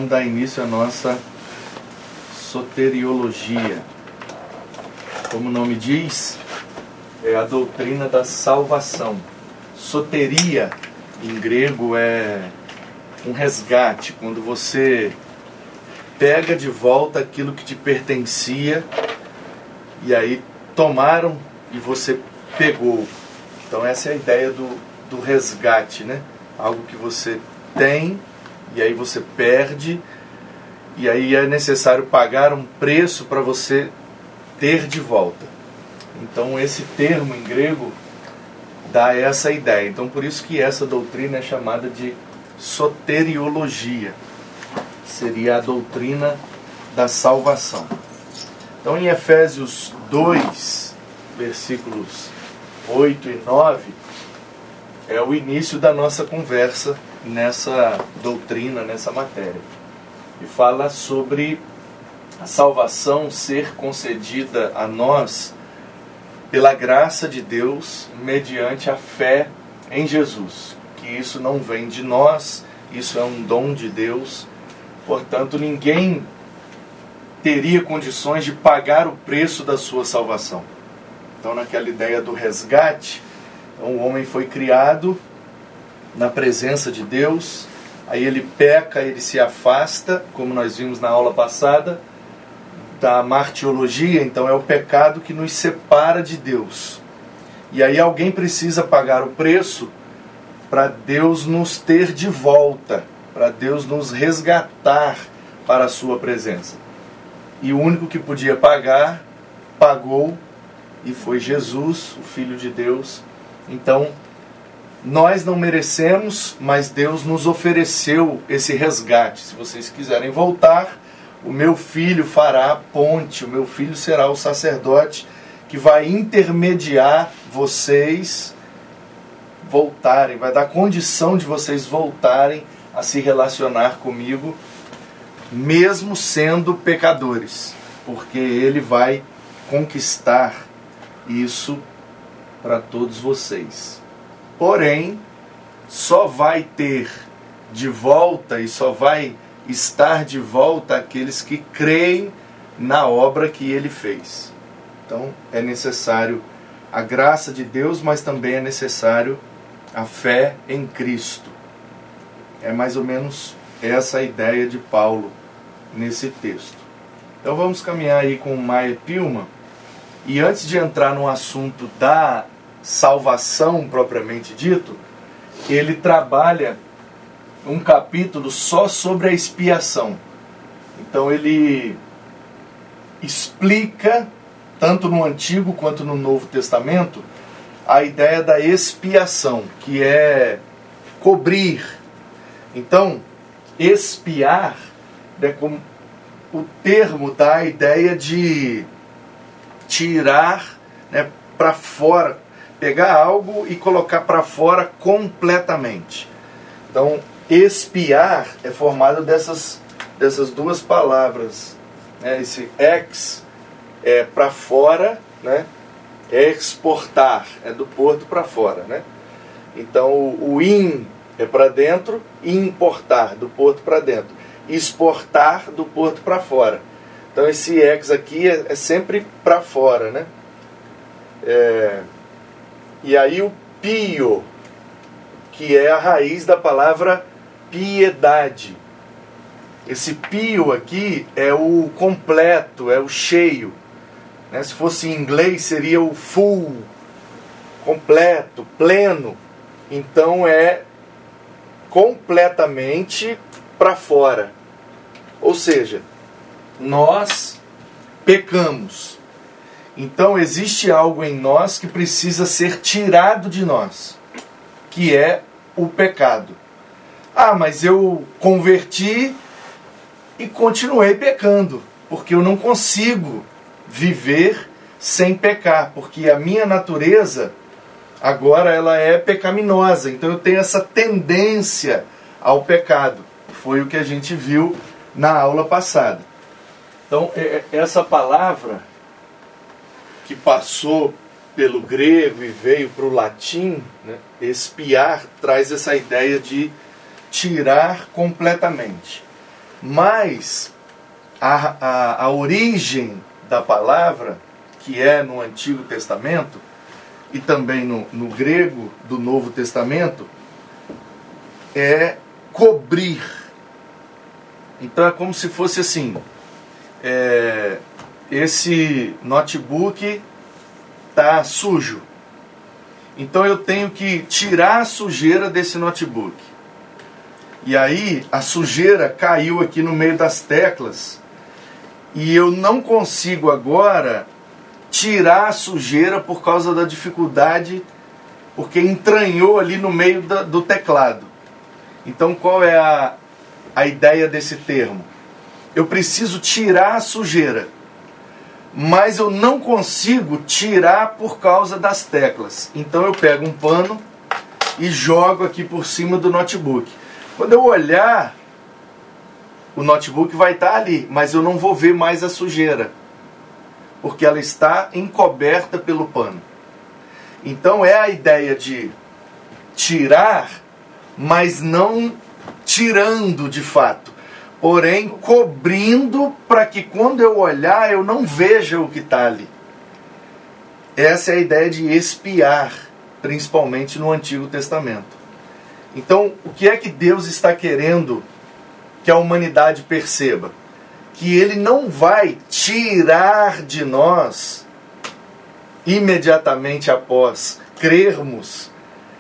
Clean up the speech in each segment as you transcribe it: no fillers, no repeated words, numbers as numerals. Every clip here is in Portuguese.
dar início à nossa soteriologia. Como o nome diz, é a doutrina da salvação. Soteria, em grego, é um resgate, quando você pega de volta aquilo que te pertencia e aí tomaram e você pegou. Então essa é a ideia do resgate, né? Algo que você tem e aí você perde e aí é necessário pagar um preço para você ter de volta. Então esse termo em grego dá essa ideia. Então por isso que essa doutrina é chamada de soteriologia. Seria a doutrina da salvação. Então em Efésios 2, versículos 8 e 9, é o início da nossa conversa nessa doutrina, nessa matéria. E fala sobre a salvação ser concedida a nós pela graça de Deus mediante a fé em Jesus. Que isso não vem de nós, isso é um dom de Deus. Portanto, ninguém teria condições de pagar o preço da sua salvação. Então, naquela ideia do resgate, o homem foi criado na presença de Deus, aí ele peca, ele se afasta, como nós vimos na aula passada, da martiologia. Então é o pecado que nos separa de Deus. E aí alguém precisa pagar o preço para Deus nos ter de volta, para Deus nos resgatar para a sua presença. E o único que podia pagar, pagou, e foi Jesus, o Filho de Deus. Então, nós não merecemos, mas Deus nos ofereceu esse resgate. Se vocês quiserem voltar, o meu filho fará a ponte, o meu filho será o sacerdote que vai intermediar vocês voltarem, vai dar condição de vocês voltarem a se relacionar comigo, mesmo sendo pecadores, porque ele vai conquistar isso para todos vocês. Porém, só vai ter de volta e só vai estar de volta aqueles que creem na obra que ele fez. Então é necessário a graça de Deus, mas também é necessário a fé em Cristo. É mais ou menos essa a ideia de Paulo nesse texto. Então vamos caminhar aí com Meyer Pilma. E antes de entrar no assunto da salvação propriamente dito, ele trabalha um capítulo só sobre a expiação. Então ele explica, tanto no Antigo quanto no Novo Testamento, a ideia da expiação, que é cobrir. Então, expiar, né, como o termo dá a ideia de tirar, né, para fora, pegar algo e colocar para fora completamente. Então, expiar é formado dessas duas palavras, né? Esse ex é para fora, né? Exportar é do porto para fora, né? Então o in é para dentro, importar do porto para dentro, exportar do porto para fora. Então esse ex aqui é sempre para fora, né? E aí o pio, que é a raiz da palavra piedade. Esse pio aqui é o completo, é o cheio, né? Se fosse em inglês seria o full, completo, pleno. Então é completamente para fora. Ou seja, nós pecamos. Então existe algo em nós que precisa ser tirado de nós, que é o pecado. Ah, mas eu converti e continuei pecando, porque eu não consigo viver sem pecar, porque a minha natureza agora ela é pecaminosa, então eu tenho essa tendência ao pecado. Foi o que a gente viu na aula passada. Então essa palavra que passou pelo grego e veio para o latim, né, expiar, traz essa ideia de tirar completamente. Mas a origem da palavra, que é no Antigo Testamento, e também no grego do Novo Testamento, é cobrir. Então é como se fosse assim, esse notebook está sujo. Então eu tenho que tirar a sujeira desse notebook. E aí a sujeira caiu aqui no meio das teclas e eu não consigo agora tirar a sujeira por causa da dificuldade, porque entranhou ali no meio do teclado. Então qual é a ideia desse termo? Eu preciso tirar a sujeira, mas eu não consigo tirar por causa das teclas. Então eu pego um pano e jogo aqui por cima do notebook. Quando eu olhar, o notebook vai estar ali, mas eu não vou ver mais a sujeira, porque ela está encoberta pelo pano. Então é a ideia de tirar, mas não tirando de fato, porém cobrindo para que quando eu olhar eu não veja o que está ali. Essa é a ideia de espiar, principalmente no Antigo Testamento. Então, o que é que Deus está querendo que a humanidade perceba? Que Ele não vai tirar de nós, imediatamente após crermos,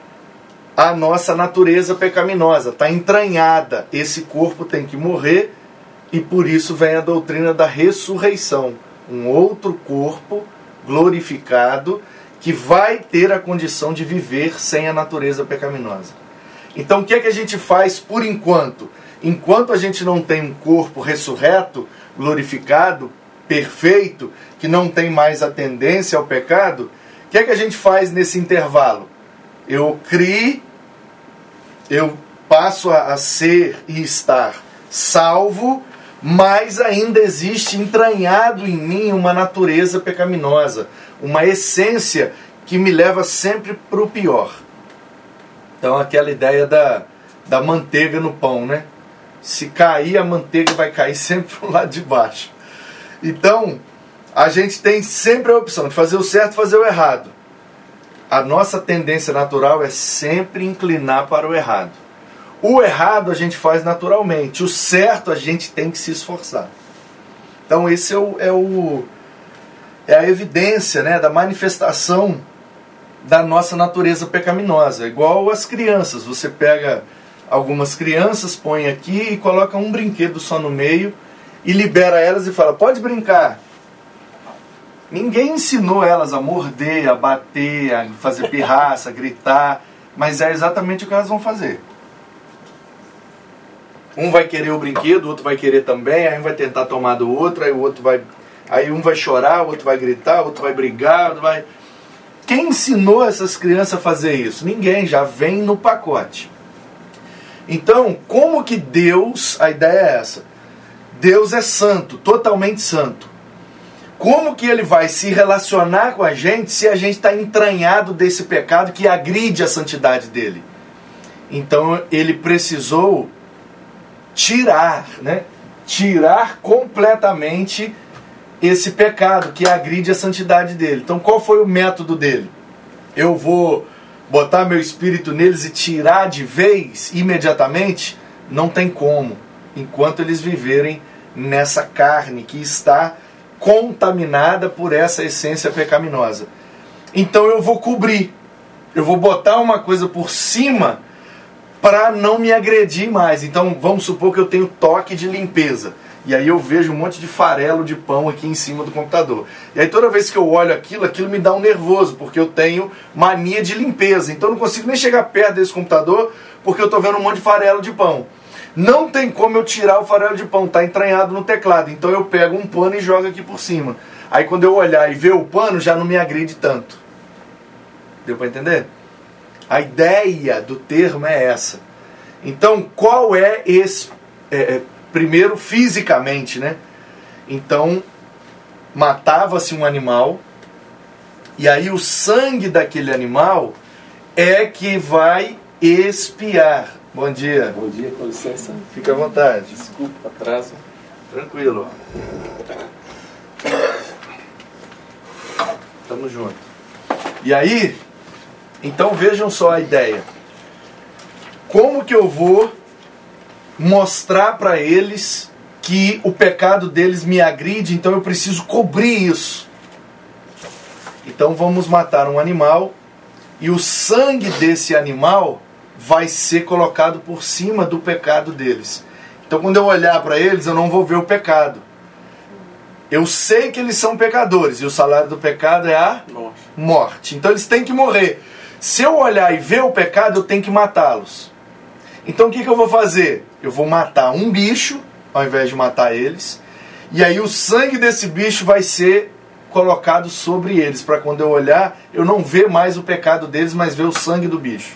a nossa natureza pecaminosa. Está entranhada. Esse corpo tem que morrer e por isso vem a doutrina da ressurreição. Um outro corpo glorificado que vai ter a condição de viver sem a natureza pecaminosa. Então o que é que a gente faz por enquanto? Enquanto a gente não tem um corpo ressurreto, glorificado, perfeito, que não tem mais a tendência ao pecado, o que é que a gente faz nesse intervalo? Eu crio, eu passo a ser e estar salvo, mas ainda existe entranhado em mim uma natureza pecaminosa, uma essência que me leva sempre para o pior. Então aquela ideia da manteiga no pão, né? Se cair a manteiga vai cair sempre pro lado de baixo. Então a gente tem sempre a opção de fazer o certo e fazer o errado. A nossa tendência natural é sempre inclinar para o errado. O errado a gente faz naturalmente, o certo a gente tem que se esforçar. Então esse é a evidência, né, da manifestação da nossa natureza pecaminosa. Igual as crianças, você pega algumas crianças, põe aqui e coloca um brinquedo só no meio e libera elas e fala, pode brincar. Ninguém ensinou elas a morder, a bater, a fazer pirraça, a gritar, mas é exatamente o que elas vão fazer. Um vai querer o brinquedo, o outro vai querer também, aí um vai tentar tomar do outro, aí o outro vai, aí um vai chorar, o outro vai gritar, o outro vai brigar, o outro vai... Quem ensinou essas crianças a fazer isso? Ninguém, já vem no pacote. Então, como que Deus, a ideia é essa, Deus é santo, totalmente santo. Como que Ele vai se relacionar com a gente se a gente está entranhado desse pecado que agride a santidade dEle? Então, Ele precisou tirar, né? Tirar completamente esse pecado que agride a santidade dele. Então qual foi o método dele? Eu vou botar meu espírito neles e tirar de vez, imediatamente? Não tem como, enquanto eles viverem nessa carne que está contaminada por essa essência pecaminosa. Então eu vou cobrir, eu vou botar uma coisa por cima para não me agredir mais. Então vamos supor que eu tenho toque de limpeza. E aí eu vejo um monte de farelo de pão aqui em cima do computador. E aí toda vez que eu olho aquilo me dá um nervoso, porque eu tenho mania de limpeza. Então eu não consigo nem chegar perto desse computador, porque eu estou vendo um monte de farelo de pão. Não tem como eu tirar o farelo de pão, está entranhado no teclado. Então eu pego um pano e jogo aqui por cima. Aí quando eu olhar e ver o pano, já não me agride tanto. Deu para entender? A ideia do termo é essa. Então qual é esse... primeiro, fisicamente, né? Então, matava-se um animal, e aí o sangue daquele animal é que vai expiar Bom dia. Bom dia, com licença. Fica à vontade. Desculpa o atraso. Tranquilo. Tamo junto. E aí, então vejam só a ideia. Como que eu vou mostrar para eles que o pecado deles me agride, então eu preciso cobrir isso. Então vamos matar um animal e o sangue desse animal vai ser colocado por cima do pecado deles. Então quando eu olhar para eles, eu não vou ver o pecado. Eu sei que eles são pecadores e o salário do pecado é a morte. Então eles têm que morrer. Se eu olhar e ver o pecado, eu tenho que matá-los. Então o que eu vou fazer? Eu vou matar um bicho, ao invés de matar eles, e aí o sangue desse bicho vai ser colocado sobre eles, para quando eu olhar, eu não ver mais o pecado deles, mas ver o sangue do bicho.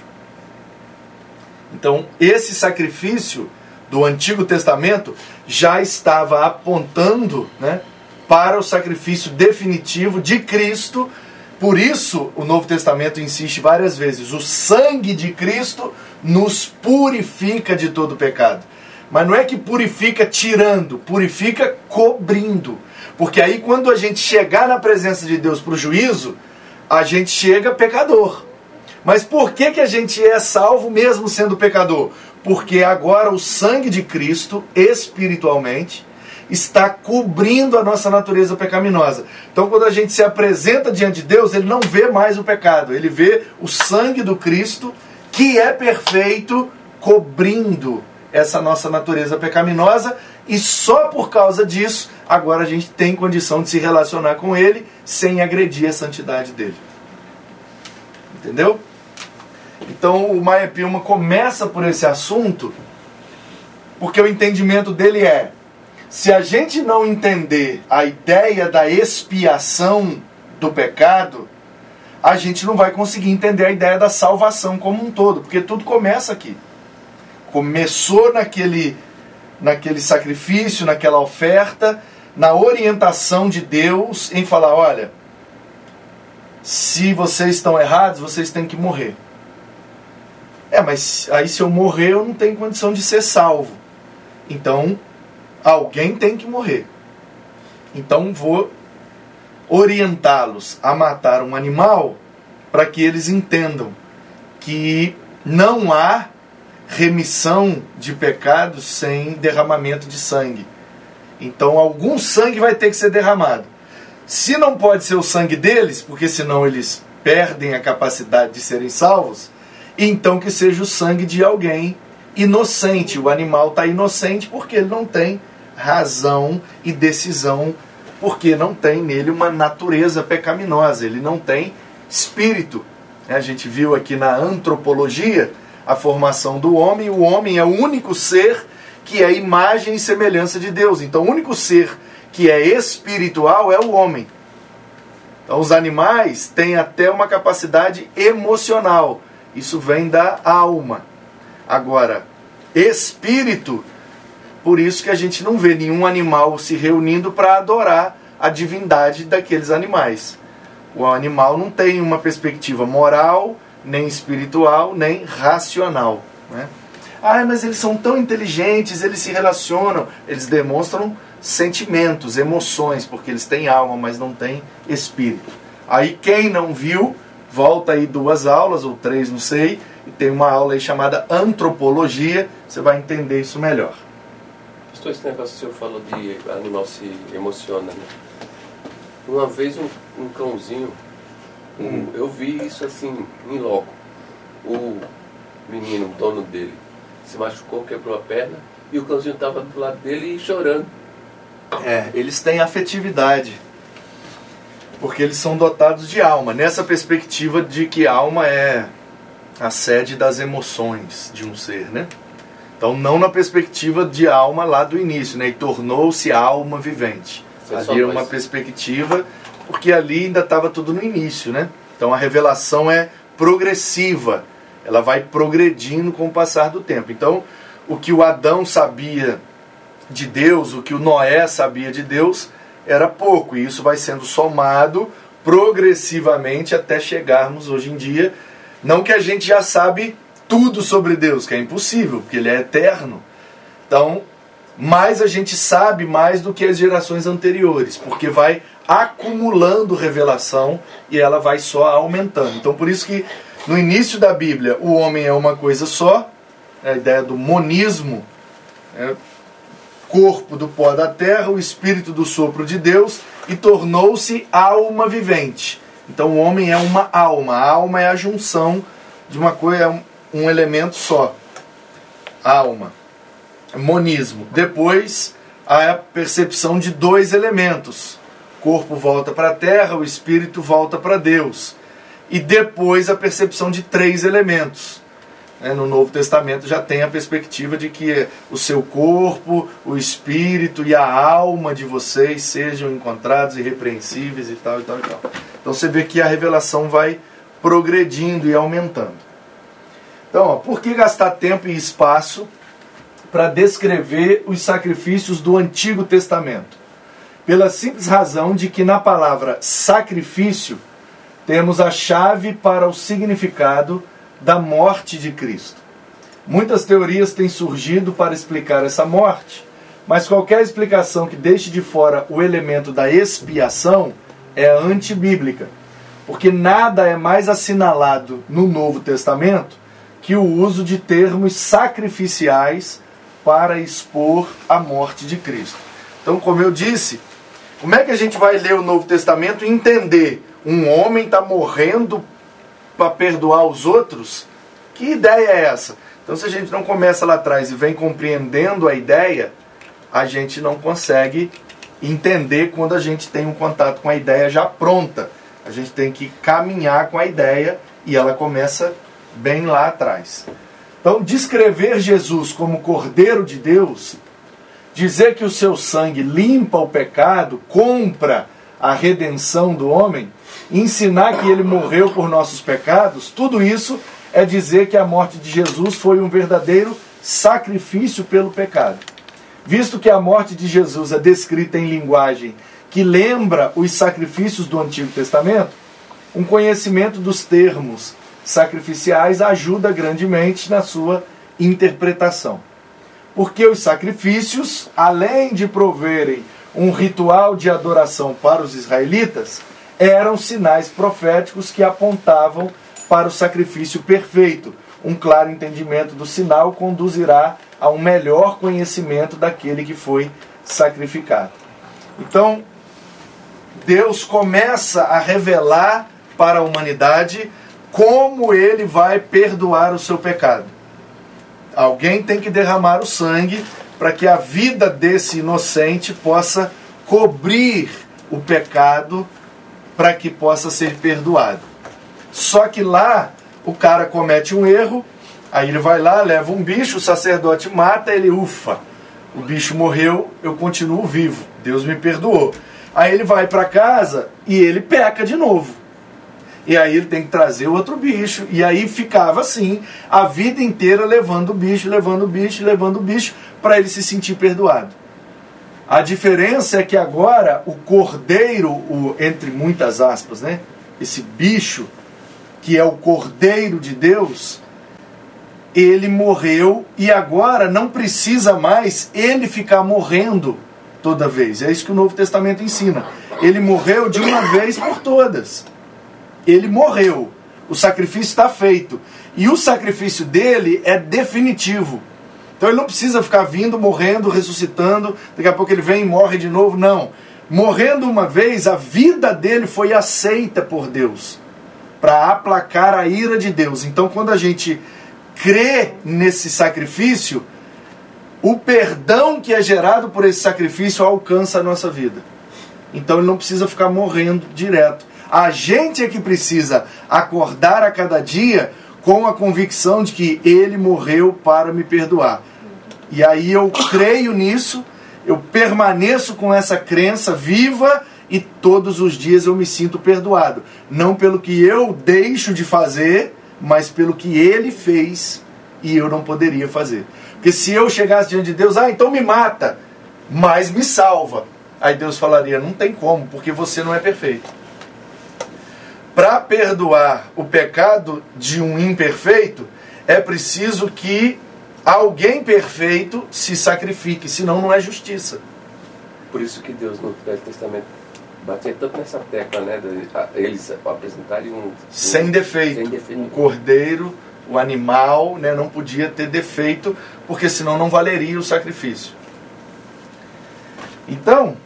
Então esse sacrifício do Antigo Testamento já estava apontando, né, para o sacrifício definitivo de Cristo. Por isso o Novo Testamento insiste várias vezes: o sangue de Cristo nos purifica de todo pecado. Mas não é que purifica tirando, purifica cobrindo. Porque aí quando a gente chegar na presença de Deus para o juízo, a gente chega pecador. Mas por que a gente é salvo mesmo sendo pecador? Porque agora o sangue de Cristo, espiritualmente, está cobrindo a nossa natureza pecaminosa. Então quando a gente se apresenta diante de Deus, ele não vê mais o pecado, ele vê o sangue do Cristo, que é perfeito, cobrindo essa nossa natureza pecaminosa, e só por causa disso, agora a gente tem condição de se relacionar com ele sem agredir a santidade dele. Entendeu? Então o Meyer Pilma começa por esse assunto, porque o entendimento dele é: se a gente não entender a ideia da expiação do pecado, a gente não vai conseguir entender a ideia da salvação como um todo, porque tudo começa aqui. Começou naquele sacrifício, naquela oferta, na orientação de Deus em falar: olha, se vocês estão errados, vocês têm que morrer. Mas aí se eu morrer, eu não tenho condição de ser salvo. Então, alguém tem que morrer. Então vou orientá-los a matar um animal para que eles entendam que não há remissão de pecados sem derramamento de sangue. Então algum sangue vai ter que ser derramado. Se não pode ser o sangue deles, porque senão eles perdem a capacidade de serem salvos, então que seja o sangue de alguém inocente. O animal está inocente porque ele não tem razão e decisão, porque não tem nele uma natureza pecaminosa, ele não tem espírito. A gente viu aqui na antropologia a formação do homem. O homem é o único ser que é imagem e semelhança de Deus. Então o único ser que é espiritual é o homem. Então os animais têm até uma capacidade emocional. Isso vem da alma. Agora, espírito, por isso que a gente não vê nenhum animal se reunindo para adorar a divindade daqueles animais. O animal não tem uma perspectiva moral, nem espiritual, nem racional, né? Mas eles são tão inteligentes, eles se relacionam, eles demonstram sentimentos, emoções, porque eles têm alma, mas não têm espírito. Aí quem não viu, volta aí 2 aulas, ou 3, não sei, e tem uma aula aí chamada Antropologia, você vai entender isso melhor. Pastor, esse negócio que o senhor falou de animal se emociona, né? Uma vez um cãozinho, eu vi isso assim, em loco. O menino, o dono dele, se machucou, quebrou a perna, e o cãozinho estava do lado dele chorando. Eles têm afetividade, porque eles são dotados de alma, nessa perspectiva de que a alma é a sede das emoções de um ser, né? Então não na perspectiva de alma lá do início, né? E tornou-se alma vivente. Ali é uma perspectiva, porque ali ainda estava tudo no início, né? Então a revelação é progressiva, ela vai progredindo com o passar do tempo. Então o que o Adão sabia de Deus, o que o Noé sabia de Deus, era pouco, e isso vai sendo somado progressivamente até chegarmos hoje em dia. Não que a gente já sabe tudo sobre Deus, que é impossível, porque Ele é eterno. Então, mais a gente sabe mais do que as gerações anteriores, porque vai acumulando revelação e ela vai só aumentando. Então, por isso que no início da Bíblia o homem é uma coisa só, a ideia do monismo, corpo do pó da terra, o espírito do sopro de Deus, e tornou-se alma vivente. Então o homem é uma alma. A alma é a junção de uma coisa, é um elemento só. Alma. Monismo. Depois a percepção de dois elementos. O corpo volta para a terra, o espírito volta para Deus. E depois a percepção de três elementos. No Novo Testamento já tem a perspectiva de que o seu corpo, o espírito e a alma de vocês sejam encontrados irrepreensíveis e tal, e tal, e tal. Então você vê que a revelação vai progredindo e aumentando. Então, por que gastar tempo e espaço para descrever os sacrifícios do Antigo Testamento? Pela simples razão de que na palavra sacrifício temos a chave para o significado da morte de Cristo. Muitas teorias têm surgido para explicar essa morte, mas qualquer explicação que deixe de fora o elemento da expiação é antibíblica, porque nada é mais assinalado no Novo Testamento que o uso de termos sacrificiais para expor a morte de Cristo. Então, como eu disse, como é que a gente vai ler o Novo Testamento e entender um homem está morrendo para perdoar os outros? Que ideia é essa? Então, se a gente não começa lá atrás e vem compreendendo a ideia, a gente não consegue entender quando a gente tem um contato com a ideia já pronta. A gente tem que caminhar com a ideia e ela começa bem lá atrás. Então, descrever Jesus como Cordeiro de Deus, dizer que o seu sangue limpa o pecado, compra a redenção do homem, ensinar que ele morreu por nossos pecados, tudo isso é dizer que a morte de Jesus foi um verdadeiro sacrifício pelo pecado. Visto que a morte de Jesus é descrita em linguagem que lembra os sacrifícios do Antigo Testamento, um conhecimento dos termos sacrificiais ajuda grandemente na sua interpretação. Porque os sacrifícios, além de proverem um ritual de adoração para os israelitas, eram sinais proféticos que apontavam para o sacrifício perfeito. Um claro entendimento do sinal conduzirá a um melhor conhecimento daquele que foi sacrificado. Então, Deus começa a revelar para a humanidade como ele vai perdoar o seu pecado. Alguém tem que derramar o sangue para que a vida desse inocente possa cobrir o pecado, para que possa ser perdoado. Só que lá o cara comete um erro, aí ele vai lá, leva um bicho, o sacerdote mata, ele ufa, o bicho morreu, eu continuo vivo, Deus me perdoou. Aí ele vai para casa e ele peca de novo. E aí ele tem que trazer outro bicho, e aí ficava assim, a vida inteira levando o bicho, levando o bicho, levando o bicho, para ele se sentir perdoado. A diferença é que agora o cordeiro, entre muitas aspas, né, esse bicho, que é o Cordeiro de Deus, ele morreu e agora não precisa mais ele ficar morrendo toda vez. É isso que o Novo Testamento ensina. Ele morreu de uma vez por todas. Ele morreu. O sacrifício está feito. E o sacrifício dele é definitivo. Então ele não precisa ficar vindo, morrendo, ressuscitando, daqui a pouco ele vem e morre de novo. Não. Morrendo uma vez, a vida dele foi aceita por Deus, para aplacar a ira de Deus. Então quando a gente crê nesse sacrifício, o perdão que é gerado por esse sacrifício alcança a nossa vida. Então ele não precisa ficar morrendo direto. A gente é que precisa acordar a cada dia com a convicção de que ele morreu para me perdoar. E aí eu creio nisso, eu permaneço com essa crença viva e todos os dias eu me sinto perdoado. Não pelo que eu deixo de fazer, mas pelo que ele fez e eu não poderia fazer. Porque se eu chegasse diante de Deus, então me mata, mas me salva. Aí Deus falaria, não tem como, porque você não é perfeito. Para perdoar o pecado de um imperfeito, é preciso que alguém perfeito se sacrifique, senão não é justiça. Por isso que Deus no Velho Testamento batia tanto nessa tecla, né? Eles apresentarem sem defeito. Um cordeiro, o animal, né, não podia ter defeito, porque senão não valeria o sacrifício. Então,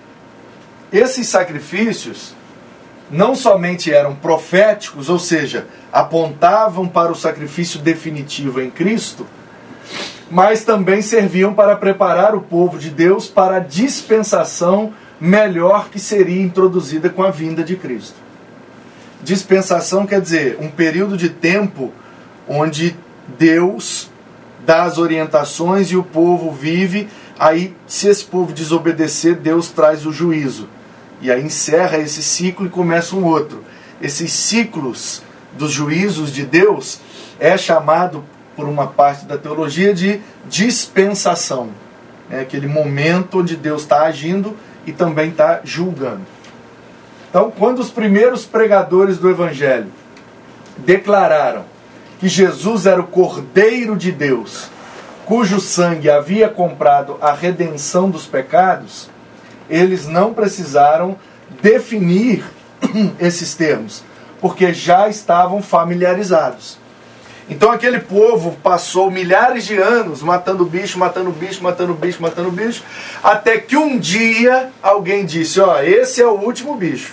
esses sacrifícios não somente eram proféticos, ou seja, apontavam para o sacrifício definitivo em Cristo, mas também serviam para preparar o povo de Deus para a dispensação melhor que seria introduzida com a vinda de Cristo. Dispensação quer dizer um período de tempo onde Deus dá as orientações e o povo vive. Aí, se esse povo desobedecer, Deus traz o juízo. E aí encerra esse ciclo e começa um outro. Esses ciclos dos juízos de Deus é chamado, por uma parte da teologia, de dispensação. É aquele momento onde Deus está agindo e também está julgando. Então, quando os primeiros pregadores do Evangelho declararam que Jesus era o Cordeiro de Deus, cujo sangue havia comprado a redenção dos pecados, eles não precisaram definir esses termos, porque já estavam familiarizados. Então aquele povo passou milhares de anos matando bicho, matando bicho, matando bicho, matando bicho, até que um dia alguém disse, ó, esse é o último bicho.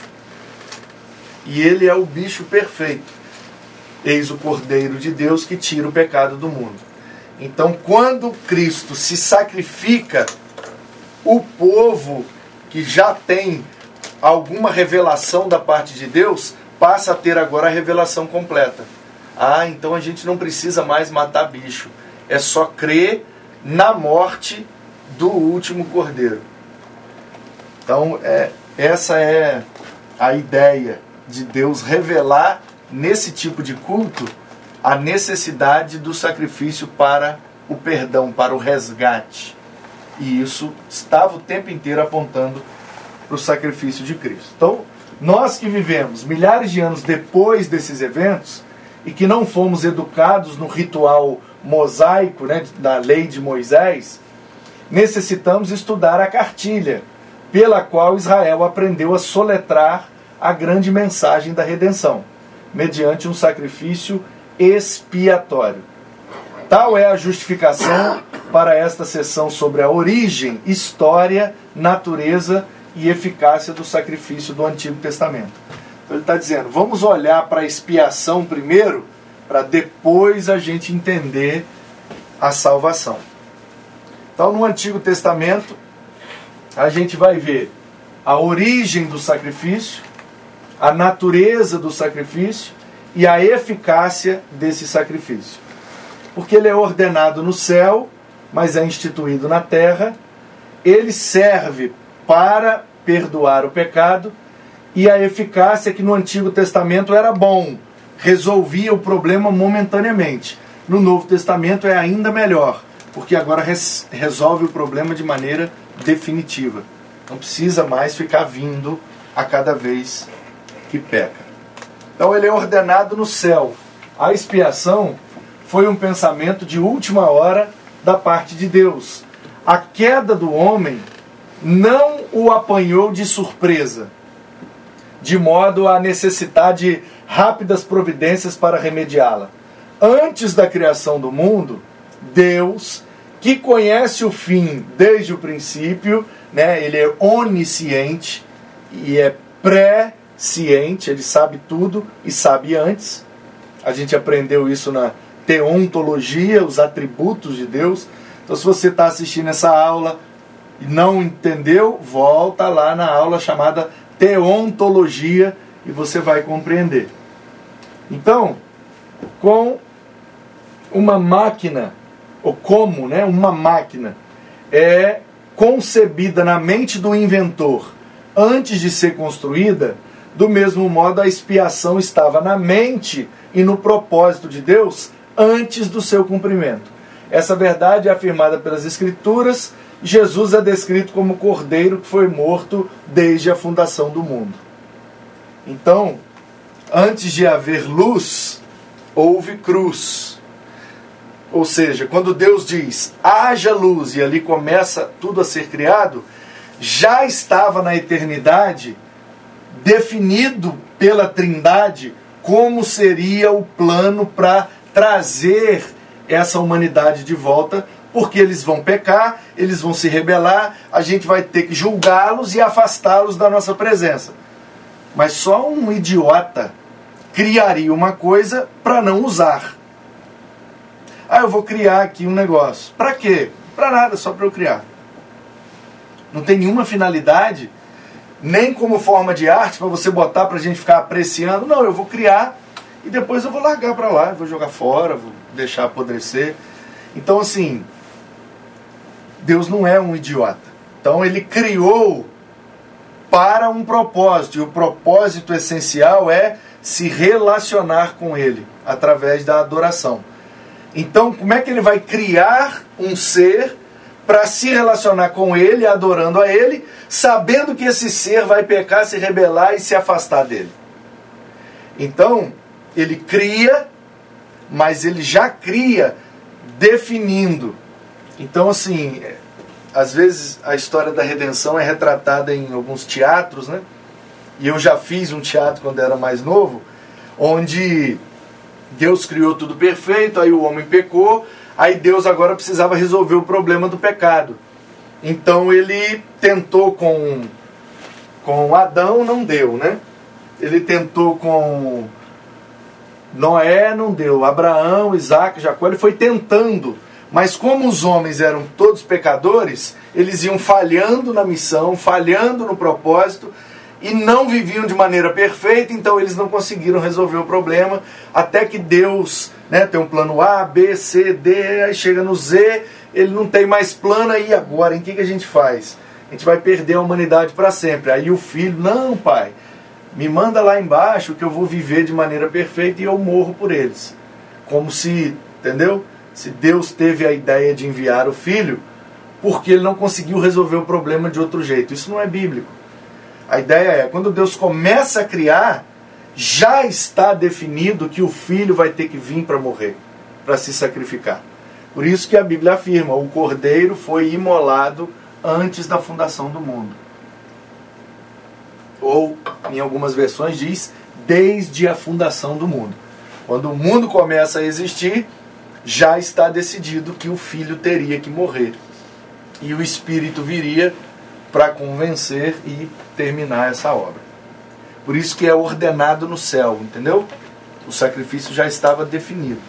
E ele é o bicho perfeito. Eis o Cordeiro de Deus que tira o pecado do mundo. Então quando Cristo se sacrifica, o povo que já tem alguma revelação da parte de Deus, passa a ter agora a revelação completa. Ah, então a gente não precisa mais matar bicho. É só crer na morte do último cordeiro. Então, essa é a ideia de Deus revelar nesse tipo de culto a necessidade do sacrifício para o perdão, para o resgate. E isso estava o tempo inteiro apontando para o sacrifício de Cristo. Então, nós que vivemos milhares de anos depois desses eventos e que não fomos educados no ritual mosaico, né, da lei de Moisés, necessitamos estudar a cartilha pela qual Israel aprendeu a soletrar a grande mensagem da redenção, mediante um sacrifício expiatório. Tal é a justificação para esta sessão sobre a origem, história, natureza e eficácia do sacrifício do Antigo Testamento. Então ele está dizendo, vamos olhar para a expiação primeiro, para depois a gente entender a salvação. Então no Antigo Testamento, a gente vai ver a origem do sacrifício, a natureza do sacrifício e a eficácia desse sacrifício. Porque ele é ordenado no céu, mas é instituído na terra. Ele serve para perdoar o pecado, e a eficácia que no Antigo Testamento era bom, resolvia o problema momentaneamente. No Novo Testamento é ainda melhor, porque agora resolve o problema de maneira definitiva. Não precisa mais ficar vindo a cada vez que peca. Então ele é ordenado no céu. A expiação foi um pensamento de última hora da parte de Deus. A queda do homem não o apanhou de surpresa, de modo a necessitar de rápidas providências para remediá-la. Antes da criação do mundo, Deus, que conhece o fim desde o princípio, né, ele é onisciente e é pré-ciente, ele sabe tudo e sabe antes. A gente aprendeu isso na teontologia, os atributos de Deus. Então, se você está assistindo essa aula e não entendeu, volta lá na aula chamada teontologia e você vai compreender. Então, com uma máquina, ou como, né, uma máquina é concebida na mente do inventor antes de ser construída, do mesmo modo a expiação estava na mente e no propósito de Deus antes do seu cumprimento. Essa verdade é afirmada pelas Escrituras. Jesus é descrito como o cordeiro que foi morto desde a fundação do mundo. Então, antes de haver luz, houve cruz. Ou seja, quando Deus diz, haja luz, e ali começa tudo a ser criado, já estava na eternidade definido pela Trindade como seria o plano para trazer essa humanidade de volta, porque eles vão pecar, eles vão se rebelar, a gente vai ter que julgá-los e afastá-los da nossa presença. Mas só um idiota criaria uma coisa para não usar. Ah, eu vou criar aqui um negócio. Para quê? Para nada, só para eu criar. Não tem nenhuma finalidade, nem como forma de arte, para você botar para a gente ficar apreciando. Não, eu vou criar e depois eu vou largar para lá, vou jogar fora, vou deixar apodrecer. Então, assim, Deus não é um idiota. Então, Ele criou para um propósito. E o propósito essencial é se relacionar com Ele, através da adoração. Então, como é que Ele vai criar um ser para se relacionar com Ele, adorando a Ele, sabendo que esse ser vai pecar, se rebelar e se afastar dele? Então, Ele cria, mas Ele já cria definindo. Então, assim, às vezes a história da redenção é retratada em alguns teatros, né? E eu já fiz um teatro quando era mais novo, onde Deus criou tudo perfeito, aí o homem pecou, aí Deus agora precisava resolver o problema do pecado. Então ele tentou com Adão, não deu, né? Ele tentou com Noé, não deu. Abraão, Isaac, Jacó, ele foi tentando. Mas como os homens eram todos pecadores, eles iam falhando na missão, falhando no propósito, e não viviam de maneira perfeita, então eles não conseguiram resolver o problema, até que Deus, né, tem um plano A, B, C, D, aí chega no Z, ele não tem mais plano, e agora, em que a gente faz? A gente vai perder a humanidade para sempre. Aí o filho, não, pai, me manda lá embaixo que eu vou viver de maneira perfeita e eu morro por eles. Como se, entendeu? Se Deus teve a ideia de enviar o filho, porque ele não conseguiu resolver o problema de outro jeito. Isso não é bíblico. A ideia é, quando Deus começa a criar, já está definido que o filho vai ter que vir para morrer, para se sacrificar. Por isso que a Bíblia afirma, o cordeiro foi imolado antes da fundação do mundo. Ou, em algumas versões, diz, desde a fundação do mundo. Quando o mundo começa a existir, já está decidido que o filho teria que morrer. E o Espírito viria para convencer e terminar essa obra. Por isso que é ordenado no céu, entendeu? O sacrifício já estava definido.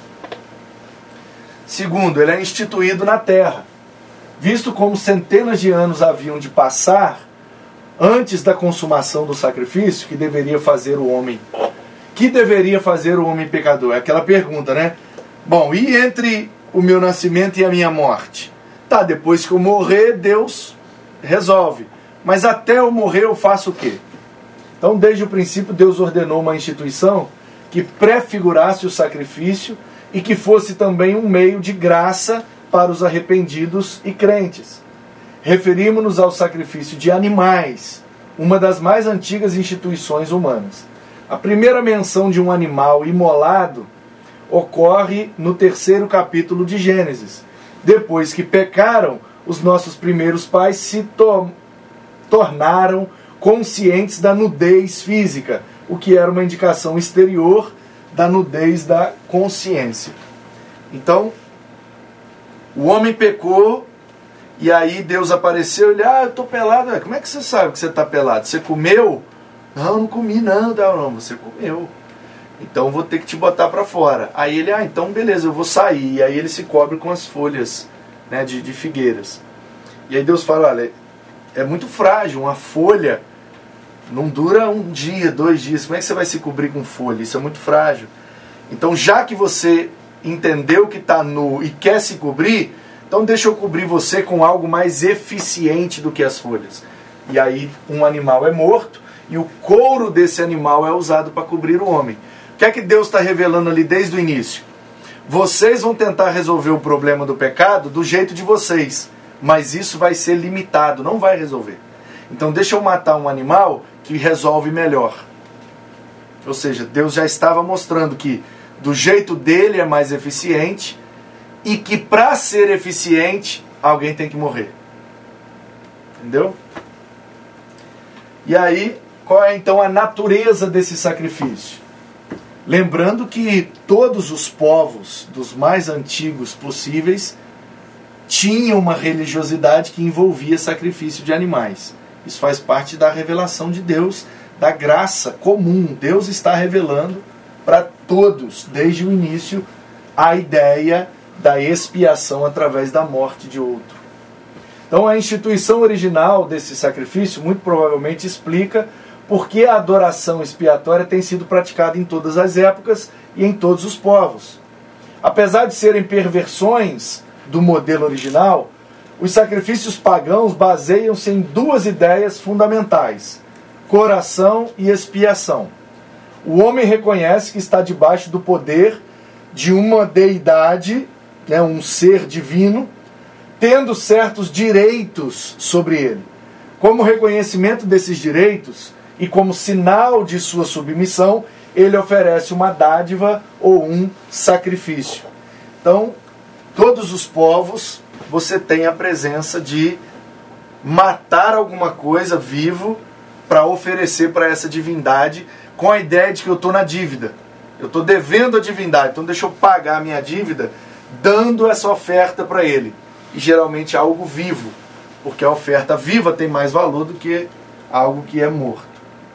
Segundo, ele é instituído na terra. Visto como centenas de anos haviam de passar antes da consumação do sacrifício, que deveria fazer o homem? Que deveria fazer o homem pecador? É aquela pergunta, né? Bom, e entre o meu nascimento e a minha morte? Tá, depois que eu morrer, Deus resolve. Mas até eu morrer eu faço o quê? Então, desde o princípio, Deus ordenou uma instituição que prefigurasse o sacrifício e que fosse também um meio de graça para os arrependidos e crentes. Referimos-nos ao sacrifício de animais, uma das mais antigas instituições humanas. A primeira menção de um animal imolado ocorre no 3º capítulo de Gênesis. Depois que pecaram, os nossos primeiros pais se tornaram conscientes da nudez física, o que era uma indicação exterior da nudez da consciência. Então, o homem pecou, e aí Deus apareceu, ele, eu estou pelado. Como é que você sabe que você está pelado? Você comeu? Não, não comi, não, você comeu. Então vou ter que te botar para fora. Aí ele, então beleza, eu vou sair. E aí ele se cobre com as folhas, né, de figueiras. E aí Deus fala, olha, é muito frágil, uma folha não dura um dia, 2 dias. Como é que você vai se cobrir com folha? Isso é muito frágil. Então, já que você entendeu que está nu e quer se cobrir, então deixa eu cobrir você com algo mais eficiente do que as folhas. E aí um animal é morto e o couro desse animal é usado para cobrir o homem. O que é que Deus está revelando ali desde o início? Vocês vão tentar resolver o problema do pecado do jeito de vocês, mas isso vai ser limitado, não vai resolver. Então deixa eu matar um animal que resolve melhor. Ou seja, Deus já estava mostrando que do jeito dele é mais eficiente e que para ser eficiente, alguém tem que morrer. Entendeu? E aí, qual é então a natureza desse sacrifício? Lembrando que todos os povos, dos mais antigos possíveis, tinham uma religiosidade que envolvia sacrifício de animais. Isso faz parte da revelação de Deus, da graça comum. Deus está revelando para todos, desde o início, a ideia da expiação através da morte de outro. Então a instituição original desse sacrifício muito provavelmente explica por que a adoração expiatória tem sido praticada em todas as épocas e em todos os povos. Apesar de serem perversões do modelo original, os sacrifícios pagãos baseiam-se em duas ideias fundamentais: coração e expiação. O homem reconhece que está debaixo do poder de uma deidade, um ser divino, tendo certos direitos sobre ele. Como reconhecimento desses direitos e como sinal de sua submissão, ele oferece uma dádiva ou um sacrifício. Então, todos os povos, você tem a presença de matar alguma coisa vivo para oferecer para essa divindade, com a ideia de que eu estou na dívida. Eu estou devendo a divindade, então deixa eu pagar a minha dívida dando essa oferta para ele. E geralmente é algo vivo, porque a oferta viva tem mais valor do que algo que é morto.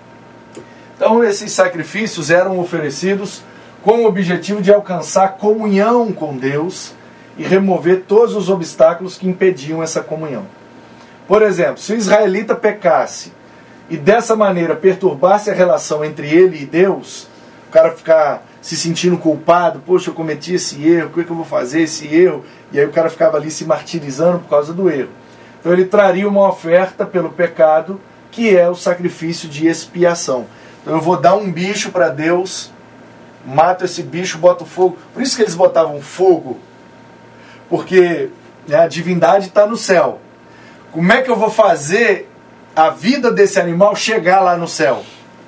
Então esses sacrifícios eram oferecidos com o objetivo de alcançar comunhão com Deus e remover todos os obstáculos que impediam essa comunhão. Por exemplo, se o israelita pecasse e dessa maneira perturbasse a relação entre ele e Deus, o cara ficar se sentindo culpado, poxa, eu cometi esse erro, como é que eu vou fazer esse erro? E aí o cara ficava ali se martirizando por causa do erro. Então ele traria uma oferta pelo pecado, que é o sacrifício de expiação. Então eu vou dar um bicho para Deus, mato esse bicho, boto fogo. Por isso que eles botavam fogo, porque a divindade está no céu. Como é que eu vou fazer a vida desse animal chegar lá no céu?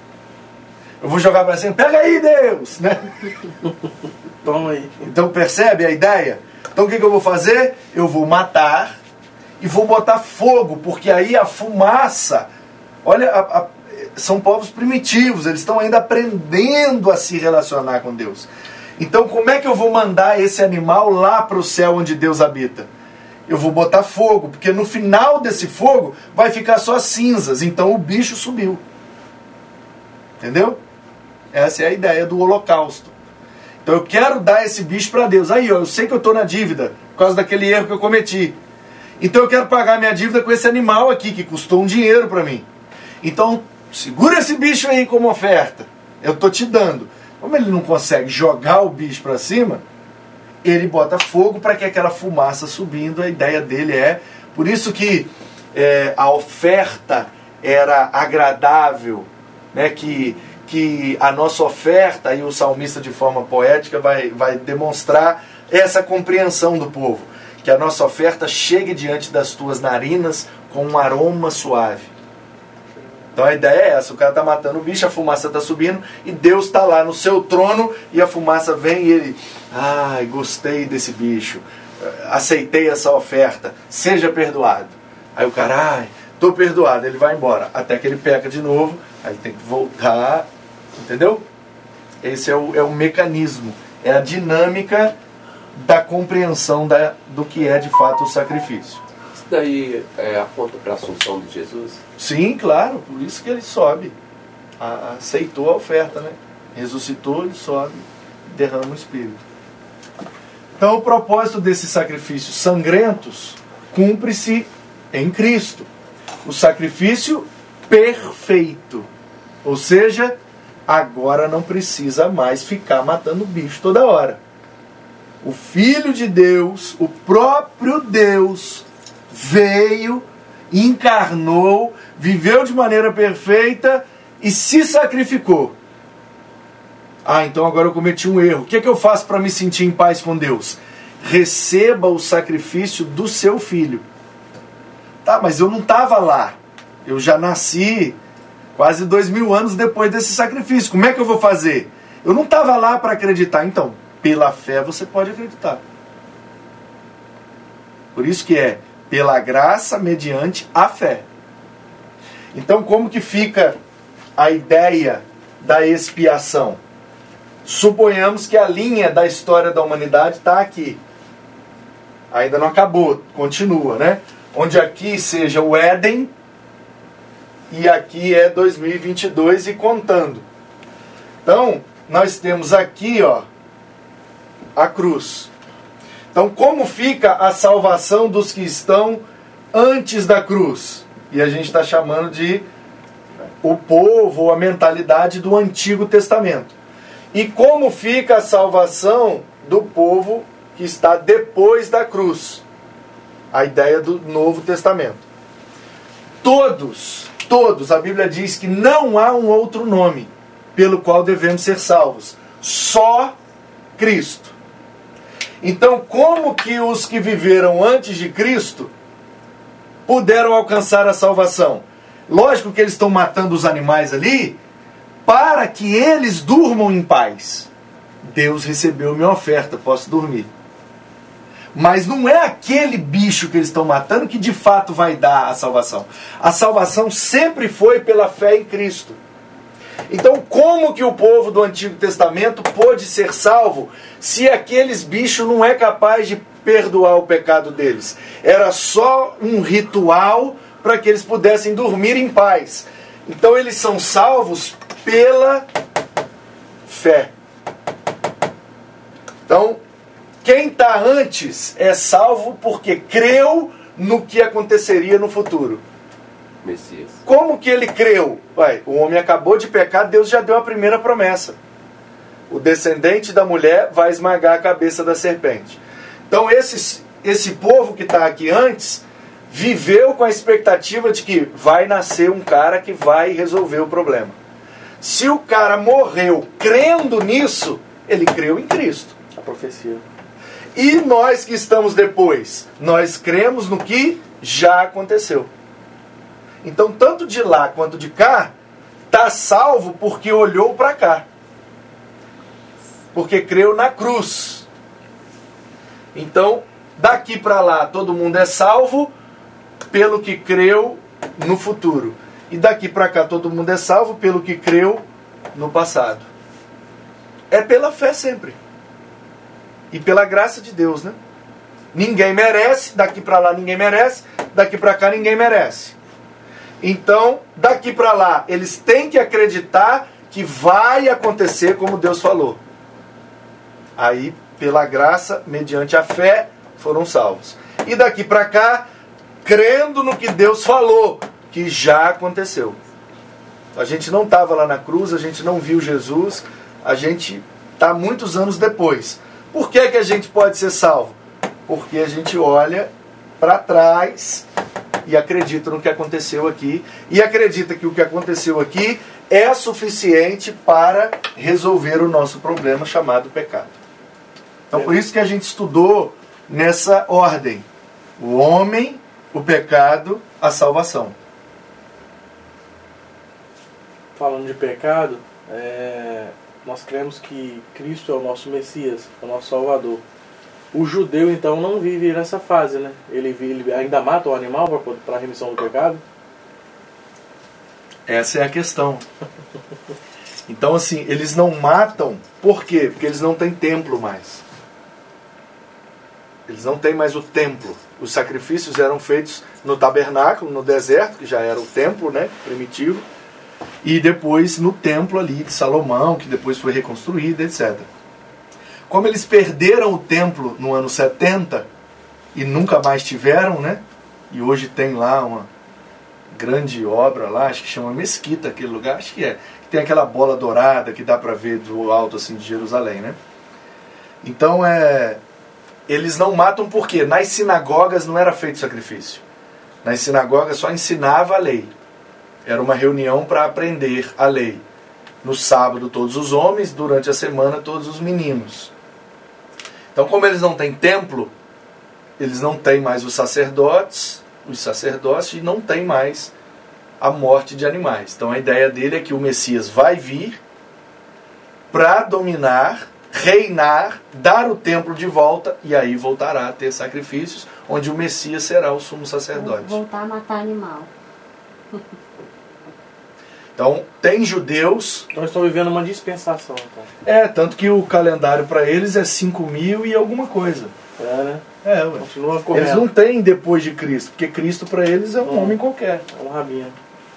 Eu vou jogar para cima, pega aí, Deus! Né? Toma aí. Então percebe a ideia? Então o que eu vou fazer? Eu vou matar e vou botar fogo, porque aí a fumaça... Olha, são povos primitivos, eles estão ainda aprendendo a se relacionar com Deus. Então como é que eu vou mandar esse animal lá para o céu onde Deus habita? Eu vou botar fogo, porque no final desse fogo vai ficar só cinzas, então o bicho subiu. Entendeu? Essa é a ideia do holocausto. Então eu quero dar esse bicho para Deus. Aí, ó, eu sei que eu estou na dívida, por causa daquele erro que eu cometi. Então eu quero pagar minha dívida com esse animal aqui, que custou um dinheiro para mim. Então, segura esse bicho aí como oferta. Eu estou te dando. Como ele não consegue jogar o bicho para cima, ele bota fogo para que aquela fumaça subindo, a ideia dele é... Por isso que a oferta era agradável, né? Que a nossa oferta, e o salmista de forma poética vai demonstrar essa compreensão do povo. Que a nossa oferta chegue diante das tuas narinas com um aroma suave. Então a ideia é essa, o cara está matando o bicho, a fumaça está subindo, e Deus está lá no seu trono, e a fumaça vem e ele, ai, gostei desse bicho, aceitei essa oferta, seja perdoado. Aí o cara, ai, estou perdoado, ele vai embora, até que ele peca de novo, aí tem que voltar, entendeu? Esse é o mecanismo, é a dinâmica da compreensão do que é de fato o sacrifício. Isso daí aponta para a assunção de Jesus? Sim, claro, por isso que ele sobe. Aceitou a oferta, né? Ressuscitou, ele sobe, derrama o Espírito. Então o propósito desses sacrifícios sangrentos cumpre-se em Cristo. O sacrifício perfeito. Ou seja, agora não precisa mais ficar matando bicho toda hora. O Filho de Deus, o próprio Deus, veio, encarnou, viveu de maneira perfeita e se sacrificou. Ah, então agora eu cometi um erro. O que é que eu faço para me sentir em paz com Deus? Receba o sacrifício do seu filho. Tá, mas eu não estava lá. Eu já nasci quase 2000 anos depois desse sacrifício. Como é que eu vou fazer? Eu não estava lá para acreditar. Então, pela fé você pode acreditar. Por isso que é pela graça mediante a fé. Então, como que fica a ideia da expiação? Suponhamos que a linha da história da humanidade está aqui. Ainda não acabou, continua, né? Onde aqui seja o Éden e aqui é 2022 e contando. Então, nós temos aqui, ó, a cruz. Então, como fica a salvação dos que estão antes da cruz? E a gente está chamando de o povo, ou a mentalidade do Antigo Testamento. E como fica a salvação do povo que está depois da cruz? A ideia do Novo Testamento. Todos, a Bíblia diz que não há um outro nome pelo qual devemos ser salvos. Só Cristo. Então, como que os que viveram antes de Cristo puderam alcançar a salvação? Lógico que eles estão matando os animais ali para que eles durmam em paz. Deus recebeu minha oferta, posso dormir. Mas não é aquele bicho que eles estão matando que de fato vai dar a salvação. A salvação sempre foi pela fé em Cristo. Então, como que o povo do Antigo Testamento pôde ser salvo se aqueles bichos não é capaz de perdoar o pecado deles? Era só um ritual para que eles pudessem dormir em paz. Então, eles são salvos pela fé. Então, quem está antes é salvo porque creu no que aconteceria no futuro. Messias. Como que ele creu? O homem acabou de pecar, Deus já deu a primeira promessa. O descendente da mulher vai esmagar a cabeça da serpente. Então esse povo que está aqui antes viveu com a expectativa de que vai nascer um cara que vai resolver o problema. Se o cara morreu crendo nisso, ele creu em Cristo. A profecia. E nós que estamos depois, nós cremos no que já aconteceu. Então, tanto de lá quanto de cá, está salvo porque olhou para cá. Porque creu na cruz. Então, daqui para lá, todo mundo é salvo pelo que creu no futuro. E daqui para cá, todo mundo é salvo pelo que creu no passado. É pela fé sempre. E pela graça de Deus, né? Ninguém merece, daqui para lá ninguém merece, daqui para cá ninguém merece. Então, daqui para lá, eles têm que acreditar que vai acontecer como Deus falou. Aí, pela graça, mediante a fé, foram salvos. E daqui para cá, crendo no que Deus falou, que já aconteceu. A gente não estava lá na cruz, a gente não viu Jesus, a gente está muitos anos depois. Por que a gente pode ser salvo? Porque a gente olha para trás e acredita no que aconteceu aqui, e acredita que o que aconteceu aqui é suficiente para resolver o nosso problema chamado pecado. Então, por isso que a gente estudou nessa ordem: o homem, o pecado, a salvação. Falando de pecado, nós cremos que Cristo é o nosso Messias, o nosso Salvador. O judeu, então, não vive nessa fase, né? Ele ainda mata o animal para a remissão do pecado? Essa é a questão. Então, assim, eles não matam, por quê? Porque eles não têm templo mais. Eles não têm mais o templo. Os sacrifícios eram feitos no tabernáculo, no deserto, que já era o templo, né, primitivo, e depois no templo ali de Salomão, que depois foi reconstruído, etc. Como eles perderam o templo no ano 70 e nunca mais tiveram, né? E hoje tem lá uma grande obra lá, acho que chama Mesquita aquele lugar, acho que é. Tem aquela bola dourada que dá para ver do alto assim de Jerusalém, né? Então eles não matam porque nas sinagogas não era feito sacrifício. Nas sinagogas só ensinava a lei. Era uma reunião para aprender a lei. No sábado todos os homens, durante a semana todos os meninos. Então, como eles não têm templo, eles não têm mais os sacerdócios e não têm mais a morte de animais. Então, a ideia dele é que o Messias vai vir para dominar reinar, dar o templo de volta, e aí voltará a ter sacrifícios, onde o Messias será o sumo sacerdote. Voltar a matar animal. Então, tem judeus... Então estão vivendo uma dispensação. Então. Tanto que o calendário para eles é 5.000 e alguma coisa. Né? Ué. Continua correndo. Eles não têm depois de Cristo, porque Cristo para eles é um homem qualquer. É um rabinho.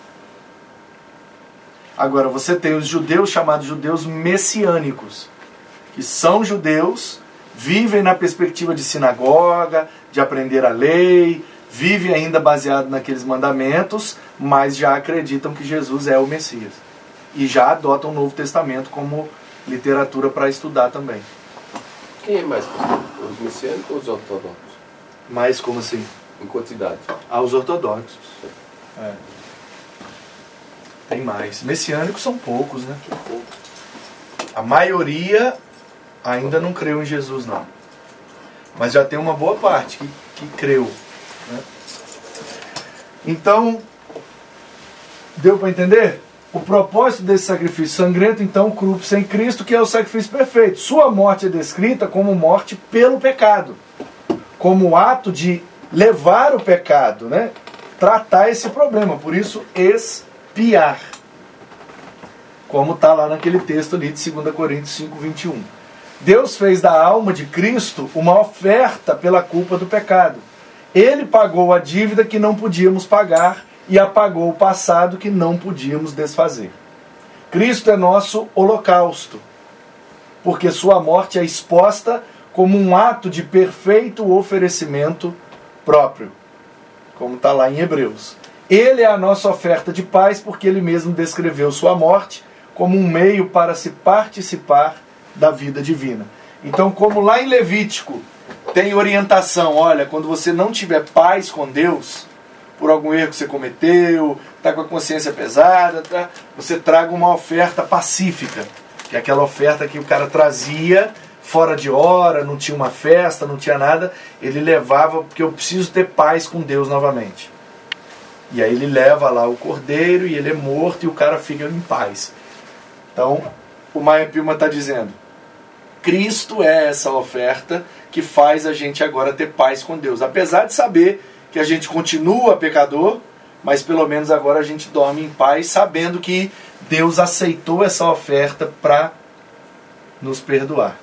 Agora, você tem os judeus chamados judeus messiânicos, que são judeus, vivem na perspectiva de sinagoga, de aprender a lei, vivem ainda baseado naqueles mandamentos, mas já acreditam que Jesus é o Messias. E já adotam o Novo Testamento como literatura para estudar também. Quem é mais? Os messiânicos ou os ortodoxos? Mas como assim? Em quantidade. Os ortodoxos. Tem mais. Messiânicos são poucos, né? A maioria ainda não creu em Jesus, não. Mas já tem uma boa parte que creu. Né? Então, deu para entender? O propósito desse sacrifício sangrento, então, crupo sem Cristo, que é o sacrifício perfeito. Sua morte é descrita como morte pelo pecado. Como ato de levar o pecado, né? Tratar esse problema. Por isso, expiar. Como está lá naquele texto ali de 2 Coríntios 5, 21. Deus fez da alma de Cristo uma oferta pela culpa do pecado. Ele pagou a dívida que não podíamos pagar e apagou o passado que não podíamos desfazer. Cristo é nosso holocausto, porque sua morte é exposta como um ato de perfeito oferecimento próprio, como está lá em Hebreus. Ele é a nossa oferta de paz, porque ele mesmo descreveu sua morte como um meio para se participar da vida divina. Então, como lá em Levítico tem orientação, olha, quando você não tiver paz com Deus, por algum erro que você cometeu, está com a consciência pesada, você traga uma oferta pacífica, que é aquela oferta que o cara trazia fora de hora, não tinha uma festa, não tinha nada, ele levava, porque eu preciso ter paz com Deus novamente. E aí ele leva lá o cordeiro e ele é morto e o cara fica em paz. Então, o Maia Pilma está dizendo, Cristo é essa oferta que faz a gente agora ter paz com Deus. Apesar de saber que a gente continua pecador, mas pelo menos agora a gente dorme em paz, sabendo que Deus aceitou essa oferta para nos perdoar.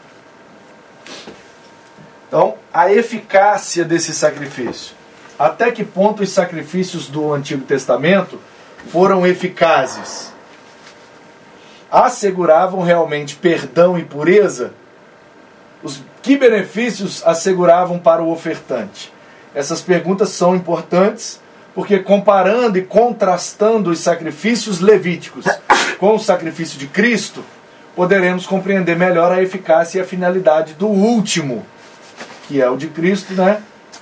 Então, a eficácia desse sacrifício. Até que ponto os sacrifícios do Antigo Testamento foram eficazes? Asseguravam realmente perdão e pureza? Que benefícios asseguravam para o ofertante? Essas perguntas são importantes, porque comparando e contrastando os sacrifícios levíticos com o sacrifício de Cristo, poderemos compreender melhor a eficácia e a finalidade do último, que é o de Cristo, né?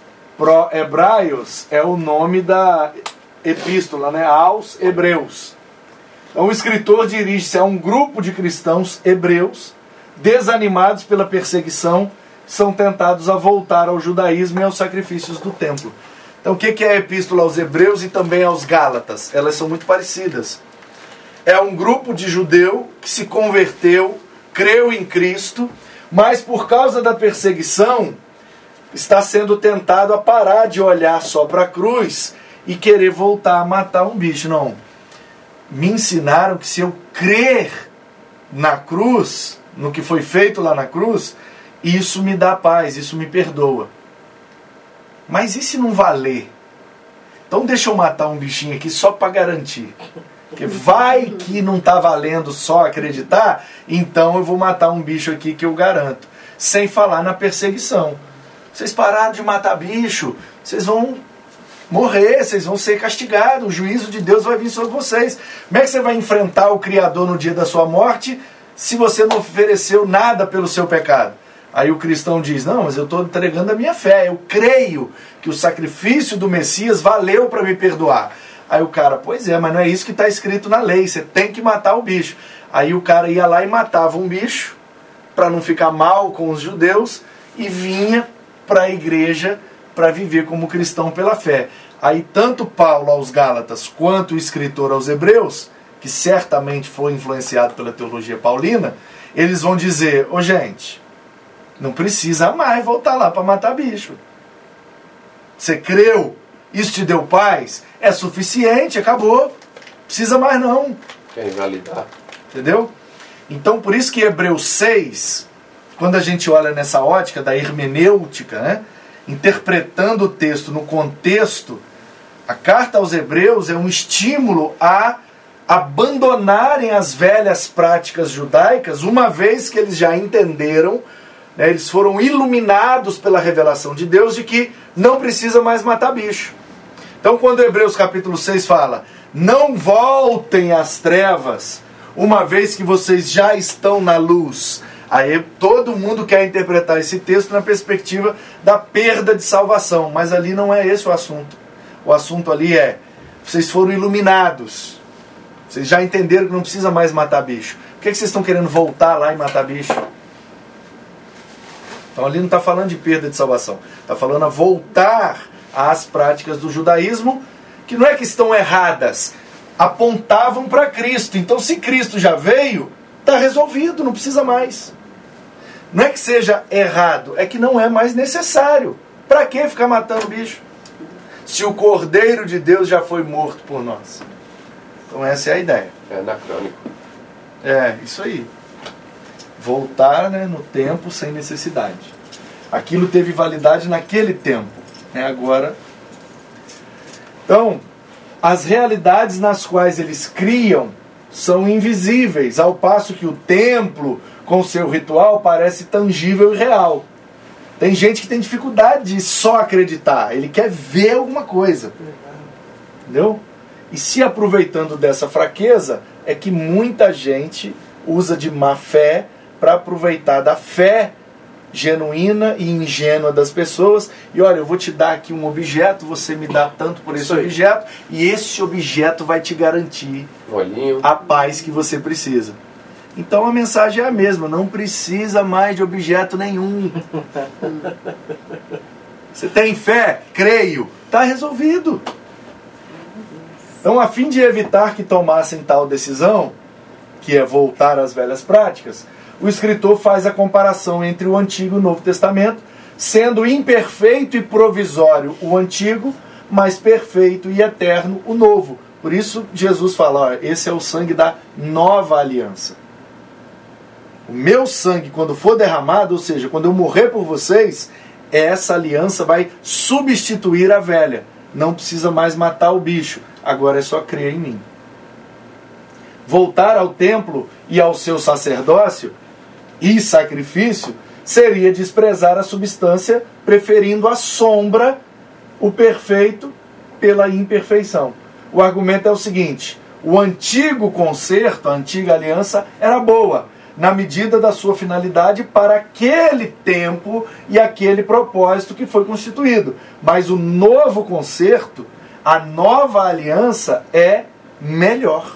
Hebraios é o nome da epístola, né? Aos Hebreus. Então o escritor dirige-se a um grupo de cristãos hebreus, desanimados pela perseguição, são tentados a voltar ao judaísmo e aos sacrifícios do templo. Então o que é a epístola aos Hebreus e também aos Gálatas? Elas são muito parecidas. É um grupo de judeu que se converteu, creu em Cristo, mas por causa da perseguição está sendo tentado a parar de olhar só para a cruz e querer voltar a matar um bicho. Não. Me ensinaram que se eu crer na cruz, no que foi feito lá na cruz, isso me dá paz, isso me perdoa. Mas e se não valer? Então deixa eu matar um bichinho aqui só para garantir. Porque vai que não está valendo só acreditar, então eu vou matar um bicho aqui que eu garanto. Sem falar na perseguição. Vocês pararam de matar bicho, vocês vão morrer, vocês vão ser castigados, o juízo de Deus vai vir sobre vocês. Como é que você vai enfrentar o Criador no dia da sua morte se você não ofereceu nada pelo seu pecado? Aí o cristão diz, não, mas eu estou entregando a minha fé, eu creio que o sacrifício do Messias valeu para me perdoar. Aí o cara, pois é, mas não é isso que está escrito na lei, você tem que matar o bicho. Aí o cara ia lá e matava um bicho, para não ficar mal com os judeus, e vinha para a igreja para viver como cristão pela fé. Aí tanto Paulo aos Gálatas, quanto o escritor aos Hebreus, que certamente foi influenciado pela teologia paulina, eles vão dizer, ô gente, não precisa mais voltar lá para matar bicho. Você creu, isso te deu paz, é suficiente, acabou. Precisa mais não. Quer invalidar. Entendeu? Então, por isso que Hebreus 6, quando a gente olha nessa ótica da hermenêutica, né, interpretando o texto no contexto, a carta aos Hebreus é um estímulo a abandonarem as velhas práticas judaicas, uma vez que eles já entenderam, né, eles foram iluminados pela revelação de Deus de que não precisa mais matar bicho. Então, quando Hebreus capítulo 6 fala, não voltem às trevas, uma vez que vocês já estão na luz. Aí todo mundo quer interpretar esse texto na perspectiva da perda de salvação, mas ali não é esse o assunto. O assunto ali é, vocês foram iluminados, vocês já entenderam que não precisa mais matar bicho. Por que vocês estão querendo voltar lá e matar bicho? Então ali não está falando de perda de salvação, está falando a voltar às práticas do judaísmo, que não é que estão erradas, apontavam para Cristo. Então, se Cristo já veio, está resolvido, não precisa mais. Não é que seja errado, é que não é mais necessário. Para que ficar matando bicho? Se o Cordeiro de Deus já foi morto por nós. Então, essa é a ideia. É anacrônico. É, isso aí. Voltar, né, no tempo sem necessidade. Aquilo teve validade naquele tempo. Né, agora. Então, as realidades nas quais eles criam são invisíveis, ao passo que o templo, com seu ritual, parece tangível e real. Tem gente que tem dificuldade de só acreditar, ele quer ver alguma coisa. Entendeu? E se aproveitando dessa fraqueza, é que muita gente usa de má fé para aproveitar da fé genuína e ingênua das pessoas, e olha, eu vou te dar aqui um objeto, você me dá tanto por esse objeto, e esse objeto vai te garantir a paz que você precisa. Então a mensagem é a mesma, não precisa mais de objeto nenhum. Você tem fé? Creio. Está resolvido. Então, a fim de evitar que tomassem tal decisão, que é voltar às velhas práticas, o escritor faz a comparação entre o Antigo e o Novo Testamento, sendo imperfeito e provisório o Antigo, mas perfeito e eterno o Novo. Por isso Jesus fala, ó, esse é o sangue da nova aliança. O meu sangue, quando for derramado, ou seja, quando eu morrer por vocês, essa aliança vai substituir a velha. Não precisa mais matar o bicho, agora é só crer em mim. Voltar ao templo e ao seu sacerdócio e sacrifício seria desprezar a substância, preferindo a sombra, o perfeito, pela imperfeição. O argumento é o seguinte, o antigo concerto, a antiga aliança, era boa, na medida da sua finalidade para aquele tempo e aquele propósito que foi constituído. Mas o novo concerto, a nova aliança é melhor.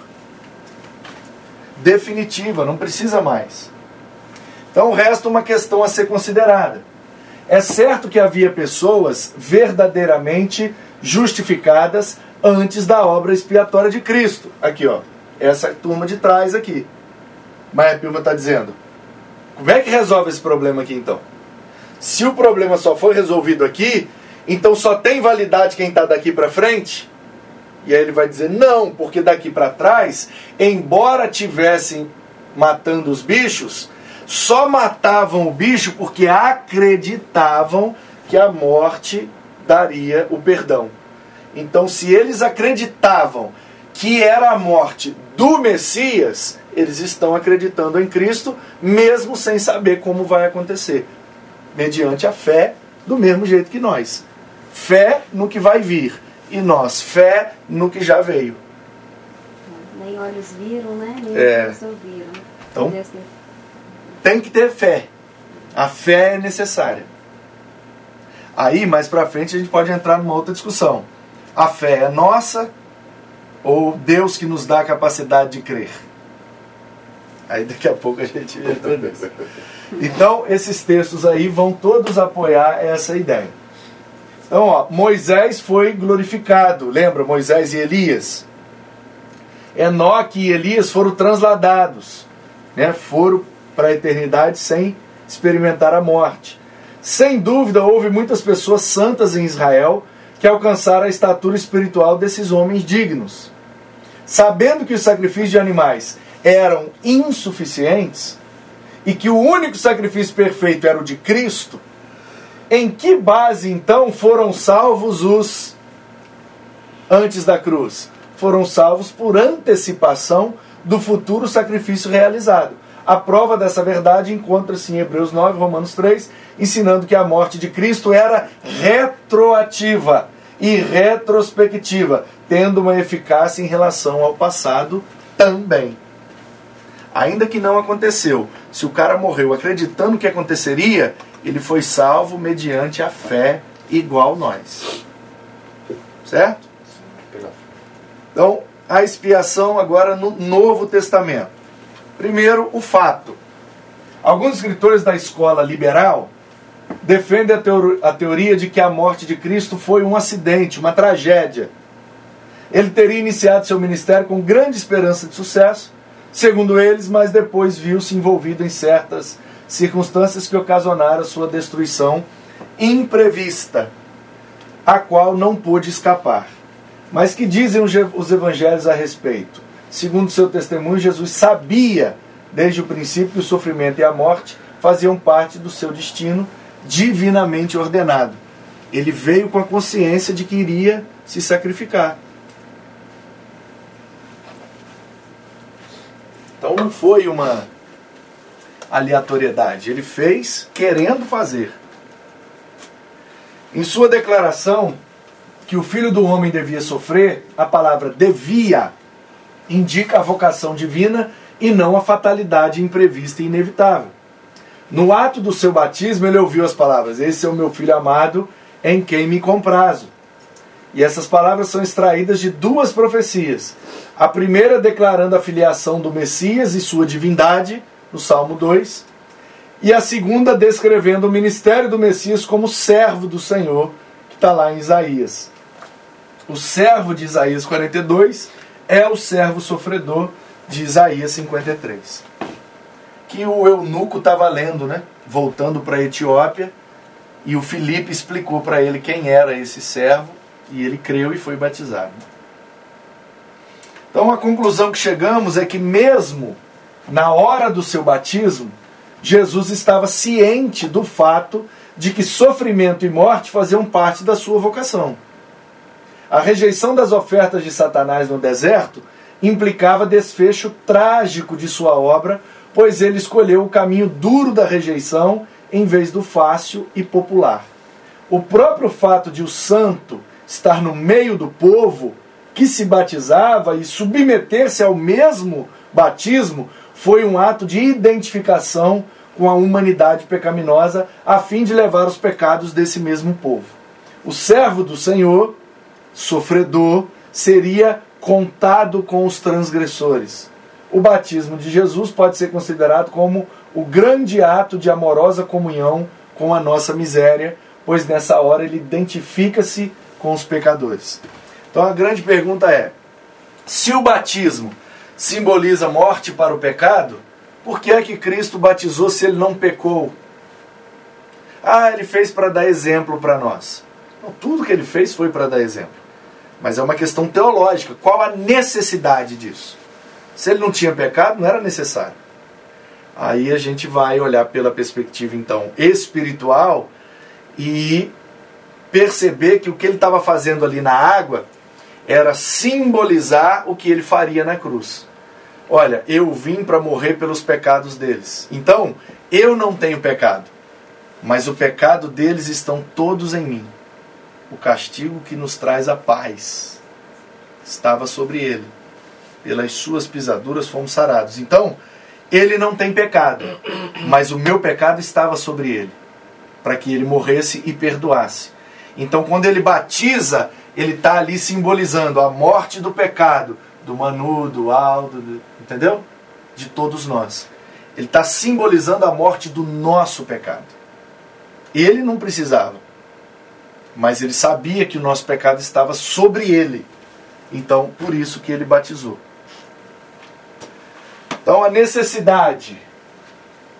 Definitiva, não precisa mais. Então resta uma questão a ser considerada. É certo que havia pessoas verdadeiramente justificadas antes da obra expiatória de Cristo. Aqui, ó, essa turma de trás aqui. Maia Pilma está dizendo, como é que resolve esse problema aqui então? Se o problema só foi resolvido aqui, então só tem validade quem está daqui para frente? E aí ele vai dizer, não, porque daqui para trás, embora tivessem matando os bichos, só matavam o bicho porque acreditavam que a morte daria o perdão. Então, se eles acreditavam que era a morte do Messias, eles estão acreditando em Cristo, mesmo sem saber como vai acontecer. Mediante a fé, do mesmo jeito que nós. Fé no que vai vir. E nós, fé no que já veio. Nem olhos viram, né? Nem olhos ouviram. Então, tem que ter fé. A fé é necessária. Aí, mais pra frente, a gente pode entrar numa outra discussão. A fé é nossa ou Deus que nos dá a capacidade de crer? Aí daqui a pouco a gente entra nisso. Então, esses textos aí vão todos apoiar essa ideia. Então, ó, Moisés foi glorificado. Lembra? Moisés e Elias. Enoque e Elias foram transladados. Né? Foram para a eternidade sem experimentar a morte. Sem dúvida, houve muitas pessoas santas em Israel que alcançaram a estatura espiritual desses homens dignos. Sabendo que os sacrifícios de animais eram insuficientes e que o único sacrifício perfeito era o de Cristo, em que base então foram salvos os antes da cruz? Foram salvos por antecipação do futuro sacrifício realizado. A prova dessa verdade encontra-se em Hebreus 9, Romanos 3, ensinando que a morte de Cristo era retroativa e retrospectiva, tendo uma eficácia em relação ao passado também. Ainda que não aconteceu, se o cara morreu acreditando que aconteceria, ele foi salvo mediante a fé igual nós. Certo? Então, a expiação agora no Novo Testamento. Primeiro, o fato. Alguns escritores da escola liberal defendem a teoria de que a morte de Cristo foi um acidente, uma tragédia. Ele teria iniciado seu ministério com grande esperança de sucesso, segundo eles, mas depois viu-se envolvido em certas circunstâncias que ocasionaram sua destruição imprevista, a qual não pôde escapar. Mas que dizem os evangelhos a respeito? Segundo seu testemunho, Jesus sabia desde o princípio que o sofrimento e a morte faziam parte do seu destino divinamente ordenado. Ele veio com a consciência de que iria se sacrificar. Então não foi uma aleatoriedade. Ele fez querendo fazer. Em sua declaração que o Filho do Homem devia sofrer, a palavra devia indica a vocação divina e não a fatalidade imprevista e inevitável. No ato do seu batismo, ele ouviu as palavras: "Esse é o meu Filho amado, em quem me comprazo". E essas palavras são extraídas de duas profecias. A primeira declarando a filiação do Messias e sua divindade, no Salmo 2. E a segunda descrevendo o ministério do Messias como servo do Senhor, que está lá em Isaías. O servo de Isaías 42 é o servo sofredor de Isaías 53. Que o eunuco estava lendo, né? Voltando para a Etiópia, e o Filipe explicou para ele quem era esse servo, e ele creu e foi batizado. Então a conclusão que chegamos é que mesmo na hora do seu batismo, Jesus estava ciente do fato de que sofrimento e morte faziam parte da sua vocação. A rejeição das ofertas de Satanás no deserto implicava desfecho trágico de sua obra, pois ele escolheu o caminho duro da rejeição em vez do fácil e popular. O próprio fato de o santo estar no meio do povo que se batizava e submeter-se ao mesmo batismo foi um ato de identificação com a humanidade pecaminosa, a fim de levar os pecados desse mesmo povo. O servo do Senhor, sofredor, seria contado com os transgressores. O batismo de Jesus pode ser considerado como o grande ato de amorosa comunhão com a nossa miséria, pois nessa hora ele identifica-se com os pecadores. Então a grande pergunta é: se o batismo simboliza morte para o pecado, por que é que Cristo batizou se ele não pecou? Ele fez para dar exemplo para nós. Não, tudo que ele fez foi para dar exemplo. Mas é uma questão teológica. Qual a necessidade disso? Se ele não tinha pecado, não era necessário. Aí a gente vai olhar pela perspectiva, então, espiritual e perceber que o que ele estava fazendo ali na água era simbolizar o que ele faria na cruz. Olha, eu vim para morrer pelos pecados deles. Então, eu não tenho pecado, mas o pecado deles estão todos em mim. O castigo que nos traz a paz estava sobre ele. Pelas suas pisaduras fomos sarados. Então, ele não tem pecado, mas o meu pecado estava sobre ele, para que ele morresse e perdoasse. Então, quando ele batiza, ele está ali simbolizando a morte do pecado, do Manu, do Aldo, entendeu? De todos nós. Ele está simbolizando a morte do nosso pecado. Ele não precisava, mas ele sabia que o nosso pecado estava sobre ele. Então, por isso que ele batizou. Então, a necessidade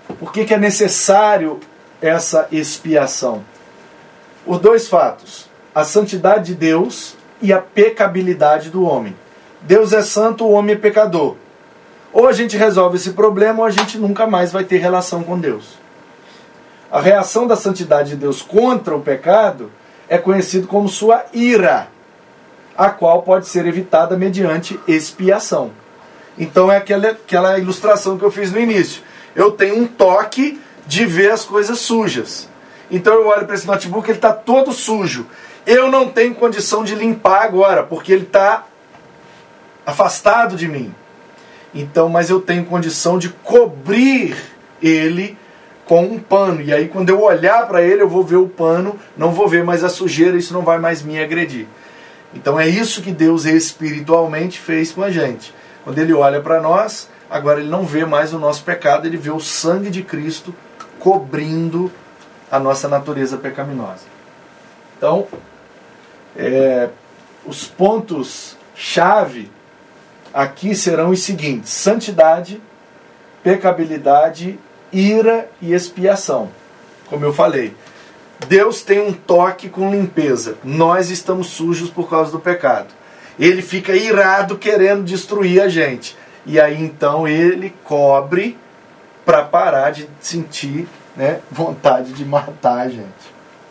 Por que é necessário essa expiação? Por dois fatos: a santidade de Deus e a pecabilidade do homem. Deus é santo, o homem é pecador. Ou a gente resolve esse problema, ou a gente nunca mais vai ter relação com Deus. A reação da santidade de Deus contra o pecado é conhecido como sua ira, a qual pode ser evitada mediante expiação. Então é aquela ilustração que eu fiz no início. Eu tenho um toque de ver as coisas sujas. Então eu olho para esse notebook, ele está todo sujo. Eu não tenho condição de limpar agora, porque ele está afastado de mim. Então, mas eu tenho condição de cobrir ele com um pano. E aí quando eu olhar para ele, eu vou ver o pano, não vou ver mais a sujeira, isso não vai mais me agredir. Então é isso que Deus espiritualmente fez com a gente. Quando ele olha para nós, agora ele não vê mais o nosso pecado, ele vê o sangue de Cristo cobrindo a nossa natureza pecaminosa. Então, os pontos-chave aqui serão os seguintes: santidade, pecabilidade, ira e expiação. Como eu falei, Deus tem um toque com limpeza. Nós estamos sujos por causa do pecado. Ele fica irado querendo destruir a gente. E aí então ele cobre para parar de sentir, né, vontade de matar a gente.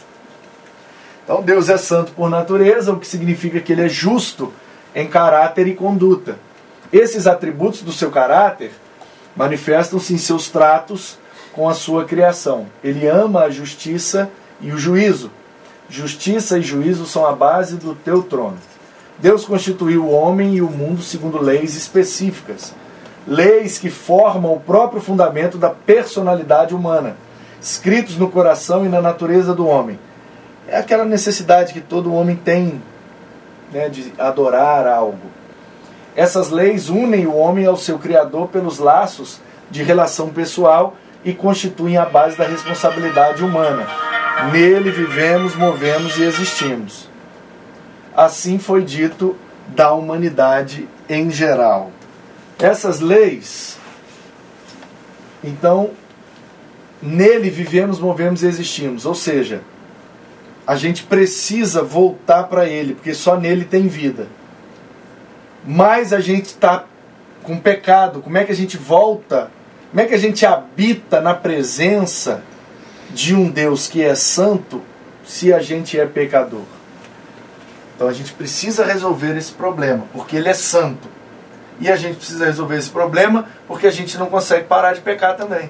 Então Deus é santo por natureza, o que significa que ele é justo em caráter e conduta. Esses atributos do seu caráter manifestam-se em seus tratos com a sua criação. Ele ama a justiça e o juízo. Justiça e juízo são a base do teu trono. Deus constituiu o homem e o mundo segundo leis específicas. Leis que formam o próprio fundamento da personalidade humana, escritos no coração e na natureza do homem. É aquela necessidade que todo homem tem, né, de adorar algo. Essas leis unem o homem ao seu Criador pelos laços de relação pessoal e constituem a base da responsabilidade humana. Nele vivemos, movemos e existimos. Assim foi dito da humanidade em geral. Essas leis, então, nele vivemos, movemos e existimos. Ou seja, a gente precisa voltar para ele, porque só nele tem vida. Mas a gente está com pecado. Como é que a gente volta? Como é que a gente habita na presença de um Deus que é santo se a gente é pecador? Então a gente precisa resolver esse problema, porque ele é santo. E a gente precisa resolver esse problema porque a gente não consegue parar de pecar também.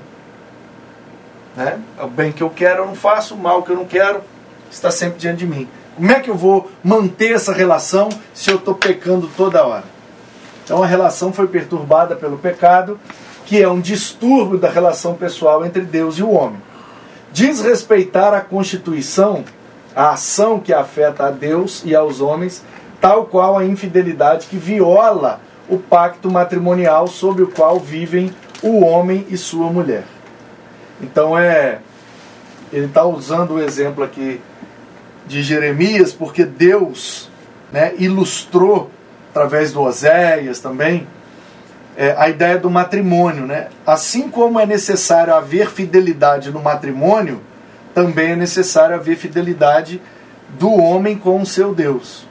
Né? O bem que eu quero eu não faço, o mal que eu não quero está sempre diante de mim. Como é que eu vou manter essa relação se eu estou pecando toda hora? Então a relação foi perturbada pelo pecado, que é um distúrbio da relação pessoal entre Deus e o homem. Desrespeitar a Constituição, a ação que afeta a Deus e aos homens, tal qual a infidelidade que viola o pacto matrimonial sobre o qual vivem o homem e sua mulher. Então ele está usando o exemplo aqui de Jeremias, porque Deus, né, ilustrou, através do Oséias também, a ideia do matrimônio. Né? Assim como é necessário haver fidelidade no matrimônio, também é necessário haver fidelidade do homem com o seu Deus.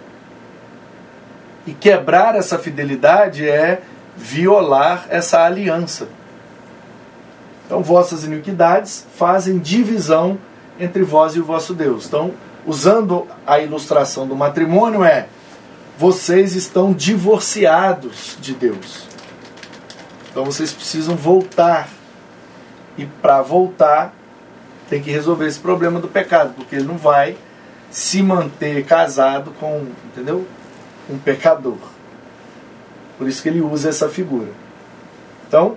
E quebrar essa fidelidade é violar essa aliança. Então, vossas iniquidades fazem divisão entre vós e o vosso Deus. Então, usando a ilustração do matrimônio, vocês estão divorciados de Deus. Então, vocês precisam voltar. E para voltar, tem que resolver esse problema do pecado, porque ele não vai se manter casado com, entendeu? Um pecador. Por isso que ele usa essa figura. Então,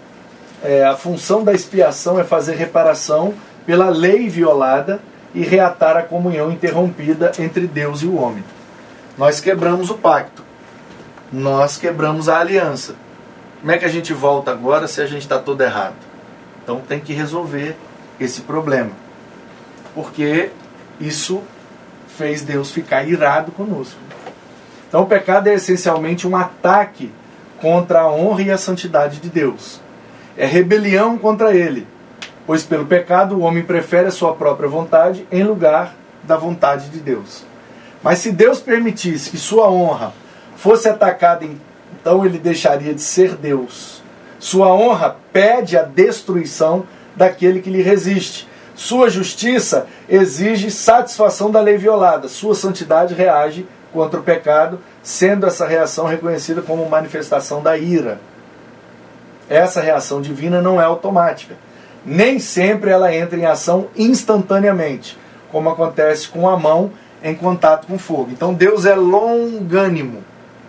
a função da expiação é fazer reparação pela lei violada e reatar a comunhão interrompida entre Deus e o homem. Nós quebramos o pacto. Nós quebramos a aliança. Como é que a gente volta agora se a gente está todo errado? Então tem que resolver esse problema. Porque isso fez Deus ficar irado conosco. Então o pecado é essencialmente um ataque contra a honra e a santidade de Deus. É rebelião contra ele. Pois pelo pecado o homem prefere a sua própria vontade em lugar da vontade de Deus. Mas se Deus permitisse que sua honra fosse atacada, então ele deixaria de ser Deus. Sua honra pede a destruição daquele que lhe resiste. Sua justiça exige satisfação da lei violada. Sua santidade reage contra o pecado, sendo essa reação reconhecida como manifestação da ira. Essa reação divina não é automática. Nem sempre ela entra em ação instantaneamente, como acontece com a mão em contato com fogo. Então Deus é longânimo.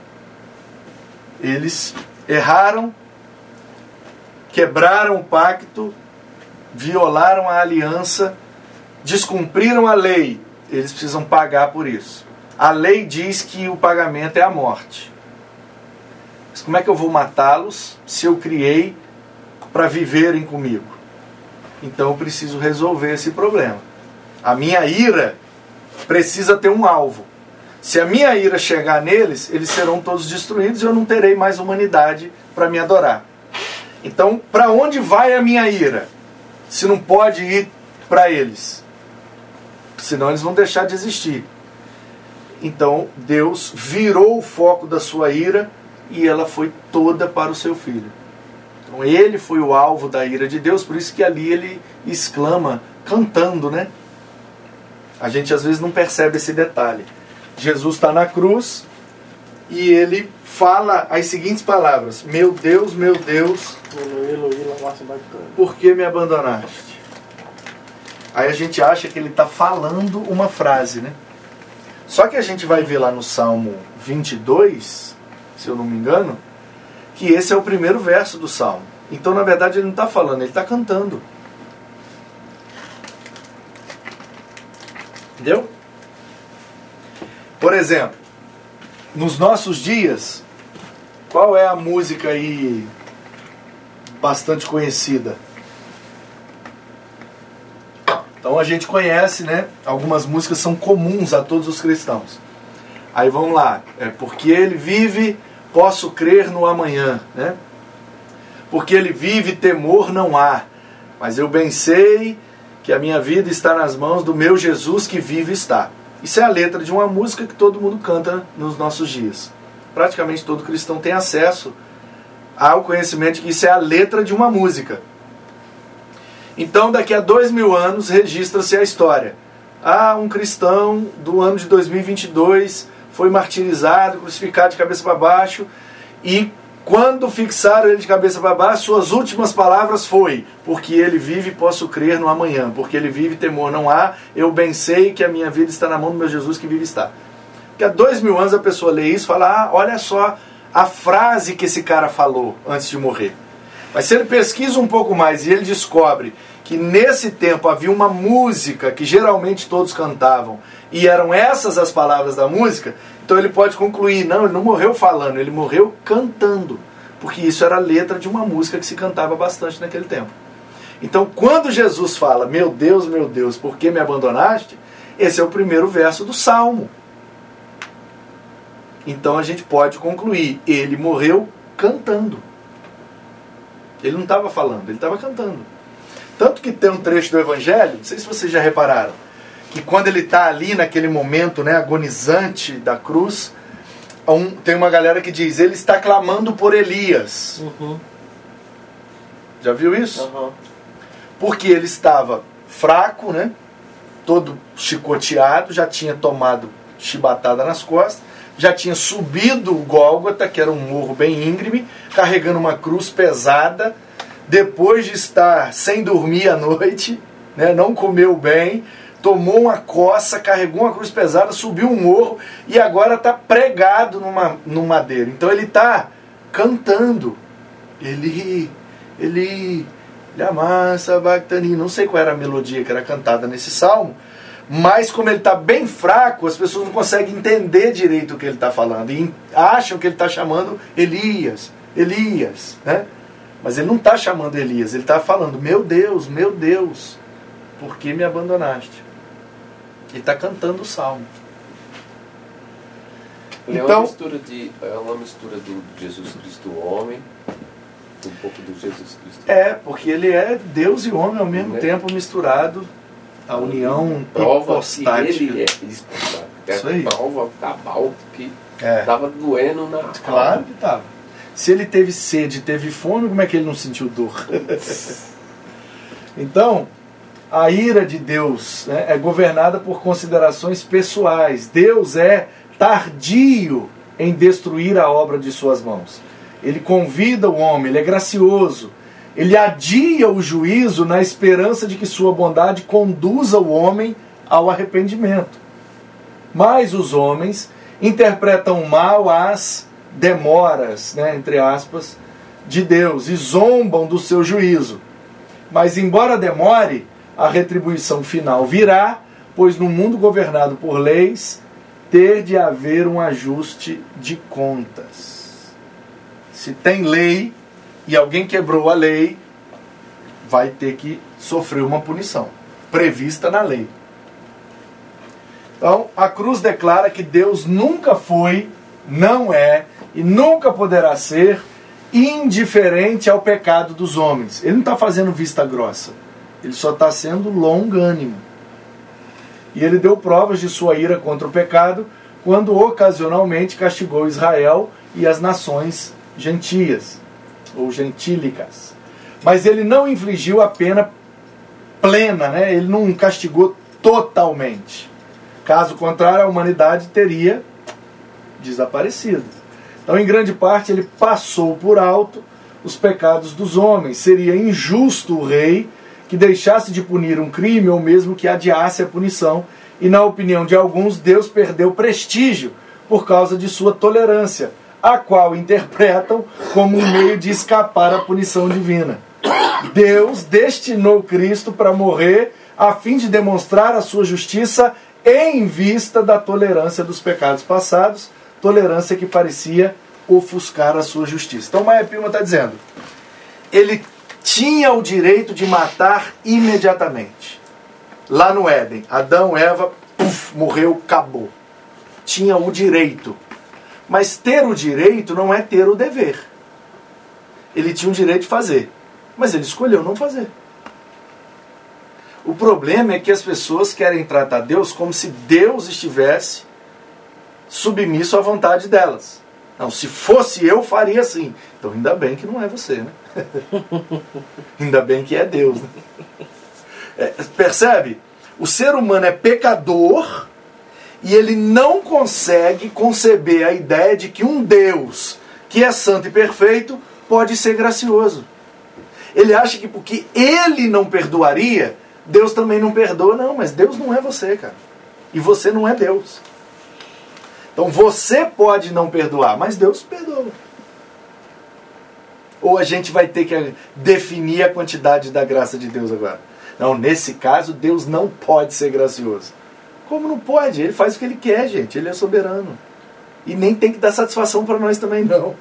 Eles erraram, quebraram o pacto, violaram a aliança, descumpriram a lei. Eles precisam pagar por isso. A lei diz que o pagamento é a morte. Mas como é que eu vou matá-los se eu criei para viverem comigo? Então eu preciso resolver esse problema. A minha ira precisa ter um alvo. Se a minha ira chegar neles, eles serão todos destruídos e eu não terei mais humanidade para me adorar. Então, para onde vai a minha ira? Se não pode ir para eles. Senão eles vão deixar de existir. Então, Deus virou o foco da sua ira e ela foi toda para o seu filho. Então, ele foi o alvo da ira de Deus, por isso que ali ele exclama, cantando, né? A gente às vezes não percebe esse detalhe. Jesus está na cruz e ele fala as seguintes palavras: meu Deus, por que me abandonaste? Aí a gente acha que ele está falando uma frase, né? Só que a gente vai ver lá no Salmo 22, se eu não me engano, que esse é o primeiro verso do Salmo. Então, na verdade, ele não está falando, ele está cantando. Entendeu? Por exemplo, nos nossos dias, qual é a música aí bastante conhecida? Então a gente conhece, né? Algumas músicas são comuns a todos os cristãos. Aí vamos lá. Porque ele vive, posso crer no amanhã, né? Porque ele vive, temor não há. Mas eu bem sei que a minha vida está nas mãos do meu Jesus que vive está. Isso é a letra de uma música que todo mundo canta nos nossos dias. Praticamente todo cristão tem acesso ao conhecimento de que isso é a letra de uma música. Então, daqui a 2000 anos, registra-se a história. Um cristão do ano de 2022 foi martirizado, crucificado de cabeça para baixo, e quando fixaram ele de cabeça para baixo, suas últimas palavras foi: porque ele vive, posso crer no amanhã. Porque ele vive, temor não há. Eu bem sei que a minha vida está na mão do meu Jesus que vive está. Porque há 2000 anos a pessoa lê isso e fala: olha só a frase que esse cara falou antes de morrer. Mas se ele pesquisa um pouco mais e ele descobre que nesse tempo havia uma música que geralmente todos cantavam e eram essas as palavras da música, então ele pode concluir: não, ele não morreu falando, ele morreu cantando, porque isso era a letra de uma música que se cantava bastante naquele tempo. Então, quando Jesus fala: meu Deus, por que me abandonaste? Esse é o primeiro verso do Salmo. Então a gente pode concluir: ele morreu cantando. Ele não estava falando, ele estava cantando. Tanto que tem um trecho do Evangelho, não sei se vocês já repararam, que quando ele está ali naquele momento, né, agonizante da cruz, tem uma galera que diz: ele está clamando por Elias. Já viu isso? Porque ele estava fraco, né, todo chicoteado, já tinha tomado chibatada nas costas, já tinha subido o Gólgota, que era um morro bem íngreme, carregando uma cruz pesada, depois de estar sem dormir à noite, né, não comeu bem, tomou uma coça, carregou uma cruz pesada, subiu um morro e agora está pregado num madeiro. Então ele está cantando. Ele amassa bactani. Não sei qual era a melodia que era cantada nesse salmo, mas como ele está bem fraco, as pessoas não conseguem entender direito o que ele está falando e acham que ele está chamando Elias, né? Mas ele não está chamando Elias, ele está falando: meu Deus, por que me abandonaste? Ele está cantando o salmo. Então, é uma mistura do Jesus Cristo homem Um pouco do Jesus Cristo. Porque ele é Deus e homem ao mesmo tempo misturado, a união hipostática. Ele é hipostática. Isso aí. Prova cabal que estava doendo na Claro alma. que estava. Se ele teve sede, teve fome, como é que ele não sentiu dor? Então, a ira de Deus, né, é governada por considerações pessoais. Deus é tardio em destruir a obra de suas mãos. Ele convida o homem, ele é gracioso. Ele adia o juízo na esperança de que sua bondade conduza o homem ao arrependimento. Mas os homens interpretam mal as demoras, né, entre aspas, de Deus e zombam do seu juízo. Mas embora demore, a retribuição final virá, pois no mundo governado por leis, ter de haver um ajuste de contas. Se tem lei e alguém quebrou a lei, vai ter que sofrer uma punição prevista na lei. Então, a cruz declara que Deus nunca foi, não é e nunca poderá ser indiferente ao pecado dos homens. Ele não está fazendo vista grossa. Ele só está sendo longânimo. E ele deu provas de sua ira contra o pecado quando ocasionalmente castigou Israel e as nações gentias, ou gentílicas. Mas ele não infligiu a pena plena, né? Ele não castigou totalmente. Caso contrário, a humanidade teria desaparecido. Então, em grande parte, ele passou por alto os pecados dos homens. Seria injusto o rei que deixasse de punir um crime ou mesmo que adiasse a punição. E, na opinião de alguns, Deus perdeu prestígio por causa de sua tolerância, a qual interpretam como um meio de escapar à punição divina. Deus destinou Cristo para morrer a fim de demonstrar a sua justiça em vista da tolerância dos pecados passados, tolerância que parecia ofuscar a sua justiça. Então Maia Pima está dizendo, ele tinha o direito de matar imediatamente. Lá no Éden, Adão, Eva, morreu, acabou. Tinha o direito. Mas ter o direito não é ter o dever. Ele tinha o direito de fazer, mas ele escolheu não fazer. O problema é que as pessoas querem tratar Deus como se Deus estivesse submisso à vontade delas. Não, se fosse eu, faria assim. Então ainda bem que não é você, né? Ainda bem que é Deus, né? Percebe? O ser humano é pecador e ele não consegue conceber a ideia de que um Deus que é santo e perfeito pode ser gracioso. Ele acha que porque ele não perdoaria, Deus também não perdoa. Não, mas Deus não é você, cara. E você não é Deus. Então você pode não perdoar, mas Deus perdoa. Ou a gente vai ter que definir a quantidade da graça de Deus agora. Não, nesse caso, Deus não pode ser gracioso. Como não pode? Ele faz o que ele quer, gente. Ele é soberano. E nem tem que dar satisfação para nós também, não.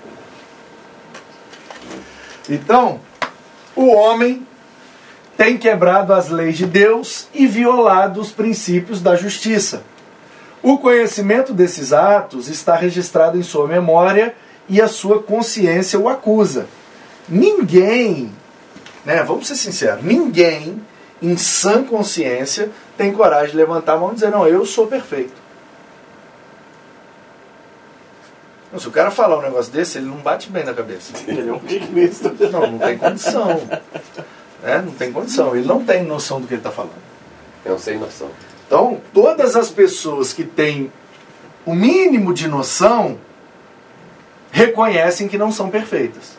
Então, o homem tem quebrado as leis de Deus e violado os princípios da justiça. O conhecimento desses atos está registrado em sua memória e a sua consciência o acusa. Ninguém, né, vamos ser sinceros, ninguém em sã consciência tem coragem de levantar a mão e dizer, não, eu sou perfeito. Não, se o cara falar um negócio desse, ele não bate bem na cabeça. Ele é um piquenista. Não tem condição. Não tem condição. Ele não tem noção do que ele está falando. É um sem noção. Então, todas as pessoas que têm o mínimo de noção reconhecem que não são perfeitas.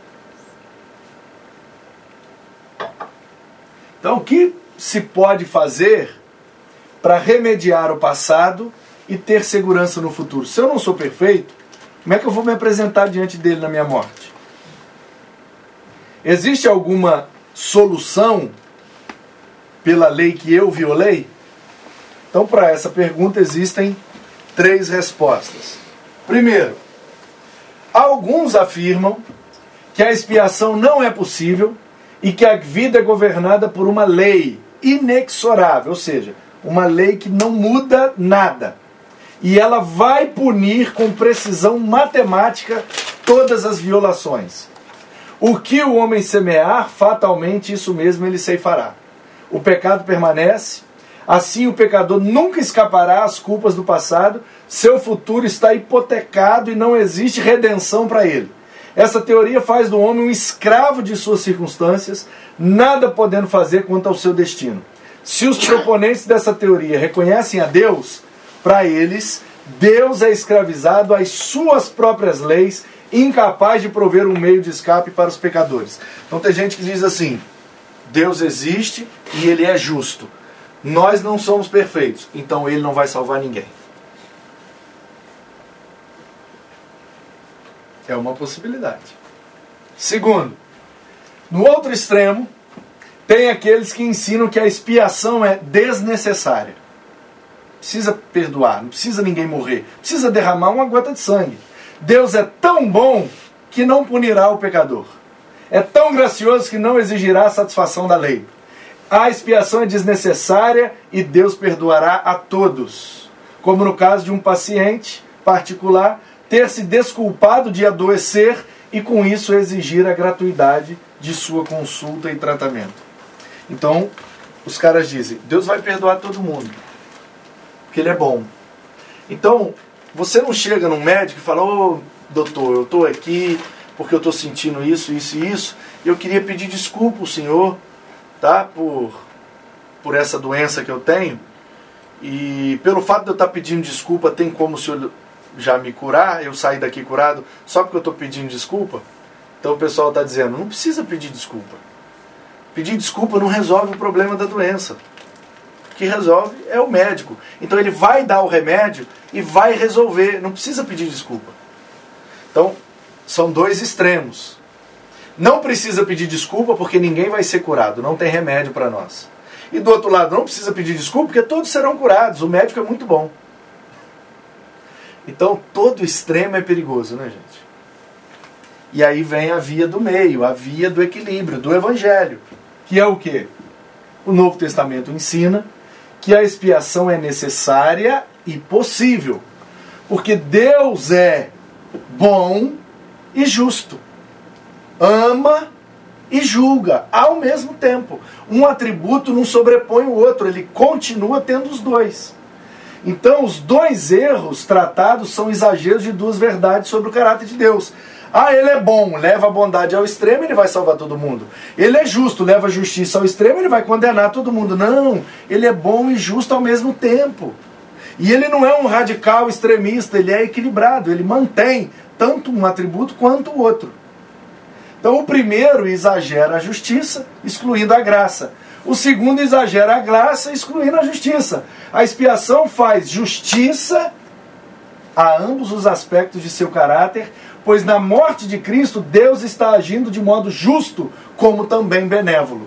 Então, o que se pode fazer para remediar o passado e ter segurança no futuro? Se eu não sou perfeito, como é que eu vou me apresentar diante dele na minha morte? Existe alguma solução pela lei que eu violei? Então, para essa pergunta existem 3 respostas. Primeiro, alguns afirmam que a expiação não é possível e que a vida é governada por uma lei inexorável, ou seja, uma lei que não muda nada. E ela vai punir com precisão matemática todas as violações. O que o homem semear, fatalmente isso mesmo ele ceifará. O pecado permanece, assim o pecador nunca escapará às culpas do passado, seu futuro está hipotecado e não existe redenção para ele. Essa teoria faz do homem um escravo de suas circunstâncias, nada podendo fazer quanto ao seu destino. Se os proponentes dessa teoria reconhecem a Deus, para eles, Deus é escravizado às suas próprias leis, incapaz de prover um meio de escape para os pecadores. Então tem gente que diz assim, Deus existe e Ele é justo. Nós não somos perfeitos, então Ele não vai salvar ninguém. É uma possibilidade. Segundo, no outro extremo, tem aqueles que ensinam que a expiação é desnecessária. Precisa perdoar, não precisa ninguém morrer, precisa derramar uma gota de sangue. Deus é tão bom que não punirá o pecador. É tão gracioso que não exigirá a satisfação da lei. A expiação é desnecessária e Deus perdoará a todos. Como no caso de um paciente particular ter se desculpado de adoecer e com isso exigir a gratuidade de sua consulta e tratamento. Então, os caras dizem, Deus vai perdoar todo mundo, porque Ele é bom. Então, você não chega num médico e fala, ô doutor, eu estou aqui porque eu estou sentindo isso, isso e isso, e eu queria pedir desculpa ao senhor, tá, por essa doença que eu tenho, e pelo fato de eu estar pedindo desculpa, tem como o senhor já me curar, eu sair daqui curado, só porque eu estou pedindo desculpa? Então o pessoal está dizendo, não precisa pedir desculpa. Pedir desculpa não resolve o problema da doença. O que resolve é o médico. Então ele vai dar o remédio e vai resolver, não precisa pedir desculpa. Então, são dois extremos. Não precisa pedir desculpa porque ninguém vai ser curado, não tem remédio para nós. E do outro lado, não precisa pedir desculpa porque todos serão curados, o médico é muito bom. Então, todo extremo é perigoso, né, gente? E aí vem a via do meio, a via do equilíbrio, do Evangelho. Que é o quê? O Novo Testamento ensina que a expiação é necessária e possível. Porque Deus é bom e justo. Ama e julga ao mesmo tempo. Um atributo não sobrepõe o outro, ele continua tendo os dois. Então, os dois erros tratados são exageros de duas verdades sobre o caráter de Deus. Ah, Ele é bom, leva a bondade ao extremo, Ele vai salvar todo mundo. Ele é justo, leva a justiça ao extremo, Ele vai condenar todo mundo. Não, Ele é bom e justo ao mesmo tempo. E Ele não é um radical extremista, Ele é equilibrado, Ele mantém tanto um atributo quanto o outro. Então, o primeiro exagera a justiça, excluindo a graça. O segundo exagera a graça, excluindo a justiça. A expiação faz justiça a ambos os aspectos de seu caráter, pois na morte de Cristo, Deus está agindo de modo justo, como também benévolo.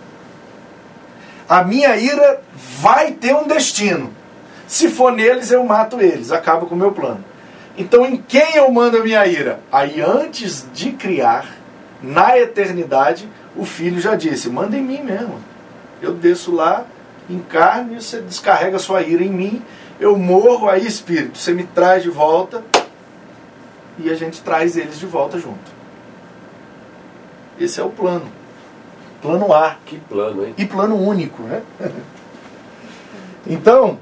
A minha ira vai ter um destino. Se for neles, eu mato eles, acabo com o meu plano. Então, em quem eu mando a minha ira? Aí, antes de criar, na eternidade, o Filho já disse, manda em mim mesmo. Eu desço lá, encarno, e você descarrega sua ira em mim, eu morro, aí Espírito, você me traz de volta, e a gente traz eles de volta junto. Esse é o plano. Plano A. Que plano, hein? E plano único, né? Então,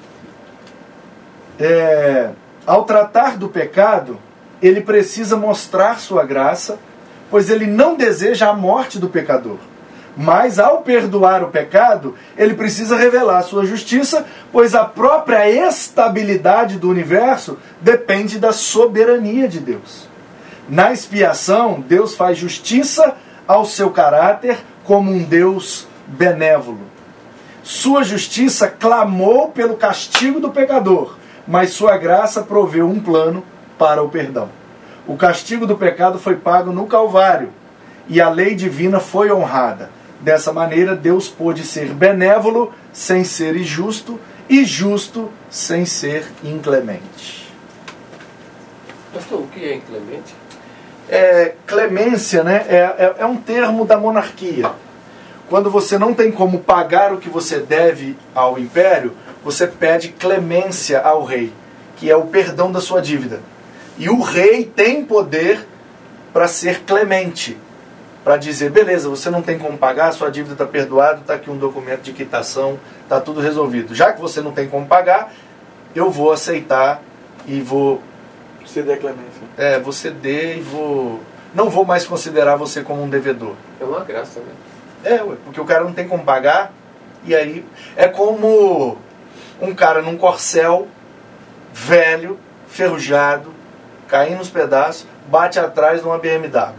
ao tratar do pecado, ele precisa mostrar sua graça, pois ele não deseja a morte do pecador. Mas, ao perdoar o pecado, ele precisa revelar sua justiça, pois a própria estabilidade do universo depende da soberania de Deus. Na expiação, Deus faz justiça ao seu caráter como um Deus benévolo. Sua justiça clamou pelo castigo do pecador, mas sua graça proveu um plano para o perdão. O castigo do pecado foi pago no Calvário, e a lei divina foi honrada. Dessa maneira, Deus pôde ser benévolo sem ser injusto, e justo sem ser inclemente. Pastor, o que é inclemente? Clemência, né, é um termo da monarquia. Quando você não tem como pagar o que você deve ao império, você pede clemência ao rei, que é o perdão da sua dívida. E o rei tem poder para ser clemente, para dizer, beleza, você não tem como pagar, sua dívida está perdoada, está aqui um documento de quitação, está tudo resolvido. Já que você não tem como pagar, eu vou aceitar e vou... Ceder a clemência. Vou ceder e vou... Não vou mais considerar você como um devedor. É uma graça, né? Porque o cara não tem como pagar, e aí é como um cara num corcel, velho, ferrujado, caindo nos pedaços, bate atrás de uma BMW.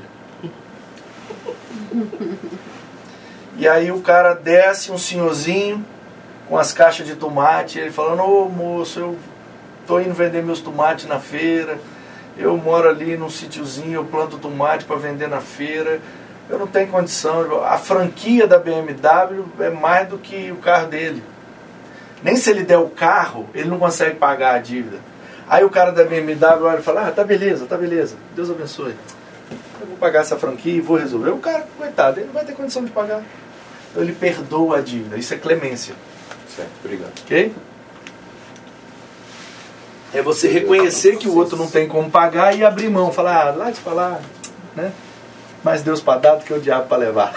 E aí o cara desce, um senhorzinho, com as caixas de tomate, ele falando, ô moço, eu tô indo vender meus tomates na feira, eu moro ali num sítiozinho, eu planto tomate para vender na feira, eu não tenho condição, a franquia da BMW é mais do que o carro dele. Nem se ele der o carro, ele não consegue pagar a dívida. Aí o cara da BMW olha e fala, tá beleza, Deus abençoe. Eu vou pagar essa franquia e vou resolver. O cara, coitado, ele não vai ter condição de pagar. Então ele perdoa a dívida, isso é clemência. Certo, obrigado. Ok? É você reconhecer que o outro não tem como pagar e abrir mão, falar, lá de falar, né? Mais Deus para dar do que o diabo para levar.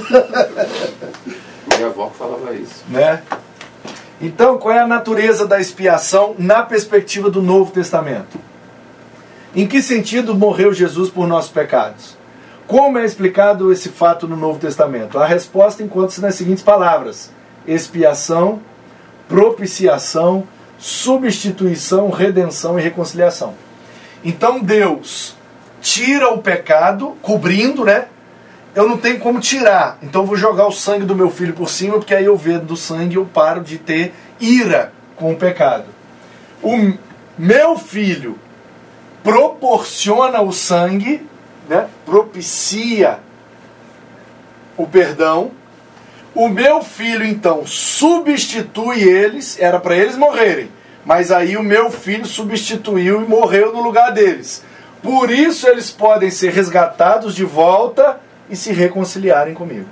Minha avó falava isso. Né? Então, qual é a natureza da expiação na perspectiva do Novo Testamento? Em que sentido morreu Jesus por nossos pecados? Como é explicado esse fato no Novo Testamento? A resposta encontra-se nas seguintes palavras: expiação, propiciação, substituição, redenção e reconciliação. Então Deus tira o pecado, cobrindo, né? Eu não tenho como tirar, então eu vou jogar o sangue do meu filho por cima, porque aí eu vendo do sangue eu paro de ter ira com o pecado. O meu filho proporciona o sangue, né? Propicia o perdão. O meu filho então substitui eles, era para eles morrerem, mas aí o meu filho substituiu e morreu no lugar deles. Por isso eles podem ser resgatados de volta e se reconciliarem comigo.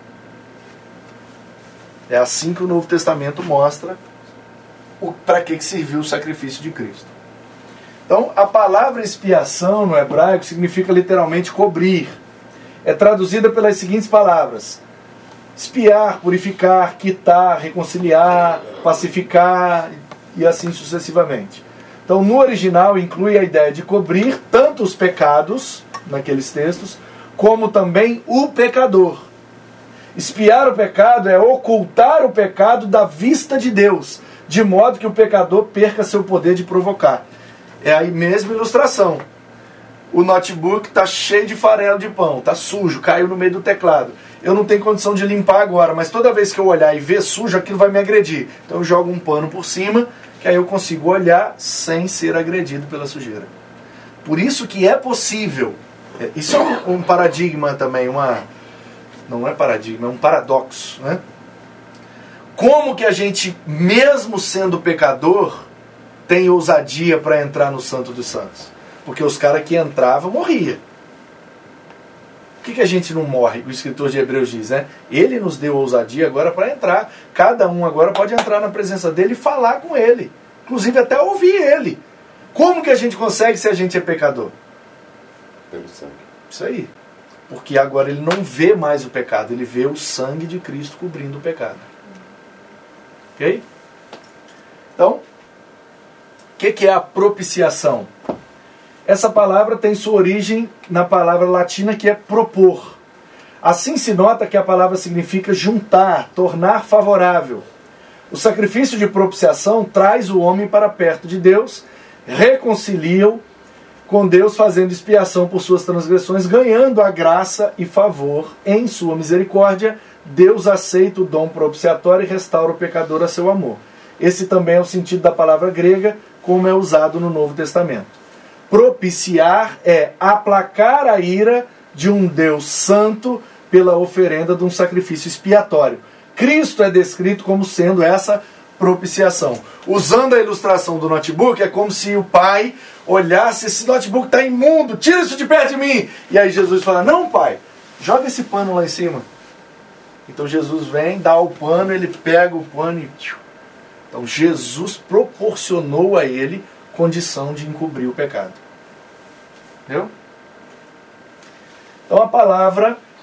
É assim que o Novo Testamento mostra para que serviu o sacrifício de Cristo. Então, a palavra expiação no hebraico significa literalmente cobrir. É traduzida pelas seguintes palavras: expiar, purificar, quitar, reconciliar, pacificar e assim sucessivamente. Então, no original inclui a ideia de cobrir tanto os pecados, naqueles textos, como também o pecador. Expiar o pecado é ocultar o pecado da vista de Deus, de modo que o pecador perca seu poder de provocar. É a mesma ilustração. O notebook está cheio de farelo de pão, está sujo, caiu no meio do teclado. Eu não tenho condição de limpar agora, mas toda vez que eu olhar e ver sujo, aquilo vai me agredir. Então eu jogo um pano por cima, que aí eu consigo olhar sem ser agredido pela sujeira. Por isso que é possível. Isso é um paradigma também, não é paradigma, é um paradoxo, né? Como que a gente, mesmo sendo pecador, tem ousadia para entrar no Santo dos Santos? Porque os caras que entravam morriam. Por que a gente não morre? O escritor de Hebreus diz, né? Ele nos deu ousadia agora para entrar. Cada um agora pode entrar na presença dele e falar com ele. Inclusive até ouvir ele. Como que a gente consegue se a gente é pecador? Pelo sangue. Isso aí. Porque agora ele não vê mais o pecado, ele vê o sangue de Cristo cobrindo o pecado. Ok? Então, o que é a propiciação? Essa palavra tem sua origem na palavra latina que é propor. Assim se nota que a palavra significa juntar, tornar favorável. O sacrifício de propiciação traz o homem para perto de Deus, reconcilia-o com Deus, fazendo expiação por suas transgressões, ganhando a graça e favor em sua misericórdia. Deus aceita o dom propiciatório e restaura o pecador a seu amor. Esse também é o sentido da palavra grega, como é usado no Novo Testamento. Propiciar é aplacar a ira de um Deus santo pela oferenda de um sacrifício expiatório. Cristo é descrito como sendo essa propiciação. Usando a ilustração do notebook, é como se o pai olhasse: esse notebook está imundo, tira isso de perto de mim. E aí Jesus fala: não, pai, joga esse pano lá em cima. Então Jesus vem, dá o pano, ele pega o pano e... Então Jesus proporcionou a ele condição de encobrir o pecado. Entendeu? Então a palavra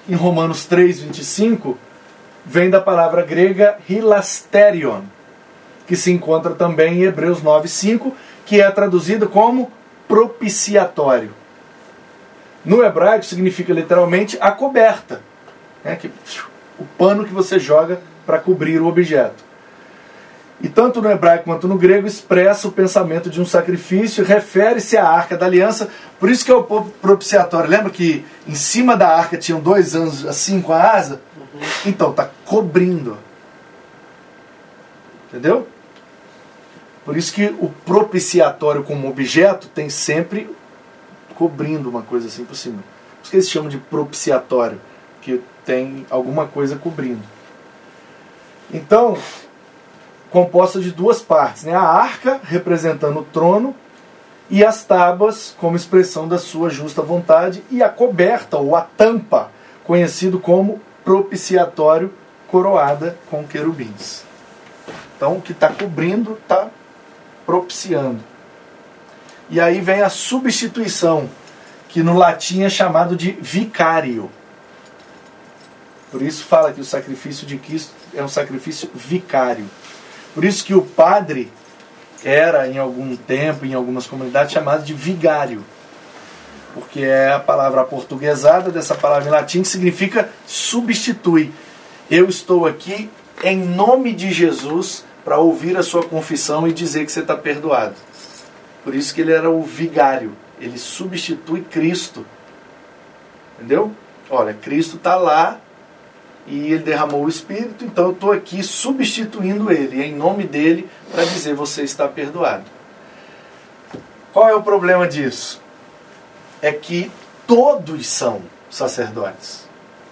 em Romanos 3:25, vem da palavra grega hilasterion, que se encontra também em Hebreus 9:5, que é traduzido como propiciatório. No hebraico significa literalmente a coberta, né? O pano que você joga para cobrir o objeto. E tanto no hebraico quanto no grego expressa o pensamento de um sacrifício e refere-se à arca da aliança. Por isso que é o propiciatório. Lembra que em cima da arca tinham 2 anjos assim com a asa? Então, está cobrindo. Entendeu? Por isso que o propiciatório como objeto tem sempre cobrindo uma coisa assim por cima. Por isso que eles chamam de propiciatório, que tem alguma coisa cobrindo. Então, composta de 2 partes, né? A arca representando o trono e as tábuas como expressão da sua justa vontade, e a coberta ou a tampa, conhecido como propiciatório, coroada com querubins. Então o que está cobrindo está propiciando. E aí vem a substituição, que no latim é chamado de vicário. Por isso fala que o sacrifício de Cristo é um sacrifício vicário. Por isso que o padre era, em algum tempo, em algumas comunidades, chamado de vigário. Porque é a palavra aportuguesada dessa palavra em latim, que significa substitui. Eu estou aqui em nome de Jesus para ouvir a sua confissão e dizer que você está perdoado. Por isso que ele era o vigário. Ele substitui Cristo. Entendeu? Olha, Cristo está lá e ele derramou o Espírito, então eu estou aqui substituindo ele, em nome dele, para dizer você está perdoado. Qual é o problema disso? É que todos são sacerdotes.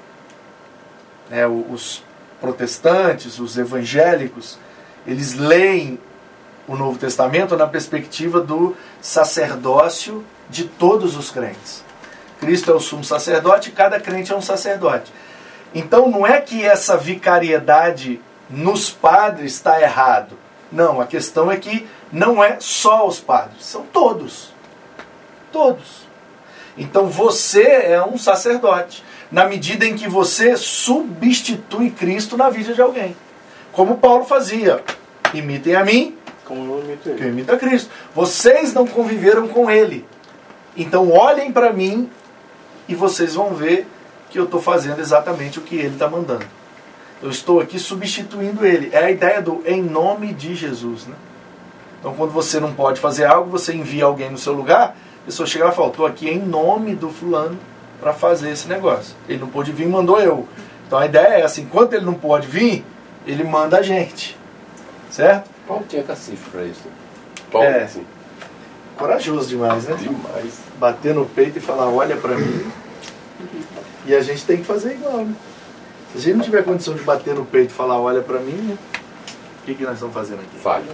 Os protestantes, os evangélicos, eles leem o Novo Testamento na perspectiva do sacerdócio de todos os crentes. Cristo é o sumo sacerdote e cada crente é um sacerdote. Então não é que essa vicariedade nos padres está errado. Não, a questão é que não é só os padres, são todos. Todos. Então você é um sacerdote, na medida em que você substitui Cristo na vida de alguém. Como Paulo fazia. Imitem a mim, como eu imito ele. Que eu imito a Cristo. Vocês não conviveram com ele. Então olhem para mim e vocês vão ver que eu estou fazendo exatamente o que ele está mandando. Eu estou aqui substituindo ele. É a ideia do em nome de Jesus, né? Então quando você não pode fazer algo, você envia alguém no seu lugar, a pessoa chega lá e fala, estou aqui em nome do fulano para fazer esse negócio. Ele não pôde vir, mandou eu. Então a ideia é essa, enquanto ele não pode vir, ele manda a gente. Certo? Paulo tinha cacife para isso. Paulo, assim. Corajoso demais, né? Demais. Bater no peito e falar, olha para mim. E a gente tem que fazer igual, né? Se a gente não tiver condição de bater no peito e falar, olha para mim, né? O que nós estamos fazendo aqui? Falha.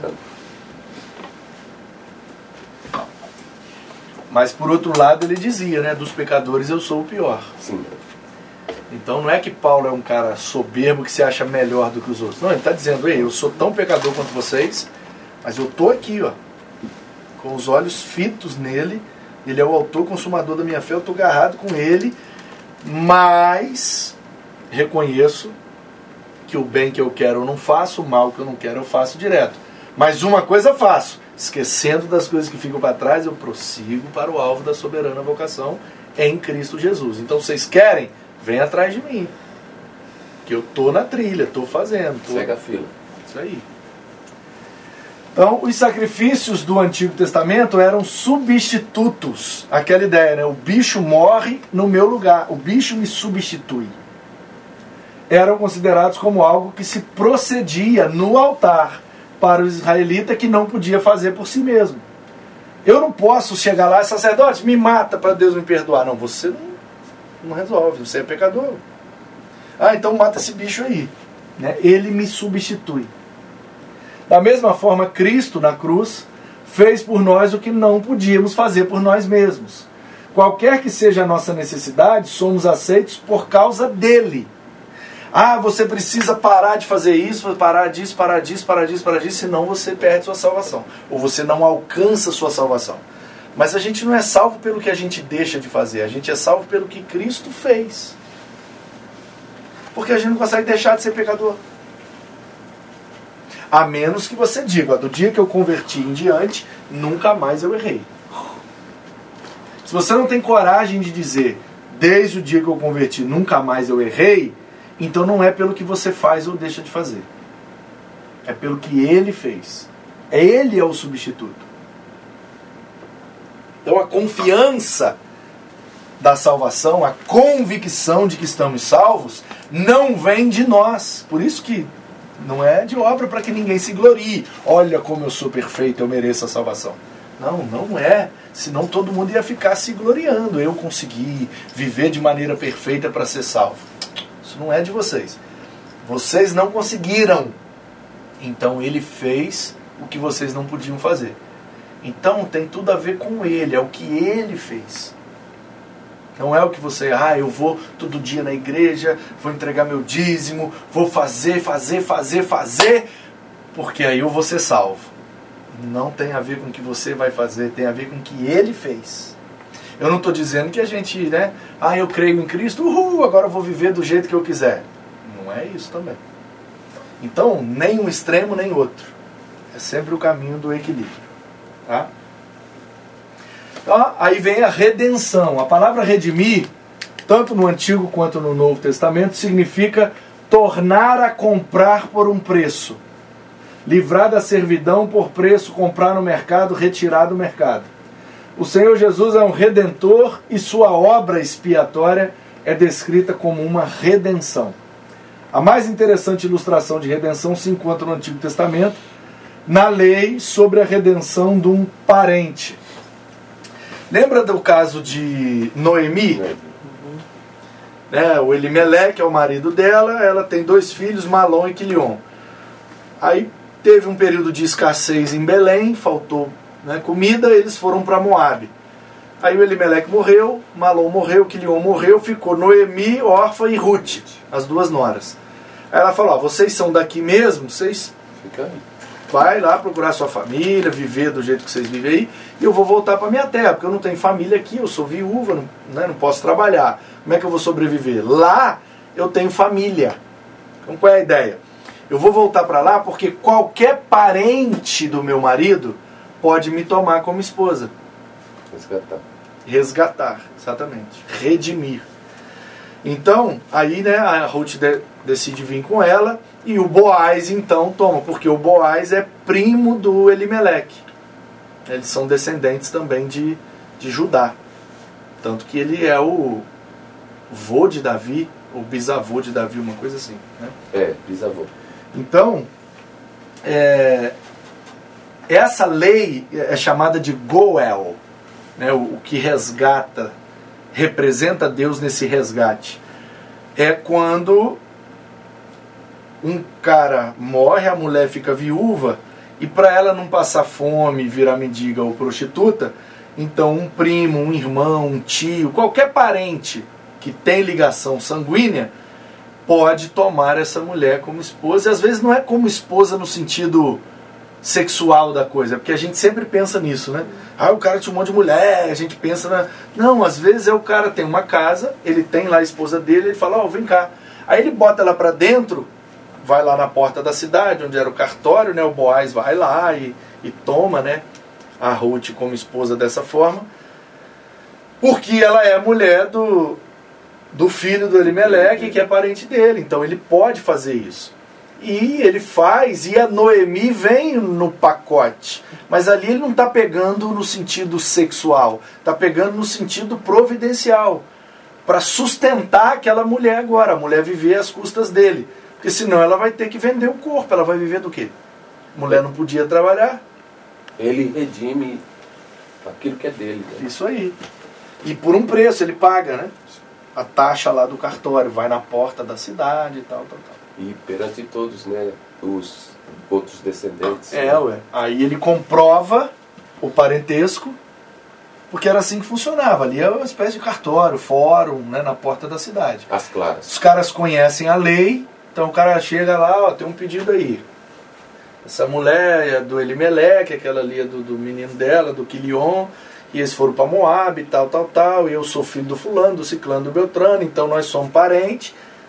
Mas por outro lado ele dizia, né? Dos pecadores eu sou o pior. Sim. Então não é que Paulo é um cara soberbo que se acha melhor do que os outros. Não, ele está dizendo, ei, eu sou tão pecador quanto vocês, mas eu estou aqui, ó, com os olhos fitos nele. Ele é o autor consumador da minha fé, eu estou agarrado com ele, mas reconheço que o bem que eu quero eu não faço, o mal que eu não quero eu faço direto. Mas uma coisa eu faço, esquecendo das coisas que ficam para trás, eu prossigo para o alvo da soberana vocação em Cristo Jesus. Então vocês querem? Vem atrás de mim, que eu estou na trilha, estou fazendo. Segue a fila. Isso aí. Então, os sacrifícios do Antigo Testamento eram substitutos. Aquela ideia, né? O bicho morre no meu lugar, o bicho me substitui. Eram considerados como algo que se procedia no altar para o israelita, que não podia fazer por si mesmo. Eu não posso chegar lá, sacerdote, me mata para Deus me perdoar. Não, você não resolve, você é pecador. Ah, então mata esse bicho aí, né? Ele me substitui. Da mesma forma, Cristo na cruz fez por nós o que não podíamos fazer por nós mesmos. Qualquer que seja a nossa necessidade, somos aceitos por causa dele. Ah, você precisa parar de fazer isso, parar disso, senão você perde sua salvação. Ou você não alcança sua salvação. Mas a gente não é salvo pelo que a gente deixa de fazer, a gente é salvo pelo que Cristo fez. Porque a gente não consegue deixar de ser pecador. A menos que você diga, ó, do dia que eu converti em diante, nunca mais eu errei. Se você não tem coragem de dizer, desde o dia que eu converti, nunca mais eu errei, então não é pelo que você faz ou deixa de fazer. É pelo que ele fez. Ele é o substituto. Então a confiança da salvação, a convicção de que estamos salvos, não vem de nós. Por isso que não é de obra para que ninguém se glorie. Olha como eu sou perfeito, eu mereço a salvação. Não, não é. Senão todo mundo ia ficar se gloriando. Eu consegui viver de maneira perfeita para ser salvo. Isso não é de vocês. Vocês não conseguiram. Então ele fez o que vocês não podiam fazer. Então tem tudo a ver com ele. É o que ele fez. Não é o que você, eu vou todo dia na igreja, vou entregar meu dízimo, vou fazer, porque aí eu vou ser salvo. Não tem a ver com o que você vai fazer, tem a ver com o que ele fez. Eu não estou dizendo que a gente, eu creio em Cristo, agora eu vou viver do jeito que eu quiser. Não é isso também. Então, nem um extremo, nem outro. É sempre o caminho do equilíbrio. Tá? Aí vem a redenção. A palavra redimir, tanto no Antigo quanto no Novo Testamento, significa tornar a comprar por um preço. Livrar da servidão por preço, comprar no mercado, retirar do mercado. O Senhor Jesus é um redentor e sua obra expiatória é descrita como uma redenção. A mais interessante ilustração de redenção se encontra no Antigo Testamento, na lei sobre a redenção de um parente. Lembra do caso de Noemi? O Elimeleque é o marido dela, ela tem 2 filhos, Malom e Quilion. Aí teve um período de escassez em Belém, faltou comida, eles foram para Moabe. Aí o Elimeleque morreu, Malom morreu, Quilion morreu, ficou Noemi, Orfa e Ruth, as 2 noras. Aí ela falou, vocês são daqui mesmo, vocês ficam aí. Vai lá procurar sua família, viver do jeito que vocês vivem aí, e eu vou voltar para minha terra, porque eu não tenho família aqui, eu sou viúva, não posso trabalhar. Como é que eu vou sobreviver? Lá eu tenho família. Então qual é a ideia? Eu vou voltar para lá porque qualquer parente do meu marido pode me tomar como esposa. Resgatar, exatamente. Redimir. Então, aí a Ruth decide vir com ela, e o Boaz então toma, porque o Boaz é primo do Elimeleque. Eles são descendentes também de Judá. Tanto que ele é o vô de Davi, ou bisavô de Davi, uma coisa assim. Bisavô. Então, essa lei é chamada de Goel, o que resgata, representa Deus nesse resgate. É quando um cara morre, a mulher fica viúva, e para ela não passar fome, virar mendiga ou prostituta, então um primo, um irmão, um tio, qualquer parente que tem ligação sanguínea, pode tomar essa mulher como esposa. E às vezes não é como esposa no sentido sexual da coisa, porque a gente sempre pensa nisso, o cara tinha um monte de mulher, a gente pensa Não, às vezes o cara tem uma casa, ele tem lá a esposa dele, ele fala, vem cá. Aí ele bota ela para dentro, vai lá na porta da cidade, onde era o cartório, o Boaz vai lá e toma, a Ruth como esposa dessa forma, porque ela é mulher do filho do Elimeleque, que é parente dele, então ele pode fazer isso. E ele faz, e a Noemi vem no pacote. Mas ali ele não está pegando no sentido sexual, está pegando no sentido providencial, para sustentar aquela mulher agora, a mulher viver às custas dele. Porque senão ela vai ter que vender o corpo, ela vai viver do quê? A mulher não podia trabalhar. Ele redime aquilo que é dele. Isso aí. E por um preço ele paga, a taxa lá do cartório, vai na porta da cidade e tal. E perante todos, os outros descendentes. Aí ele comprova o parentesco, porque era assim que funcionava. Ali é uma espécie de cartório, fórum, na porta da cidade. As claras. Os caras conhecem a lei, então o cara chega lá, tem um pedido aí. Essa mulher é do Elimeleque, aquela ali é do menino dela, do Quilion, e eles foram para Moabe, tal, e eu sou filho do fulano, do ciclano, do Beltrano, então nós somos parentes.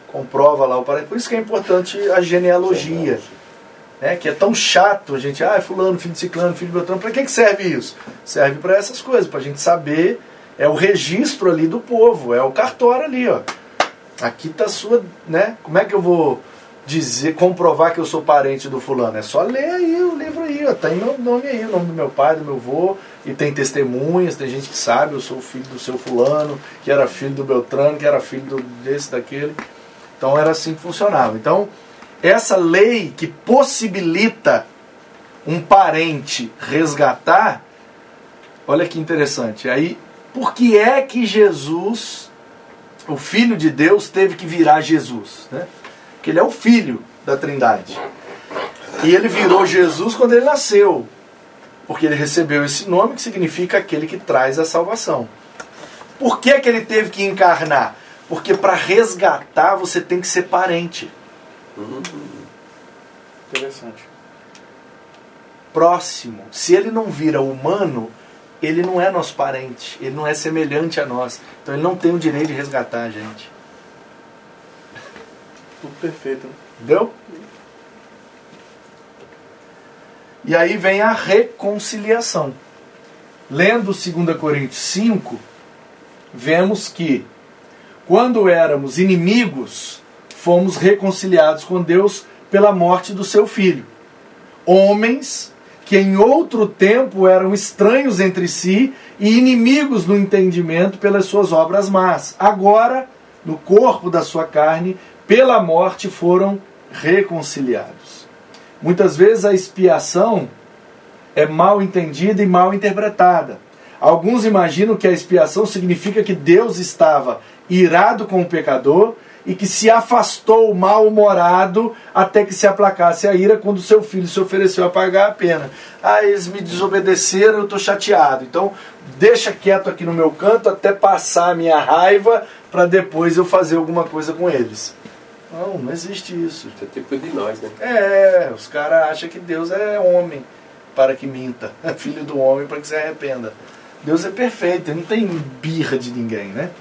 comprova lá o parente. Por isso que é importante a genealogia. Né? Que é tão chato a gente, é fulano, filho de ciclano, filho de beltrano. Para que serve isso? Serve para essas coisas, para a gente saber, é o registro ali do povo, é o cartório ali, ó. Aqui está a sua, né? Como é que eu vou dizer, comprovar que eu sou parente do fulano? É só ler aí o livro aí, ó. Tem meu nome aí, o nome do meu pai, do meu avô, e tem testemunhas, tem gente que sabe, eu sou o filho do seu fulano, que era filho do Beltrano, que era filho desse, daquele. Então era assim que funcionava. Então, essa lei que possibilita um parente resgatar, olha que interessante. Aí, por que é que Jesus, o Filho de Deus, teve que virar Jesus? Né? Porque ele é o Filho da Trindade. E ele virou Jesus quando ele nasceu. Porque ele recebeu esse nome que significa aquele que traz a salvação. Por que é que ele teve que encarnar? Porque para resgatar você tem que ser parente. Interessante. Próximo. Se ele não vira humano, ele não é nosso parente. Ele não é semelhante a nós. Então ele não tem o direito de resgatar a gente. Tudo perfeito. Né? Entendeu? E aí vem a reconciliação. Lendo 2 Coríntios 5, vemos que quando éramos inimigos, fomos reconciliados com Deus pela morte do seu Filho. Homens que em outro tempo eram estranhos entre si e inimigos no entendimento pelas suas obras más. Agora, no corpo da sua carne, pela morte foram reconciliados. Muitas vezes a expiação é mal entendida e mal interpretada. Alguns imaginam que a expiação significa que Deus estava irado com o pecador e que se afastou mal-humorado até que se aplacasse a ira quando seu filho se ofereceu a pagar a pena. Eles me desobedeceram, eu estou chateado. Então, deixa quieto aqui no meu canto até passar a minha raiva para depois eu fazer alguma coisa com eles. Não existe isso. Isso é tipo de nós, né? Os caras acham que Deus é homem para que minta. É filho do homem para que se arrependa. Deus é perfeito, ele não tem birra de ninguém, né?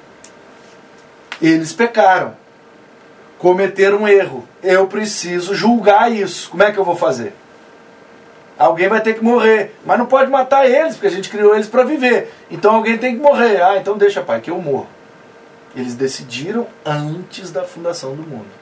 Eles pecaram, cometeram um erro. Eu preciso julgar isso. Como é que eu vou fazer? Alguém vai ter que morrer, mas não pode matar eles, porque a gente criou eles para viver. Então alguém tem que morrer. Então deixa, pai, que eu morro. Eles decidiram antes da fundação do mundo.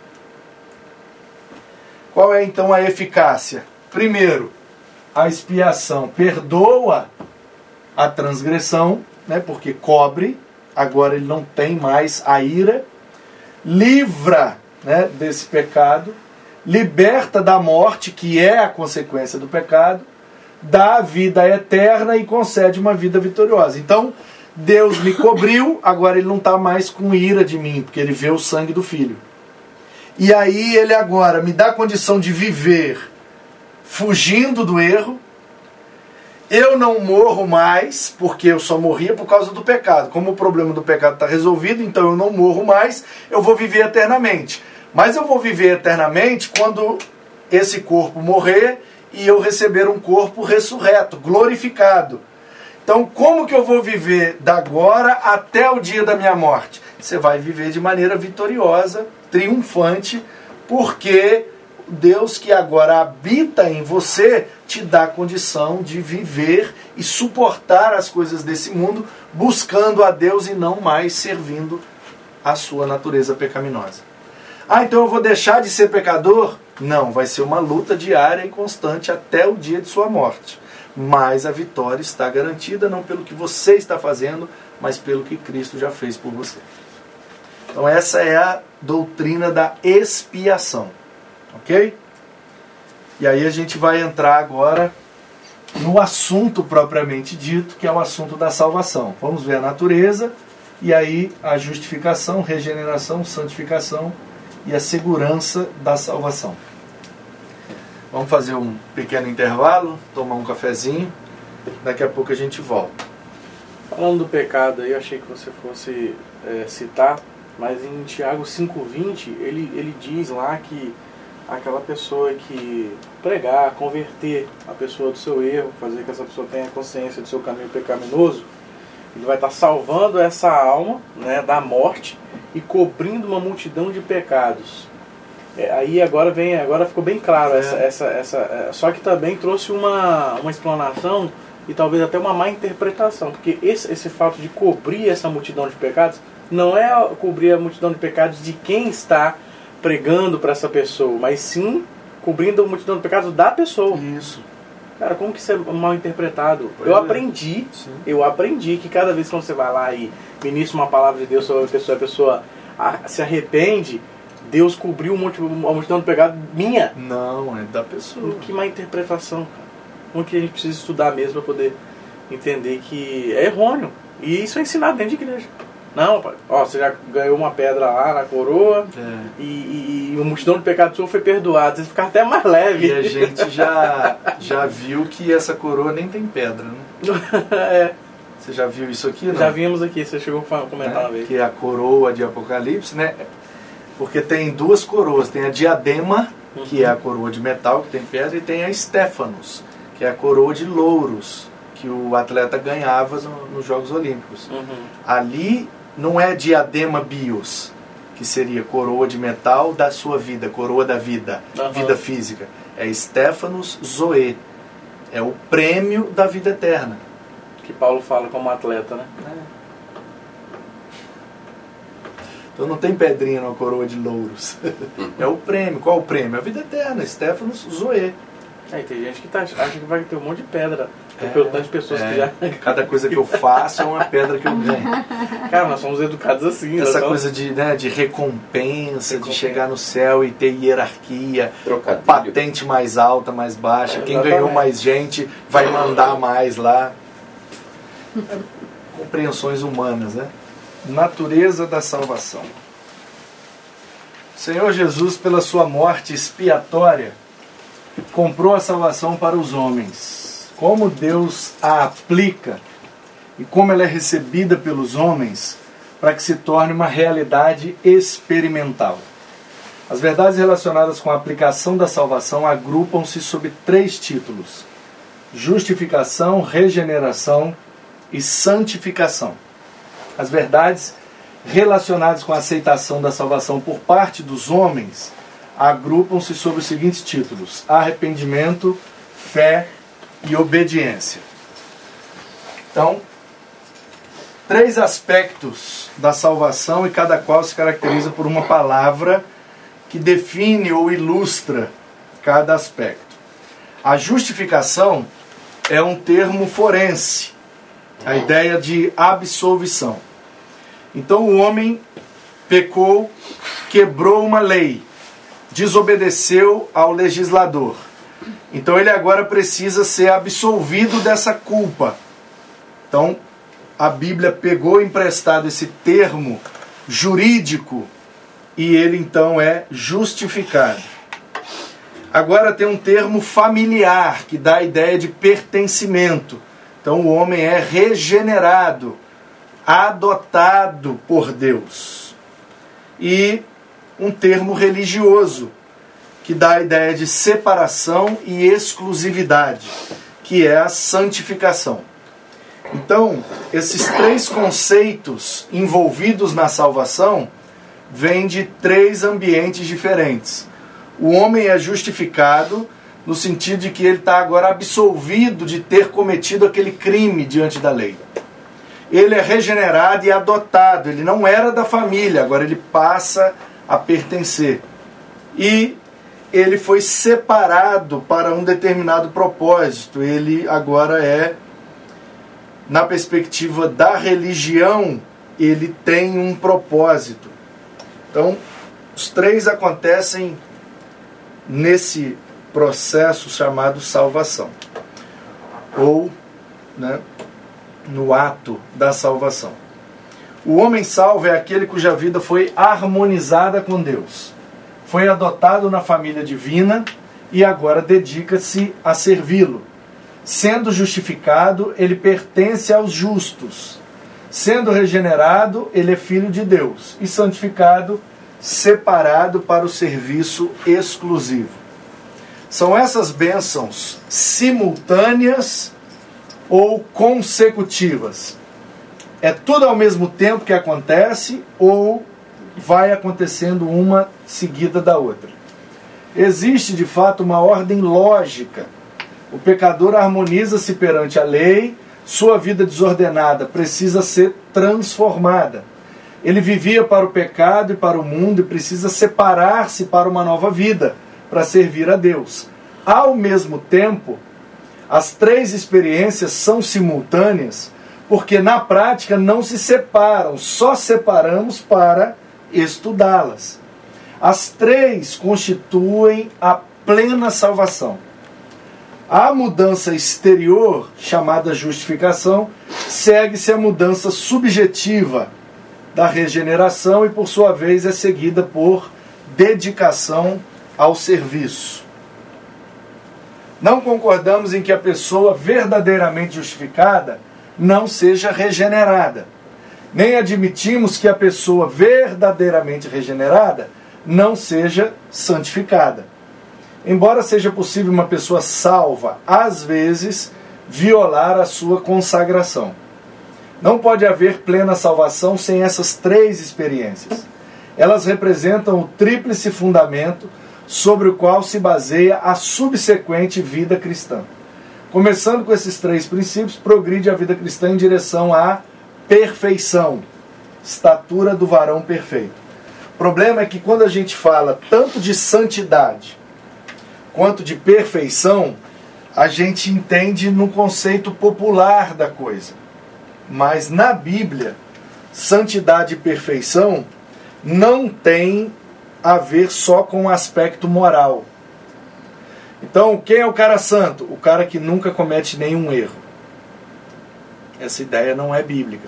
Qual é então a eficácia? Primeiro, a expiação perdoa a transgressão, né, porque cobre. Agora ele não tem mais a ira, livra, né, desse pecado, liberta da morte, que é a consequência do pecado, dá a vida eterna e concede uma vida vitoriosa. Então, Deus me cobriu, agora ele não está mais com ira de mim, porque ele vê o sangue do Filho. E aí ele agora me dá a condição de viver fugindo do erro. Eu não morro mais, porque eu só morria por causa do pecado. Como o problema do pecado está resolvido, então eu não morro mais, eu vou viver eternamente. Mas eu vou viver eternamente quando esse corpo morrer e eu receber um corpo ressurreto, glorificado. Então, como que eu vou viver da agora até o dia da minha morte? Você vai viver de maneira vitoriosa, triunfante, porque Deus que agora habita em você te dá a condição de viver e suportar as coisas desse mundo, buscando a Deus e não mais servindo a sua natureza pecaminosa. Então eu vou deixar de ser pecador? Não, vai ser uma luta diária e constante até o dia de sua morte. Mas a vitória está garantida não pelo que você está fazendo, mas pelo que Cristo já fez por você. Então essa é a doutrina da expiação. Ok? E aí a gente vai entrar agora no assunto propriamente dito, que é o assunto da salvação. Vamos ver a natureza, e aí a justificação, regeneração, santificação e a segurança da salvação. Vamos fazer um pequeno intervalo, tomar um cafezinho, daqui a pouco a gente volta. Falando do pecado aí, eu achei que você fosse citar, mas em Tiago 5,20 ele diz lá que aquela pessoa que pregar, converter a pessoa do seu erro, fazer que essa pessoa tenha consciência do seu caminho pecaminoso, Ele vai estar salvando essa alma, né, da morte e cobrindo uma multidão de pecados. Aí agora ficou bem claro só que também trouxe uma explanação e talvez até uma má interpretação, porque esse fato de cobrir essa multidão de pecados não é cobrir a multidão de pecados de quem está pregando para essa pessoa, mas sim cobrindo a multidão de pecados da pessoa. Isso. Cara, como que isso é mal interpretado? Eu aprendi que cada vez que você vai lá e ministra uma palavra de Deus sobre a pessoa se arrepende, Deus cobriu a multidão de pecado minha. Não, é da pessoa. Que má interpretação, cara. Como que a gente precisa estudar mesmo para poder entender que é errôneo. E isso é ensinado dentro de igreja. Não, pai. Ó, você já ganhou uma pedra lá na coroa e a multidão de pecados sua foi perdoada. Você fica até mais leve. E a gente já viu que essa coroa nem tem pedra, né? Você já viu isso aqui, não? Já vimos aqui, você chegou a comentar uma vez. Que é a coroa de Apocalipse, né? Porque tem duas coroas. Tem a diadema, que é a coroa de metal, que tem pedra, e tem a Stéphanos, que é a coroa de louros, que o atleta ganhava nos Jogos Olímpicos. Ali não é diadema bios, que seria coroa de metal da sua vida, coroa da vida, vida física. É Stéphanos Zoe. É o prêmio da vida eterna. Que Paulo fala como atleta, né? Então não tem pedrinha na coroa de louros. É o prêmio. Qual o prêmio? A vida eterna. Stéphanos Zoe. Tem gente que acha que vai ter um monte de pedra. Pelo tanto de pessoas que já... Cada coisa que eu faço é uma pedra que eu ganho. Cara, nós somos educados assim. Essa coisa de recompensa, de chegar no céu e ter hierarquia, patente mais alta, mais baixa. Quem ganhou mais gente vai mandar mais lá. Compreensões humanas, né? Natureza da salvação. O Senhor Jesus, pela sua morte expiatória, comprou a salvação para os homens. Como Deus a aplica e como ela é recebida pelos homens para que se torne uma realidade experimental. As verdades relacionadas com a aplicação da salvação agrupam-se sob 3 títulos: justificação, regeneração e santificação. As verdades relacionadas com a aceitação da salvação por parte dos homens agrupam-se sob os seguintes títulos: arrependimento, fé e obediência. Então, 3 aspectos da salvação e cada qual se caracteriza por uma palavra que define ou ilustra cada aspecto. A justificação é um termo forense, a ideia de absolvição. Então o homem pecou, quebrou uma lei, desobedeceu ao legislador. Então ele agora precisa ser absolvido dessa culpa. Então a Bíblia pegou emprestado esse termo jurídico e ele então é justificado. Agora tem um termo familiar que dá a ideia de pertencimento. Então o homem é regenerado, adotado por Deus. E um termo religioso que dá a ideia de separação e exclusividade, que é a santificação. Então, esses 3 conceitos envolvidos na salvação vêm de 3 ambientes diferentes. O homem é justificado no sentido de que ele está agora absolvido de ter cometido aquele crime diante da lei. Ele é regenerado e adotado. Ele não era da família, agora ele passa a pertencer. E ele foi separado para um determinado propósito. Ele agora é, na perspectiva da religião, ele tem um propósito. Então, os 3 acontecem nesse processo chamado salvação, ou no ato da salvação. O homem salvo é aquele cuja vida foi harmonizada com Deus, foi adotado na família divina e agora dedica-se a servi-lo. Sendo justificado, ele pertence aos justos. Sendo regenerado, ele é filho de Deus. E santificado, separado para o serviço exclusivo. São essas bênçãos simultâneas ou consecutivas. É tudo ao mesmo tempo que acontece ou vai acontecendo uma seguida da outra? Existe, de fato, uma ordem lógica. O pecador harmoniza-se perante a lei, sua vida desordenada precisa ser transformada. Ele vivia para o pecado e para o mundo e precisa separar-se para uma nova vida, para servir a Deus. Ao mesmo tempo, as três experiências são simultâneas, porque na prática não se separam, só separamos para estudá-las. As três constituem a plena salvação. A mudança exterior, chamada justificação, segue-se a mudança subjetiva da regeneração e, por sua vez, é seguida por dedicação ao serviço. Não concordamos em que a pessoa verdadeiramente justificada não seja regenerada. Nem admitimos que a pessoa verdadeiramente regenerada não seja santificada. Embora seja possível uma pessoa salva, às vezes, violar a sua consagração. Não pode haver plena salvação sem essas três experiências. Elas representam o tríplice fundamento sobre o qual se baseia a subsequente vida cristã. Começando com esses três princípios, progride a vida cristã em direção à perfeição, estatura do varão perfeito. O problema é que quando a gente fala tanto de santidade quanto de perfeição, a gente entende no conceito popular da coisa. Mas na Bíblia, santidade e perfeição não tem a ver só com o aspecto moral. Então, quem é o cara santo? O cara que nunca comete nenhum erro. Essa ideia não é bíblica.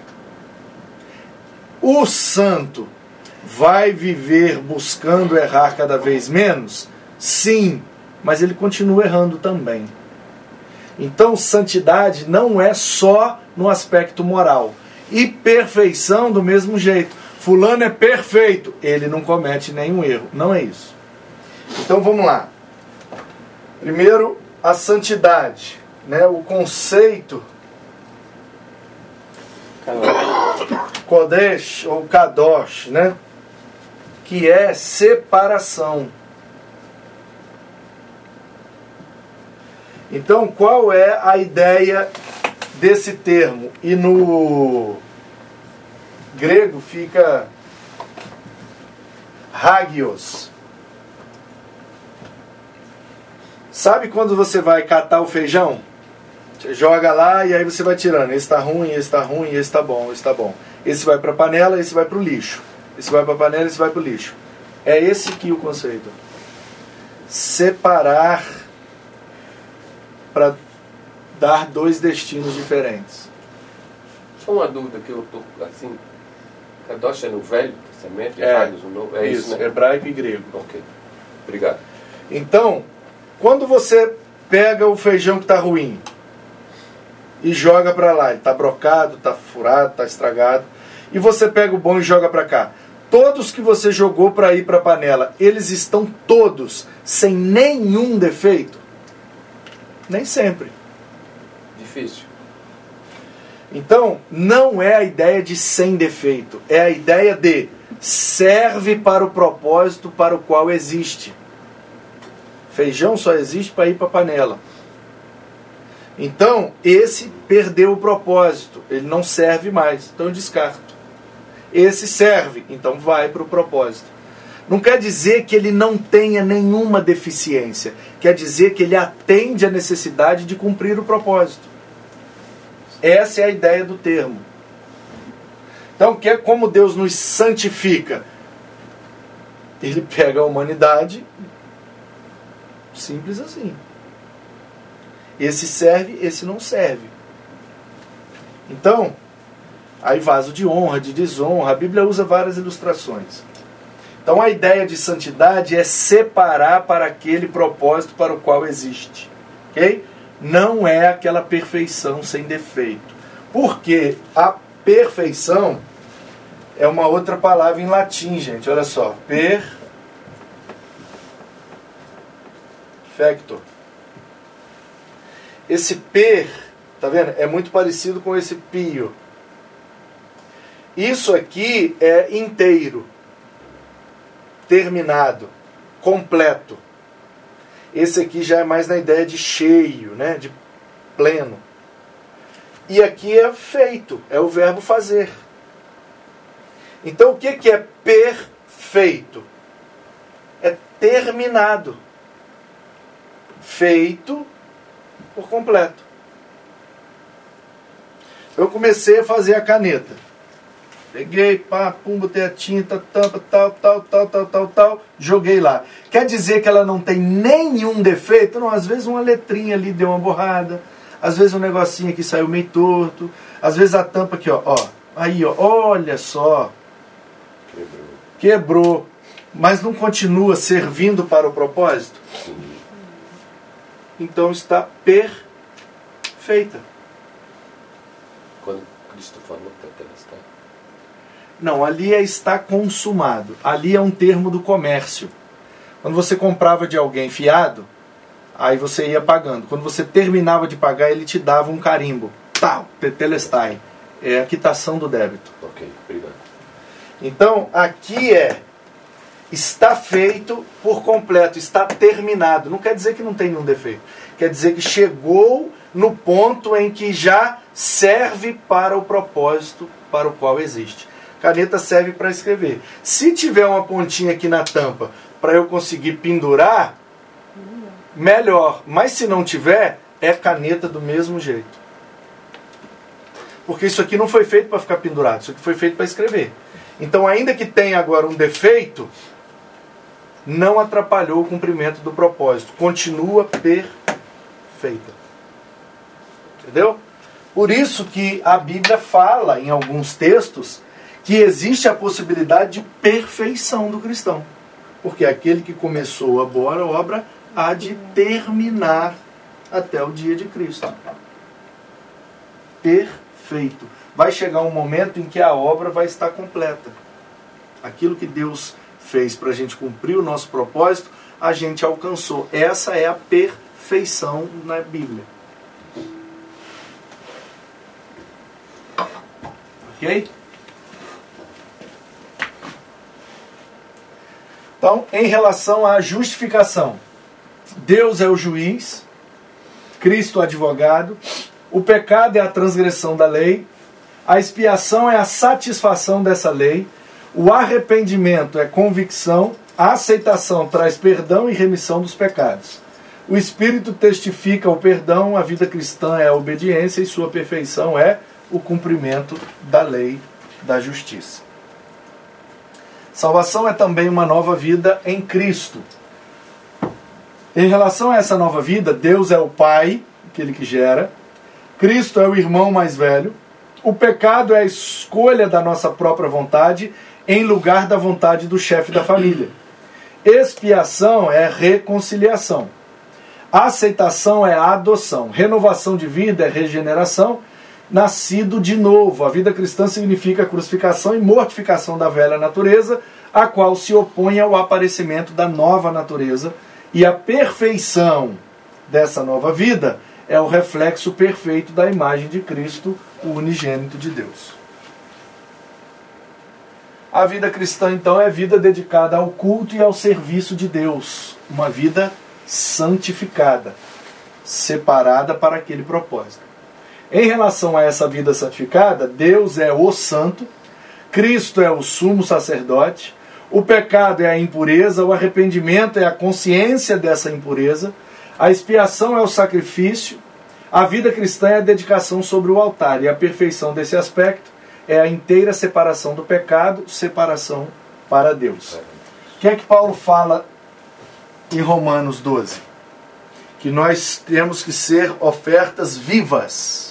O santo vai viver buscando errar cada vez menos? Sim, mas ele continua errando também. Então, santidade não é só no aspecto moral. E perfeição do mesmo jeito. Fulano é perfeito, ele não comete nenhum erro. Não é isso. Então, vamos lá. Primeiro, a santidade, né? O conceito Kodesh ou Kadosh, né? Que é separação. Então, qual é a ideia desse termo? E no grego fica hagios. Sabe quando você vai catar o feijão? Você joga lá e aí você vai tirando. Esse está ruim, esse está ruim, esse está bom, esse está bom. Esse vai para a panela, esse vai para o lixo. Esse vai para a panela, esse vai para o lixo. É esse aqui o conceito. Separar para dar dois destinos diferentes. Só uma dúvida que eu estou assim. Kadosh é no Velho Testamento e no Novo? É isso, né? Hebraico e grego. Ok, obrigado. Então, quando você pega o feijão que está ruim e joga para lá, ele está brocado, está furado, está estragado, e você pega o bom e joga para cá, todos que você jogou para ir para a panela, eles estão todos sem nenhum defeito? Nem sempre. Difícil. Então, não é a ideia de sem defeito, é a ideia de serve para o propósito para o qual existe. Feijão só existe para ir para a panela. Então, esse perdeu o propósito, ele não serve mais, então eu descarto. Esse serve, então vai para o propósito. Não quer dizer que ele não tenha nenhuma deficiência, quer dizer que ele atende à necessidade de cumprir o propósito. Essa é a ideia do termo. Então, que é como Deus nos santifica? Ele pega a humanidade, simples assim. Esse serve, esse não serve. Então, aí vaso de honra, de desonra, a Bíblia usa várias ilustrações. Então a ideia de santidade é separar para aquele propósito para o qual existe. Ok? Não é aquela perfeição sem defeito. Porque a perfeição é uma outra palavra em latim, gente. Olha só. Perfecto. Esse per, tá vendo? É muito parecido com esse pio. Isso aqui é inteiro, terminado, completo. Esse aqui já é mais na ideia de cheio, né? De pleno. E aqui é feito, é o verbo fazer. Então o que é perfeito? É terminado. Feito por completo. Eu comecei a fazer a caneta. Peguei, pá, pum, botei a tinta, tampa, tal, joguei lá. Quer dizer que ela não tem nenhum defeito? Não, às vezes uma letrinha ali deu uma borrada, às vezes um negocinho aqui saiu meio torto, às vezes a tampa aqui, ó, aí, ó, olha só. Quebrou. Mas não continua servindo para o propósito? Sim. Então está perfeita. Quando Cristo falou tetelestai? Não, ali está consumado. Ali é um termo do comércio. Quando você comprava de alguém fiado, aí você ia pagando. Quando você terminava de pagar, ele te dava um carimbo. Tal, tetelestai. É a quitação do débito. Ok, obrigado. Então, aqui está feito por completo, está terminado. Não quer dizer que não tem nenhum defeito. Quer dizer que chegou no ponto em que já serve para o propósito para o qual existe. Caneta serve para escrever. Se tiver uma pontinha aqui na tampa para eu conseguir pendurar, melhor. Mas se não tiver, é caneta do mesmo jeito. Porque isso aqui não foi feito para ficar pendurado, isso aqui foi feito para escrever. Então, ainda que tenha agora um defeito, não atrapalhou o cumprimento do propósito. Continua perfeita. Entendeu? Por isso que a Bíblia fala, em alguns textos, que existe a possibilidade de perfeição do cristão. Porque aquele que começou a boa obra há de terminar até o dia de Cristo. Perfeito. Vai chegar um momento em que a obra vai estar completa. Aquilo que Deus fez para a gente cumprir o nosso propósito, a gente alcançou. Essa é a perfeição na Bíblia. Ok? Então, em relação à justificação, Deus é o juiz, Cristo o advogado, o pecado é a transgressão da lei, a expiação é a satisfação dessa lei, o arrependimento é convicção, a aceitação traz perdão e remissão dos pecados. O Espírito testifica o perdão, a vida cristã é a obediência e sua perfeição é o cumprimento da lei da justiça. Salvação é também uma nova vida em Cristo. Em relação a essa nova vida, Deus é o Pai, aquele que gera. Cristo é o irmão mais velho. O pecado é a escolha da nossa própria vontade em lugar da vontade do chefe da família. Expiação é reconciliação. Aceitação é adoção. Renovação de vida é regeneração. Nascido de novo. A vida cristã significa crucificação e mortificação da velha natureza, a qual se opõe ao aparecimento da nova natureza. E a perfeição dessa nova vida é o reflexo perfeito da imagem de Cristo, o unigênito de Deus. A vida cristã, então, é vida dedicada ao culto e ao serviço de Deus. Uma vida santificada, separada para aquele propósito. Em relação a essa vida santificada, Deus é o santo, Cristo é o sumo sacerdote, o pecado é a impureza, o arrependimento é a consciência dessa impureza, a expiação é o sacrifício, a vida cristã é a dedicação sobre o altar, e a perfeição desse aspecto é a inteira separação do pecado, separação para Deus. O que é que Paulo fala em Romanos 12? Que nós temos que ser ofertas vivas.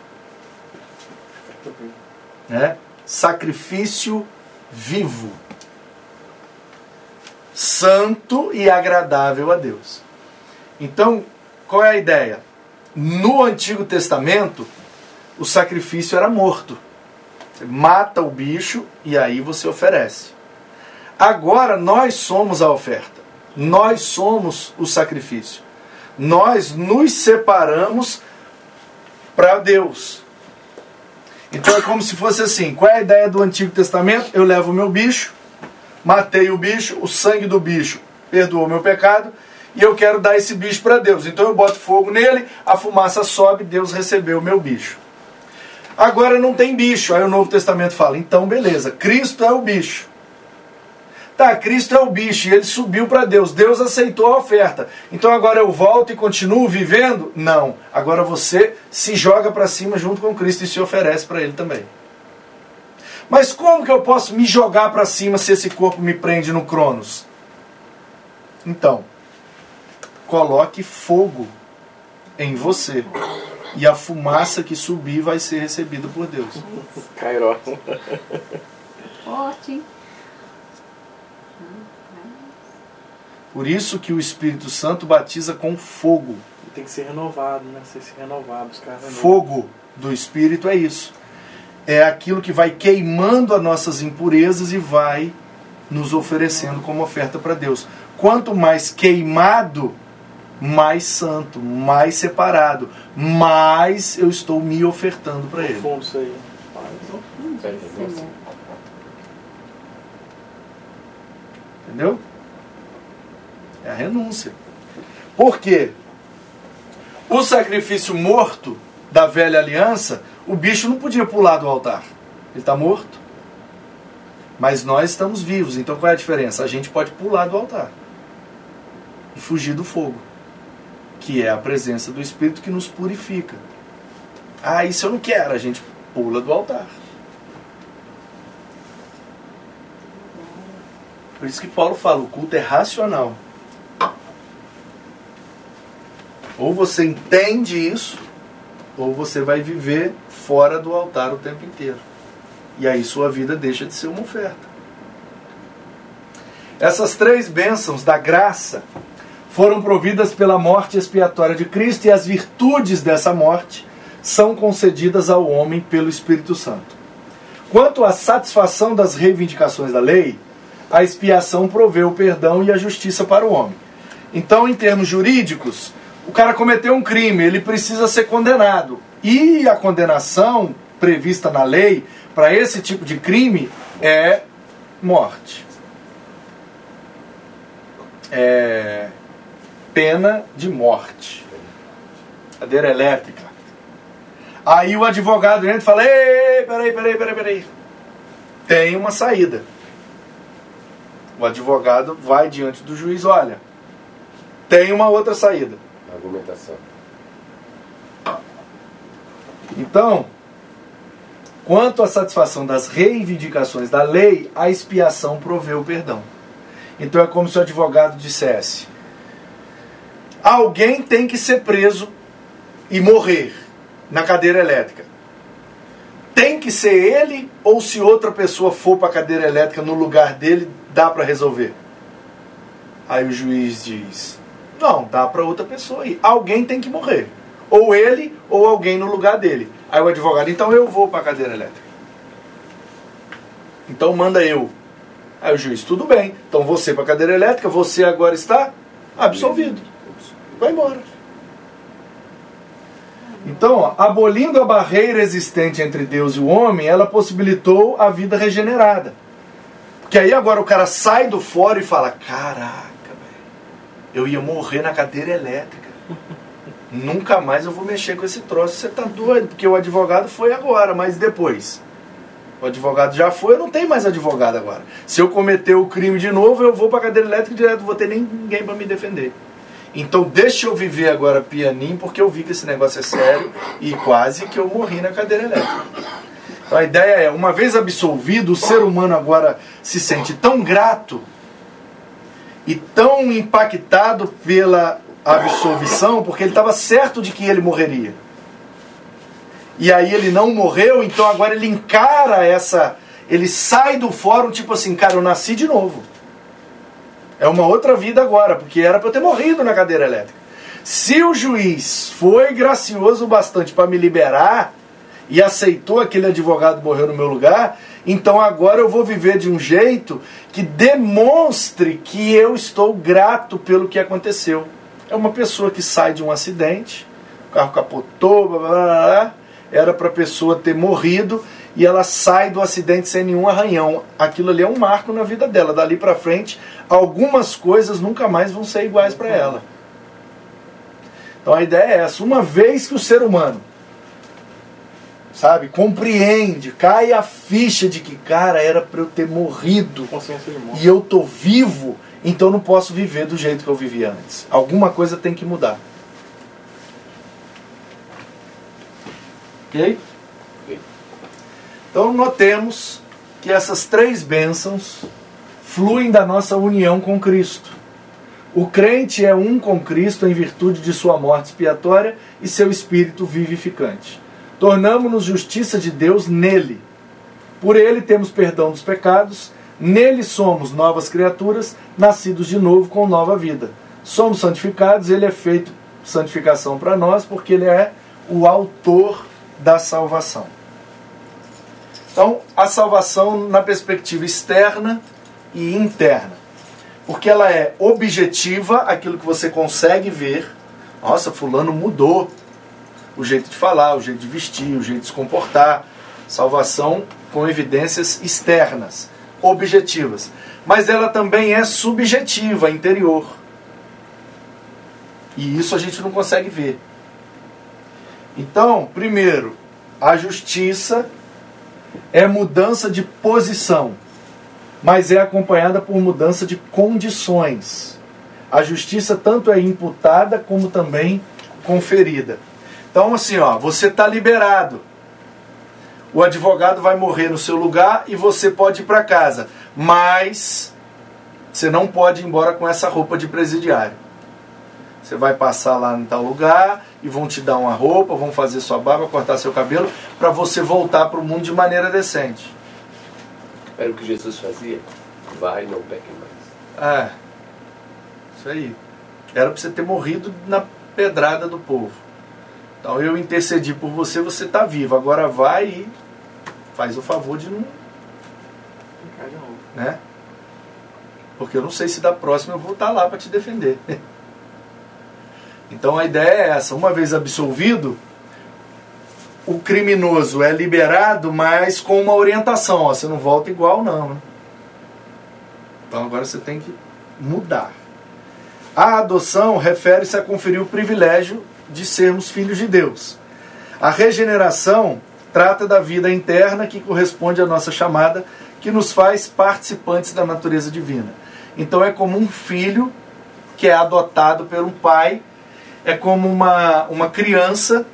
Sacrifício vivo, santo e agradável a Deus. Então, qual é a ideia? No Antigo Testamento, o sacrifício era morto. Você mata o bicho e aí você oferece. Agora nós somos a oferta. Nós somos o sacrifício. Nós nos separamos para Deus. Então é como se fosse assim, qual é a ideia do Antigo Testamento? Eu levo o meu bicho, matei o bicho, o sangue do bicho perdoou o meu pecado, e eu quero dar esse bicho para Deus. Então eu boto fogo nele, a fumaça sobe, Deus recebeu o meu bicho. Agora não tem bicho, aí o Novo Testamento fala, então beleza, Cristo é o bicho. Tá, Cristo é o bicho e ele subiu para Deus. Deus aceitou a oferta. Então agora eu volto e continuo vivendo? Não. Agora você se joga para cima junto com Cristo e se oferece para Ele também. Mas como que eu posso me jogar para cima se esse corpo me prende no Cronos? Então, coloque fogo em você. E a fumaça que subir vai ser recebida por Deus. Cairó. Forte. Por isso que o Espírito Santo batiza com fogo. Tem que ser renovado, né? Se renovar, buscar renovar. Fogo do Espírito é isso. É aquilo que vai queimando as nossas impurezas e vai nos oferecendo como oferta para Deus. Quanto mais queimado, mais santo, mais separado, mais eu estou me ofertando para Ele. Profundo isso aí. Entendeu? É a renúncia. Por quê? O sacrifício morto da velha aliança, o bicho não podia pular do altar. Ele está morto. Mas nós estamos vivos. Então qual é a diferença? A gente pode pular do altar e fugir do fogo, que é a presença do Espírito que nos purifica. Ah, isso eu não quero. A gente pula do altar. Por isso que Paulo fala, o culto é racional. Ou você entende isso, ou você vai viver fora do altar o tempo inteiro. E aí sua vida deixa de ser uma oferta. Essas 3 bênçãos da graça foram providas pela morte expiatória de Cristo, e as virtudes dessa morte são concedidas ao homem pelo Espírito Santo. Quanto à satisfação das reivindicações da lei, a expiação proveu o perdão e a justiça para o homem. Então, em termos jurídicos, o cara cometeu um crime, ele precisa ser condenado. E a condenação prevista na lei para esse tipo de crime é morte. É pena de morte. Cadeira elétrica. Aí o advogado entra e fala, ei, peraí. Tem uma saída. O advogado vai diante do juiz, olha, tem uma outra saída. Argumentação. Então, quanto à satisfação das reivindicações da lei, a expiação proveu o perdão. Então é como se o advogado dissesse, alguém tem que ser preso e morrer na cadeira elétrica. Tem que ser ele, ou se outra pessoa for para a cadeira elétrica no lugar dele, dá para resolver? Aí o juiz diz, não, dá para outra pessoa ir. Alguém tem que morrer. Ou ele, ou alguém no lugar dele. Aí o advogado, então eu vou para a cadeira elétrica. Então manda eu. Aí o juiz, tudo bem. Então você para a cadeira elétrica, você agora está absolvido. Vai embora. Então, abolindo a barreira existente entre Deus e o homem, ela possibilitou a vida regenerada. Porque aí agora o cara sai do fora e fala, caraca, eu ia morrer na cadeira elétrica. Nunca mais eu vou mexer com esse troço. Você tá doido? Porque o advogado foi agora, mas depois. O advogado já foi, eu não tenho mais advogado agora. Se eu cometer o crime de novo, eu vou para a cadeira elétrica e direto, não vou ter ninguém para me defender. Então deixa eu viver agora pianinho, porque eu vi que esse negócio é sério e quase que eu morri na cadeira elétrica. Então a ideia é, uma vez absolvido, o ser humano agora se sente tão grato e tão impactado pela absolvição, porque ele estava certo de que ele morreria. E aí ele não morreu, então agora ele encara essa... Ele sai do fórum tipo assim, cara, eu nasci de novo. É uma outra vida agora, porque era para eu ter morrido na cadeira elétrica. Se o juiz foi gracioso bastante para me liberar e aceitou aquele advogado que morreu no meu lugar, então agora eu vou viver de um jeito que demonstre que eu estou grato pelo que aconteceu. É uma pessoa que sai de um acidente, o carro capotou, blá, blá, blá, era para a pessoa ter morrido e ela sai do acidente sem nenhum arranhão. Aquilo ali é um marco na vida dela. Dali para frente, algumas coisas nunca mais vão ser iguais para ela. Então a ideia é essa. Uma vez que o ser humano, sabe, compreende, cai a ficha de que, cara, era para eu ter morrido e eu tô vivo, então não posso viver do jeito que eu vivia antes. Alguma coisa tem que mudar. Ok? Então notemos que essas 3 bênçãos fluem da nossa união com Cristo. O crente é um com Cristo em virtude de sua morte expiatória e seu espírito vivificante. Tornamo-nos justiça de Deus nele. Por ele temos perdão dos pecados, nele somos novas criaturas, nascidos de novo com nova vida. Somos santificados, ele é feito santificação para nós, porque ele é o autor da salvação. Então, a salvação na perspectiva externa e interna. Porque ela é objetiva, aquilo que você consegue ver. Nossa, fulano mudou o jeito de falar, o jeito de vestir, o jeito de se comportar. Salvação com evidências externas, objetivas. Mas ela também é subjetiva, interior. E isso a gente não consegue ver. Então, primeiro, a justiça é mudança de posição, mas é acompanhada por mudança de condições. A justiça tanto é imputada como também conferida. Então assim, você está liberado. O advogado vai morrer no seu lugar e você pode ir para casa. Mas você não pode ir embora com essa roupa de presidiário. Você vai passar lá em tal lugar e vão te dar uma roupa, vão fazer sua barba, cortar seu cabelo, para você voltar para o mundo de maneira decente. Era o que Jesus fazia. Vai, não peque mais. Isso aí. Era para você ter morrido na pedrada do povo. Então eu intercedi por você, você está vivo. Agora vai e faz o favor de não... né? Porque eu não sei se da próxima eu vou estar lá para te defender. Então a ideia é essa. Uma vez absolvido, o criminoso é liberado, mas com uma orientação. Você não volta igual não, né? Então agora você tem que mudar. A adoção refere-se a conferir o privilégio de sermos filhos de Deus. A regeneração trata da vida interna que corresponde à nossa chamada, que nos faz participantes da natureza divina. Então é como um filho que é adotado por um pai, é como uma criança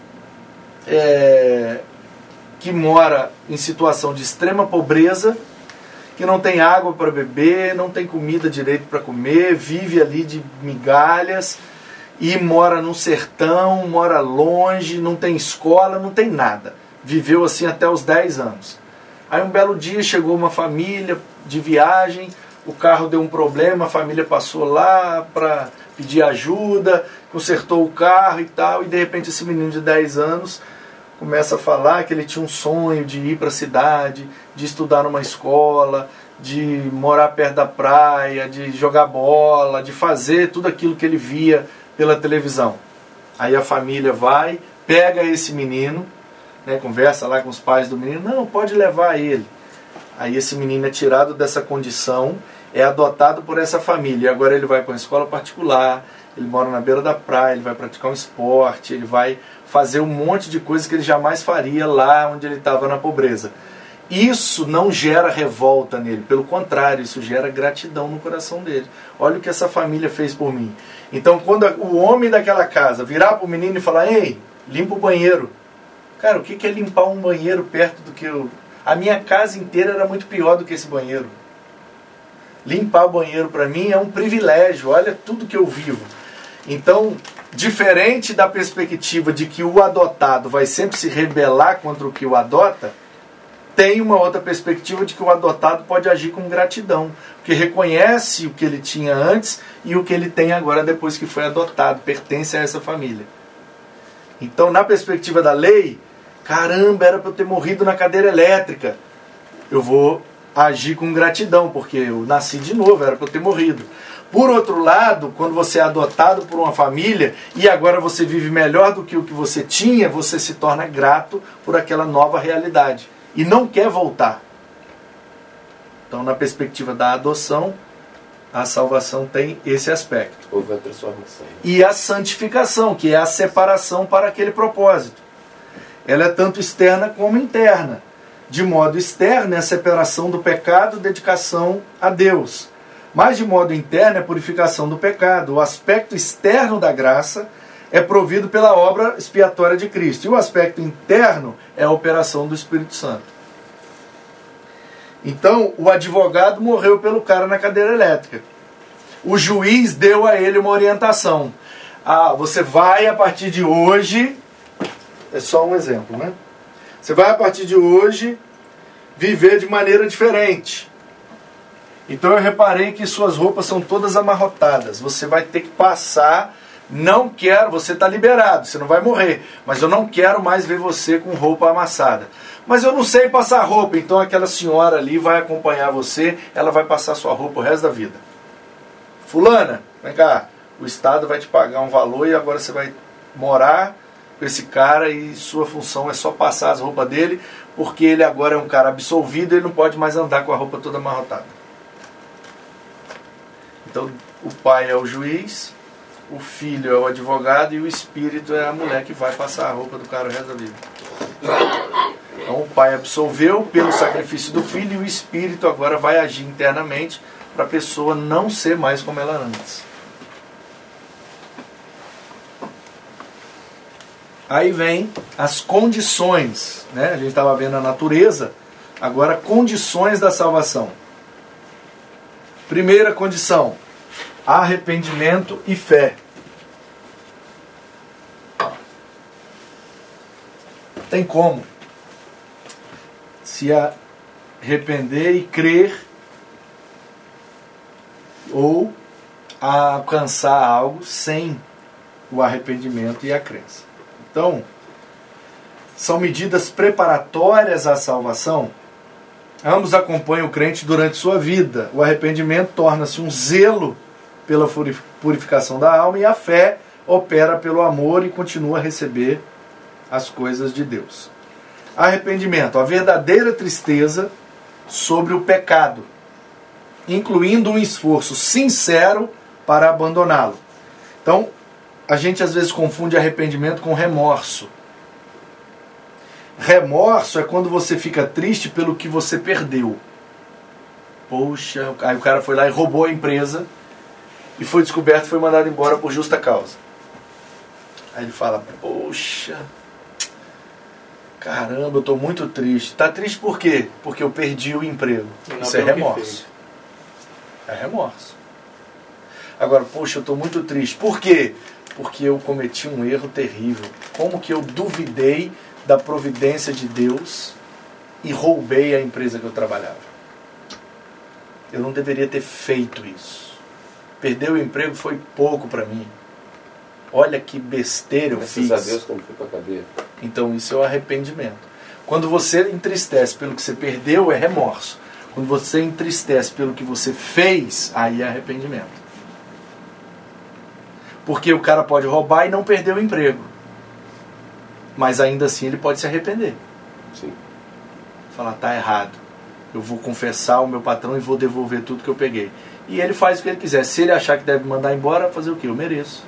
que mora em situação de extrema pobreza, que não tem água para beber, não tem comida direito para comer, vive ali de migalhas e mora no sertão, mora longe, não tem escola, não tem nada. Viveu assim até os 10 anos. Aí um belo dia chegou uma família de viagem, o carro deu um problema, a família passou lá para pedir ajuda, consertou o carro e tal, e de repente esse menino de 10 anos começa a falar que ele tinha um sonho de ir para a cidade, de estudar numa escola, de morar perto da praia, de jogar bola, de fazer tudo aquilo que ele via pela televisão. Aí a família vai, pega esse menino, né, conversa lá com os pais do menino, não, pode levar ele. Aí esse menino é tirado dessa condição, é adotado por essa família, e agora ele vai para uma escola particular, ele mora na beira da praia, ele vai praticar um esporte, ele vai fazer um monte de coisas que ele jamais faria lá onde ele estava na pobreza. Isso não gera revolta nele, pelo contrário, isso gera gratidão no coração dele. Olha o que essa família fez por mim. Então quando o homem daquela casa virar para o menino e falar, ei, limpa o banheiro. Cara, o que é limpar um banheiro perto do que eu... A minha casa inteira era muito pior do que esse banheiro. Limpar o banheiro para mim é um privilégio, olha tudo que eu vivo. Então, diferente da perspectiva de que o adotado vai sempre se rebelar contra o que o adota, tem uma outra perspectiva de que o adotado pode agir com gratidão, porque reconhece o que ele tinha antes e o que ele tem agora depois que foi adotado, pertence a essa família. Então, na perspectiva da lei, caramba, era para eu ter morrido na cadeira elétrica. Eu vou agir com gratidão, porque eu nasci de novo, era para eu ter morrido. Por outro lado, quando você é adotado por uma família e agora você vive melhor do que o que você tinha, você se torna grato por aquela nova realidade e não quer voltar. Então, na perspectiva da adoção, a salvação tem esse aspecto. Houve a transformação. E a santificação, que é a separação para aquele propósito. Ela é tanto externa como interna. De modo externo, é a separação do pecado, dedicação a Deus. Mas de modo interno, é a purificação do pecado. O aspecto externo da graça é provido pela obra expiatória de Cristo. E o aspecto interno é a operação do Espírito Santo. Então, o advogado morreu pelo cara na cadeira elétrica. O juiz deu a ele uma orientação. Você vai a partir de hoje... É só um exemplo, né? Você vai a partir de hoje viver de maneira diferente. Então eu reparei que suas roupas são todas amarrotadas. Você vai ter que passar. Não quero, você está liberado, você não vai morrer. Mas eu não quero mais ver você com roupa amassada. Mas eu não sei passar roupa. Então aquela senhora ali vai acompanhar você. Ela vai passar sua roupa o resto da vida. Fulana, vem cá. O Estado vai te pagar um valor e agora você vai morar com esse cara e sua função é só passar as roupas dele, porque ele agora é um cara absolvido e ele não pode mais andar com a roupa toda amarrotada. Então o pai é o juiz, o filho é o advogado e o espírito é a mulher que vai passar a roupa do cara o resto da vida. Então o pai absolveu pelo sacrifício do filho e o espírito agora vai agir internamente para a pessoa não ser mais como ela era antes. Aí vem as condições, né? A gente estava vendo a natureza, agora condições da salvação. Primeira condição, arrependimento e fé. Tem como se arrepender e crer ou alcançar algo sem o arrependimento e a crença. Então, são medidas preparatórias à salvação. Ambos acompanham o crente durante sua vida. O arrependimento torna-se um zelo pela purificação da alma e a fé opera pelo amor e continua a receber as coisas de Deus. Arrependimento, a verdadeira tristeza sobre o pecado, incluindo um esforço sincero para abandoná-lo. Então, a gente às vezes confunde arrependimento com remorso. Remorso é quando você fica triste pelo que você perdeu. Poxa, aí o cara foi lá e roubou a empresa e foi descoberto e foi mandado embora por justa causa. Aí ele fala, poxa, caramba, eu estou muito triste. Está triste por quê? Porque eu perdi o emprego. Isso é remorso. É remorso. Agora, poxa, eu estou muito triste. Por quê? Porque eu cometi um erro terrível. Como que eu duvidei da providência de Deus e roubei a empresa que eu trabalhava? Eu não deveria ter feito isso. Perder o emprego foi pouco para mim. Olha que besteira eu fiz. Graças a Deus que eu não fui para a cadeia. Então isso é o arrependimento. Quando você entristece pelo que você perdeu, é remorso. Quando você entristece pelo que você fez, aí é arrependimento. Porque o cara pode roubar e não perder o emprego. Mas ainda assim ele pode se arrepender. Sim. Falar, tá errado. Eu vou confessar ao meu patrão e vou devolver tudo que eu peguei. E ele faz o que ele quiser. Se ele achar que deve mandar embora, fazer o quê? Eu mereço.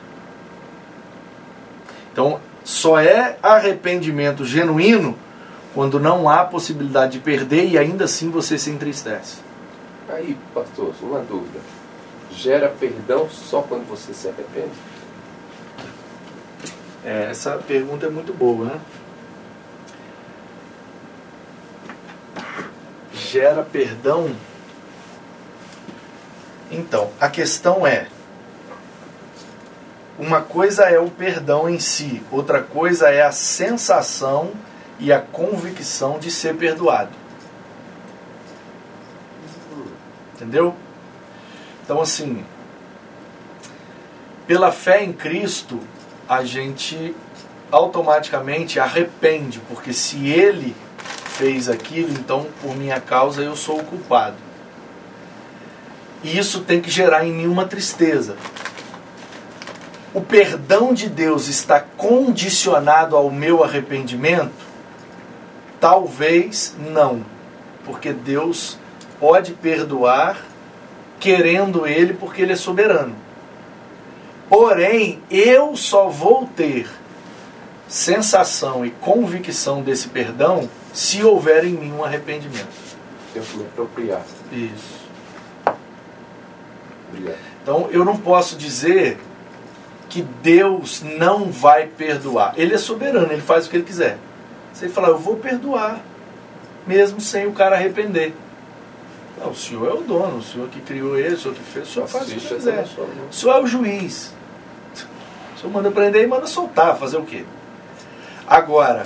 Então, só é arrependimento genuíno quando não há possibilidade de perder e ainda assim você se entristece. Aí, pastor, uma dúvida. Gera perdão só quando você se arrepende? Essa pergunta é muito boa, né? Gera perdão? Então, a questão é, uma coisa é o perdão em si, outra coisa é a sensação e a convicção de ser perdoado. Entendeu? Então, assim, pela fé em Cristo, a gente automaticamente arrepende, porque se Ele fez aquilo, então por minha causa eu sou o culpado. E isso tem que gerar em mim uma tristeza. O perdão de Deus está condicionado ao meu arrependimento? Talvez não. Porque Deus pode perdoar querendo Ele, porque Ele é soberano. Porém, eu só vou ter sensação e convicção desse perdão se houver em mim um arrependimento. Eu me apropriar. Isso. Obrigado. Então, eu não posso dizer que Deus não vai perdoar. Ele é soberano, Ele faz o que Ele quiser. Você falar, eu vou perdoar, mesmo sem o cara arrepender. Não, o Senhor é o dono, o Senhor que criou ele, o Senhor que fez, o Senhor faz o que quiser. O Senhor é o juiz. O Senhor manda prender e manda soltar, fazer o quê? Agora,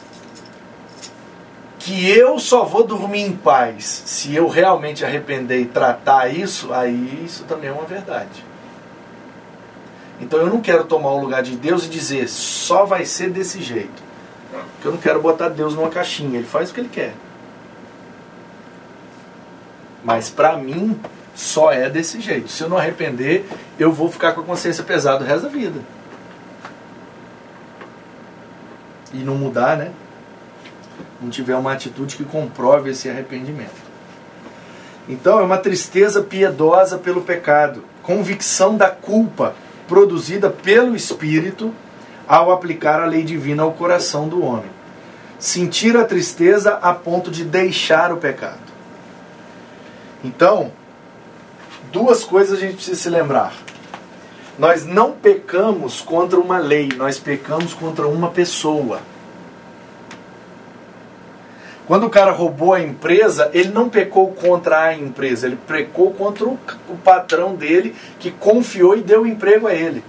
que eu só vou dormir em paz se eu realmente arrepender e tratar isso, aí isso também é uma verdade. Então eu não quero tomar o lugar de Deus e dizer, só vai ser desse jeito. Porque eu não quero botar Deus numa caixinha, Ele faz o que Ele quer. Mas para mim, só é desse jeito. Se eu não arrepender, eu vou ficar com a consciência pesada o resto da vida. E não mudar, né? Não tiver uma atitude que comprove esse arrependimento. Então é uma tristeza piedosa pelo pecado. Convicção da culpa produzida pelo Espírito ao aplicar a lei divina ao coração do homem. Sentir a tristeza a ponto de deixar o pecado. Então, duas coisas a gente precisa se lembrar. Nós não pecamos contra uma lei, nós pecamos contra uma pessoa. Quando o cara roubou a empresa, ele não pecou contra a empresa, ele pecou contra o patrão dele que confiou e deu emprego a ele.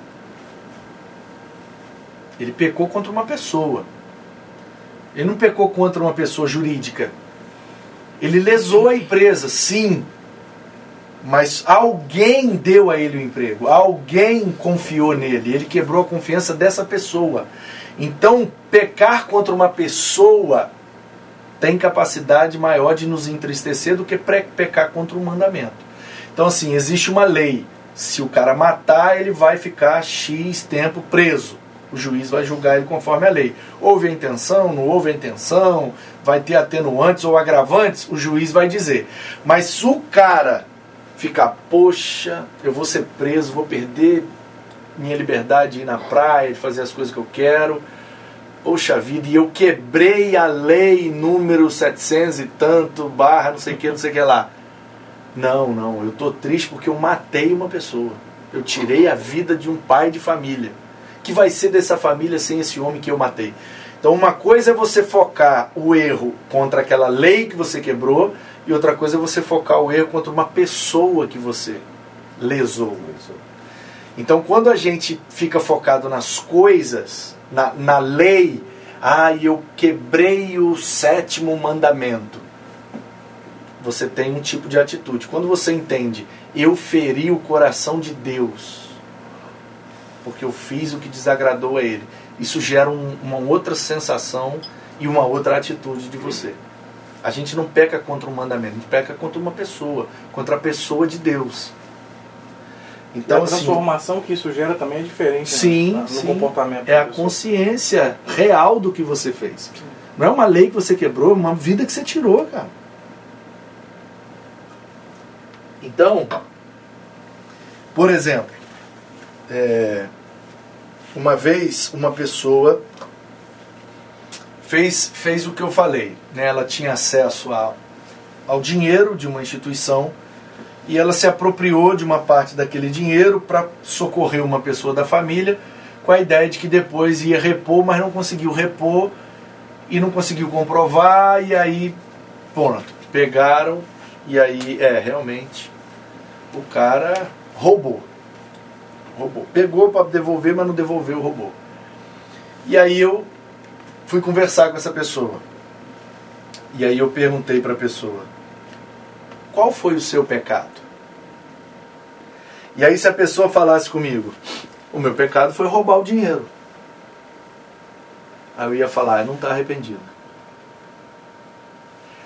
Ele pecou contra uma pessoa. Ele não pecou contra uma pessoa jurídica. Ele lesou a empresa, sim. Mas alguém deu a ele o emprego. Alguém confiou nele. Ele quebrou a confiança dessa pessoa. Então, pecar contra uma pessoa tem capacidade maior de nos entristecer do que pecar contra um mandamento. Então, assim, existe uma lei. Se o cara matar, ele vai ficar X tempo preso. O juiz vai julgar ele conforme a lei. Houve a intenção, não houve a intenção, vai ter atenuantes ou agravantes, o juiz vai dizer. Mas se o cara ficar, poxa, eu vou ser preso, vou perder minha liberdade de ir na praia, de fazer as coisas que eu quero, poxa vida, e eu quebrei a lei número 700 e tanto, barra, não sei o que lá. Não, eu estou triste porque eu matei uma pessoa. Eu tirei a vida de um pai de família. Que vai ser dessa família sem esse homem que eu matei? Então uma coisa é você focar o erro contra aquela lei que você quebrou, e outra coisa é você focar o erro contra uma pessoa que você lesou. Então quando a gente fica focado nas coisas, na lei, eu quebrei o 7º mandamento, você tem um tipo de atitude. Quando você entende, eu feri o coração de Deus, porque eu fiz o que desagradou a Ele, isso gera uma outra sensação e uma outra atitude de você. A gente não peca contra um mandamento, a gente peca contra uma pessoa, contra a pessoa de Deus. Então, e a transformação que isso gera também é diferente, sim, né? No comportamento. É a consciência real do que você fez. Sim. Não é uma lei que você quebrou, é uma vida que você tirou, cara. Então, por exemplo, uma vez uma pessoa fez o que eu falei, né? Ela tinha acesso ao dinheiro de uma instituição e ela se apropriou de uma parte daquele dinheiro para socorrer uma pessoa da família, com a ideia de que depois ia repor, mas não conseguiu repor e não conseguiu comprovar, e aí pronto, pegaram, e aí realmente o cara roubou. Pegou para devolver, mas não devolveu, roubou. E aí eu fui conversar com essa pessoa. E aí eu perguntei para a pessoa, qual foi o seu pecado? E aí se a pessoa falasse comigo, o meu pecado foi roubar o dinheiro. Aí eu ia falar, não está arrependido.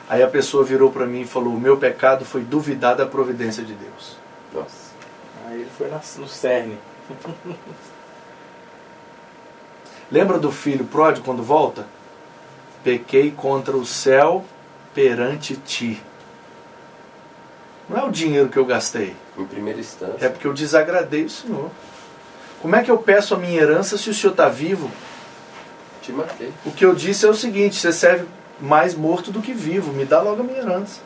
Aí a pessoa virou para mim e falou: o meu pecado foi duvidar da providência de Deus. Nossa. Aí ele foi no cerne. Lembra do filho pródigo quando volta? Pequei contra o céu perante ti. Não é o dinheiro que eu gastei. Em primeira instância. É porque eu desagradei o Senhor. Como é que eu peço a minha herança se o Senhor está vivo? Te matei. O que eu disse é o seguinte: você serve mais morto do que vivo. Me dá logo a minha herança.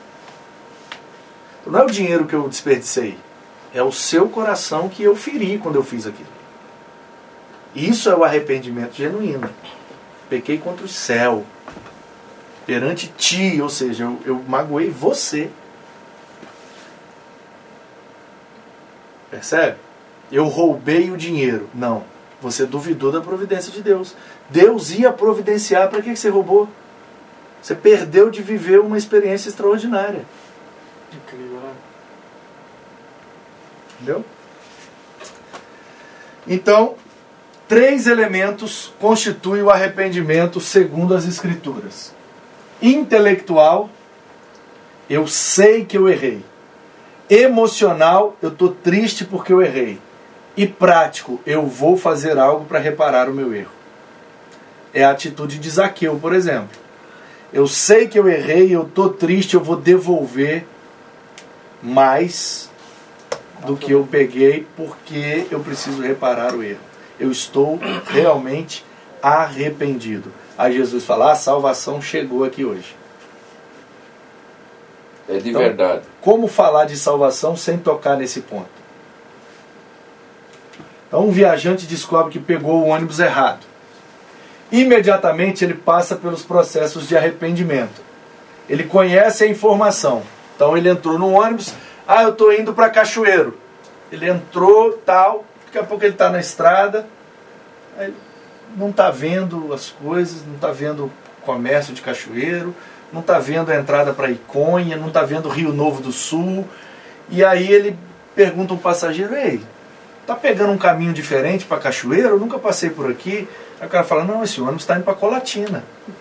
Não é o dinheiro que eu desperdicei. É o seu coração que eu feri quando eu fiz aquilo. Isso é o arrependimento genuíno. Pequei contra o céu perante ti, ou seja, eu magoei você. Percebe? Eu roubei o dinheiro. Não. Você duvidou da providência de Deus. Deus ia providenciar. Para que você roubou? Você perdeu de viver uma experiência extraordinária. Incrível, né? Entendeu? Então, 3 elementos constituem o arrependimento segundo as Escrituras. Intelectual, eu sei que eu errei. Emocional, eu estou triste porque eu errei. E prático, eu vou fazer algo para reparar o meu erro. É a atitude de Zaqueu, por exemplo. Eu sei que eu errei, eu estou triste, eu vou devolver mais do que eu peguei porque eu preciso reparar o erro. Eu estou realmente arrependido. Aí Jesus fala: a salvação chegou aqui hoje. É de verdade. Como falar de salvação sem tocar nesse ponto? Então um viajante descobre que pegou o ônibus errado. Imediatamente ele passa pelos processos de arrependimento. Ele conhece a informação. Então ele entrou no ônibus: eu estou indo para Cachoeiro. Ele entrou, tal, daqui a pouco ele está na estrada, aí não está vendo as coisas, não está vendo o comércio de Cachoeiro, não está vendo a entrada para Iconha, não está vendo Rio Novo do Sul. E aí ele pergunta ao passageiro: ei, tá pegando um caminho diferente para Cachoeiro? Eu nunca passei por aqui. Aí o cara fala: não, esse ônibus está indo para Colatina.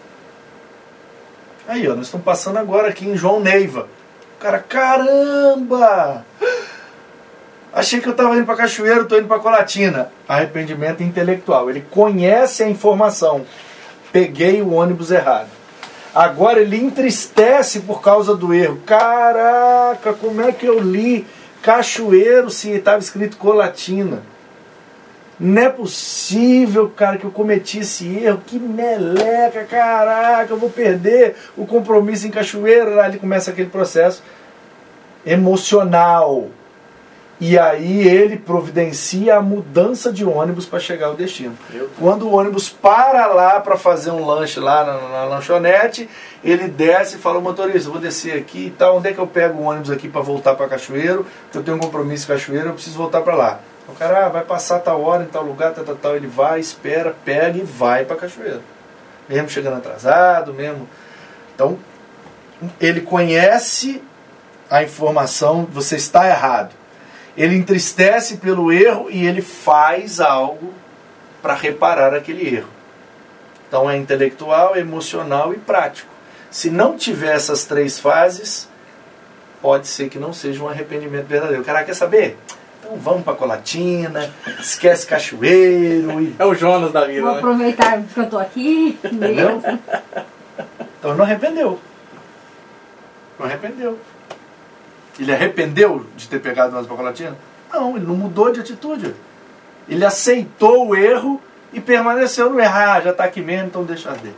Aí, nós estamos passando agora aqui em João Neiva. O cara: caramba! Achei que eu estava indo para Cachoeiro, estou indo para Colatina. Arrependimento intelectual. Ele conhece a informação. Peguei o ônibus errado. Agora ele entristece por causa do erro. Caraca, como é que eu li Cachoeiro se estava escrito Colatina? Não é possível, cara, que eu cometi esse erro. Que meleca, caraca, eu vou perder o compromisso em Cachoeiro. Ali começa aquele processo emocional. E aí ele providencia a mudança de ônibus para chegar ao destino. Quando o ônibus para lá para fazer um lanche lá na lanchonete, ele desce e fala: motorista, eu vou descer aqui e tal, onde é que eu pego o ônibus aqui para voltar para Cachoeiro? Porque eu tenho um compromisso em Cachoeiro, eu preciso voltar para lá. O cara: vai passar tal hora em tal lugar, tal. Ele vai, espera, pega e vai para Cachoeiro. Mesmo chegando atrasado, mesmo. Então, ele conhece a informação: você está errado. Ele entristece pelo erro e ele faz algo para reparar aquele erro. Então é intelectual, emocional e prático. Se não tiver essas 3 fases, pode ser que não seja um arrependimento verdadeiro. O cara quer saber? Então vamos para Colatina, esquece Cachoeiro. E... é o Jonas da vida, vou né? aproveitar que eu estou aqui. Entendeu? Então não arrependeu. Não arrependeu. Ele arrependeu de ter pegado nós para Colatina? Não, ele não mudou de atitude. Ele aceitou o erro e permaneceu no erro. Já está aqui mesmo, então deixa dele.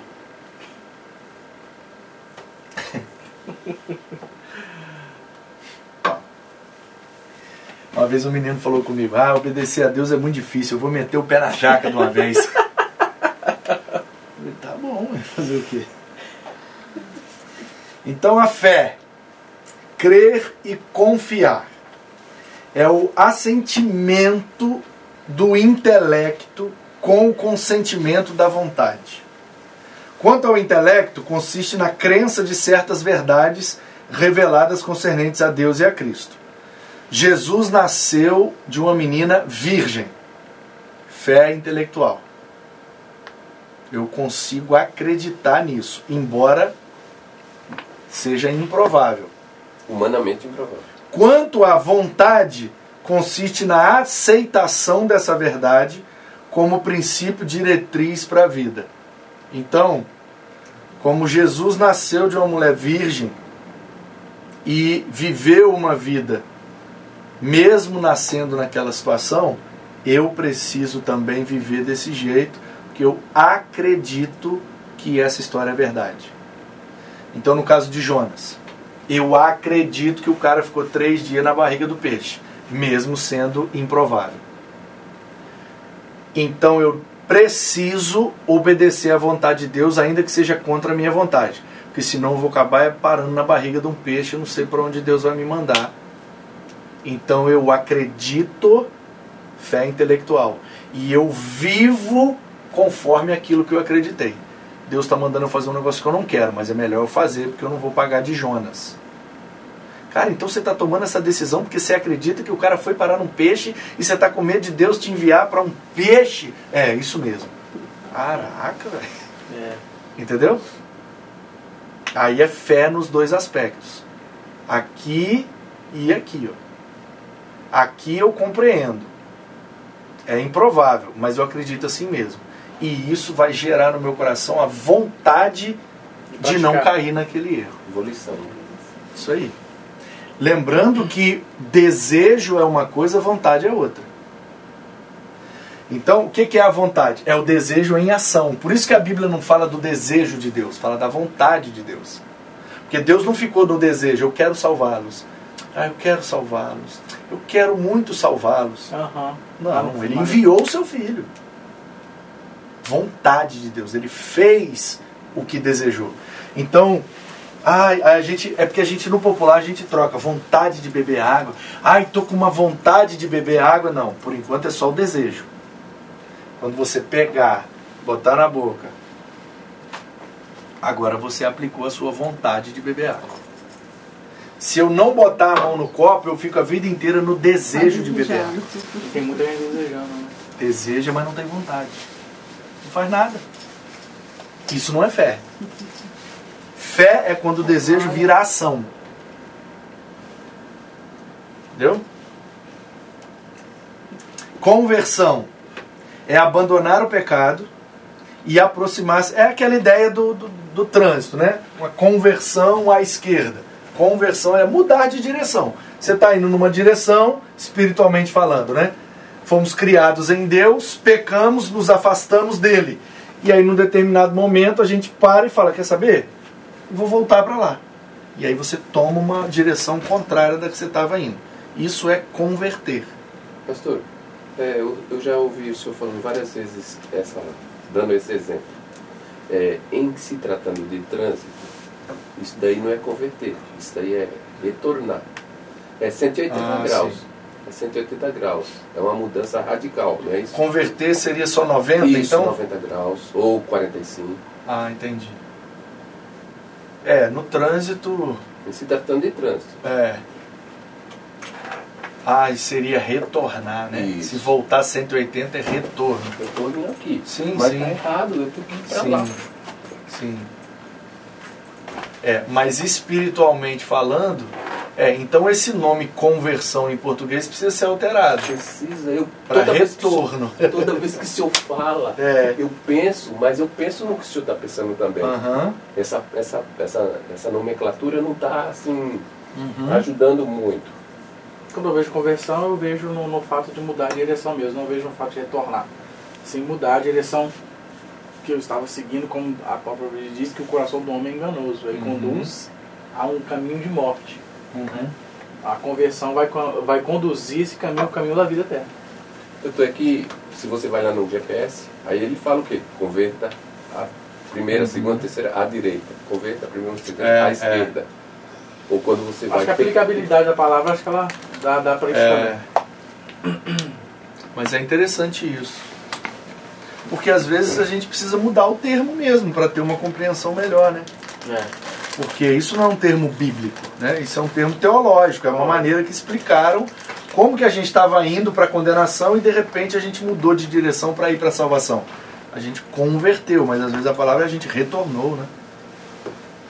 Uma vez um menino falou comigo: obedecer a Deus é muito difícil, eu vou meter o pé na jaca de uma vez. Eu falei: tá bom, vai fazer o quê? Então a fé, crer e confiar, é o assentimento do intelecto com o consentimento da vontade. Quanto ao intelecto, consiste na crença de certas verdades reveladas concernentes a Deus e a Cristo. Jesus nasceu de uma menina virgem. Fé intelectual. Eu consigo acreditar nisso, embora seja improvável. Humanamente improvável. Quanto à vontade, consiste na aceitação dessa verdade como princípio diretriz para a vida. Então, como Jesus nasceu de uma mulher virgem e viveu uma vida, mesmo nascendo naquela situação, eu preciso também viver desse jeito, porque eu acredito que essa história é verdade. Então, no caso de Jonas, eu acredito que o cara ficou 3 dias na barriga do peixe, mesmo sendo improvável. Então eu preciso obedecer à vontade de Deus, ainda que seja contra a minha vontade. Porque senão eu vou acabar parando na barriga de um peixe, eu não sei para onde Deus vai me mandar. Então eu acredito, fé intelectual, e eu vivo conforme aquilo que eu acreditei. Deus está mandando eu fazer um negócio que eu não quero, mas é melhor eu fazer, porque eu não vou pagar de Jonas. Cara, então você está tomando essa decisão porque você acredita que o cara foi parar num peixe e você está com medo de Deus te enviar para um peixe? É, isso mesmo. Caraca, velho. Entendeu? Aí é fé nos 2 aspectos. Aqui e aqui, ó. Aqui eu compreendo. É improvável, mas eu acredito assim mesmo. E isso vai gerar no meu coração a vontade de não cair naquele erro. Evolução. Isso aí. Lembrando que desejo é uma coisa, vontade é outra. Então, o que é a vontade? É o desejo em ação. Por isso que a Bíblia não fala do desejo de Deus, fala da vontade de Deus. Porque Deus não ficou no desejo, eu quero salvá-los. Ah, eu quero salvá-los. Eu quero muito salvá-los. Não, ele enviou o seu filho. Vontade de Deus. Ele fez o que desejou. Então, é porque a gente no popular a gente troca vontade de beber água. Tô com uma vontade de beber água. Não, por enquanto é só o desejo. Quando você pegar, botar na boca, agora você aplicou a sua vontade de beber água. Se eu não botar a mão no copo, eu fico a vida inteira no desejo de beber água. Tem muita gente desejando, né? Deseja, mas não tem vontade. Não faz nada. Isso não é fé. Fé é quando o desejo vira ação. Entendeu? Conversão é abandonar o pecado e aproximar-se. É aquela ideia do trânsito, né? Uma conversão à esquerda. Conversão é mudar de direção. Você está indo numa direção, espiritualmente falando, né? Fomos criados em Deus, pecamos, nos afastamos dele. E aí, num determinado momento, a gente para e fala, quer saber? Vou voltar para lá. E aí você toma uma direção contrária da que você estava indo. Isso é converter. Pastor, eu já ouvi o senhor falando várias vezes, dando esse exemplo. Em se tratando de trânsito, isso daí não é converter, isso daí é retornar. É 180 graus. Sim. É 180 graus. É uma mudança radical, não é isso? Converter seria só 90, isso, então? 90 graus ou 45. Entendi. No trânsito... Em se tratando de trânsito. Seria retornar, né? Isso. Se voltar 180 é retorno. Retorno aqui. Sim, mas sim. tá errado, eu tenho que ir pra lá. Sim. Mas espiritualmente falando, então esse nome conversão em português precisa ser alterado. Precisa, para retorno. Toda vez que o senhor fala, eu penso, mas eu penso no que o senhor está pensando também. Essa nomenclatura não está assim, ajudando muito. Quando eu vejo conversão, eu vejo no fato de mudar a direção mesmo, não vejo no fato de retornar. Sim, mudar a direção que eu estava seguindo, como a própria Bíblia diz, que o coração do homem é enganoso. Ele conduz a um caminho de morte. Né? A conversão vai conduzir esse caminho, o caminho da vida eterna. Tanto é que, se você vai lá no GPS, aí ele fala o quê? Converta a primeira, segunda, terceira à direita. Converta a primeira, segunda à esquerda. Ou quando você vai... Acho que a aplicabilidade da palavra, acho que ela dá para isso também. Mas é interessante isso. Porque às vezes a gente precisa mudar o termo mesmo para ter uma compreensão melhor, né? Porque isso não é um termo bíblico, né? Isso é um termo teológico, é uma maneira que explicaram como que a gente estava indo para a condenação e de repente a gente mudou de direção para ir para a salvação. A gente converteu, mas às vezes a palavra a gente retornou, né?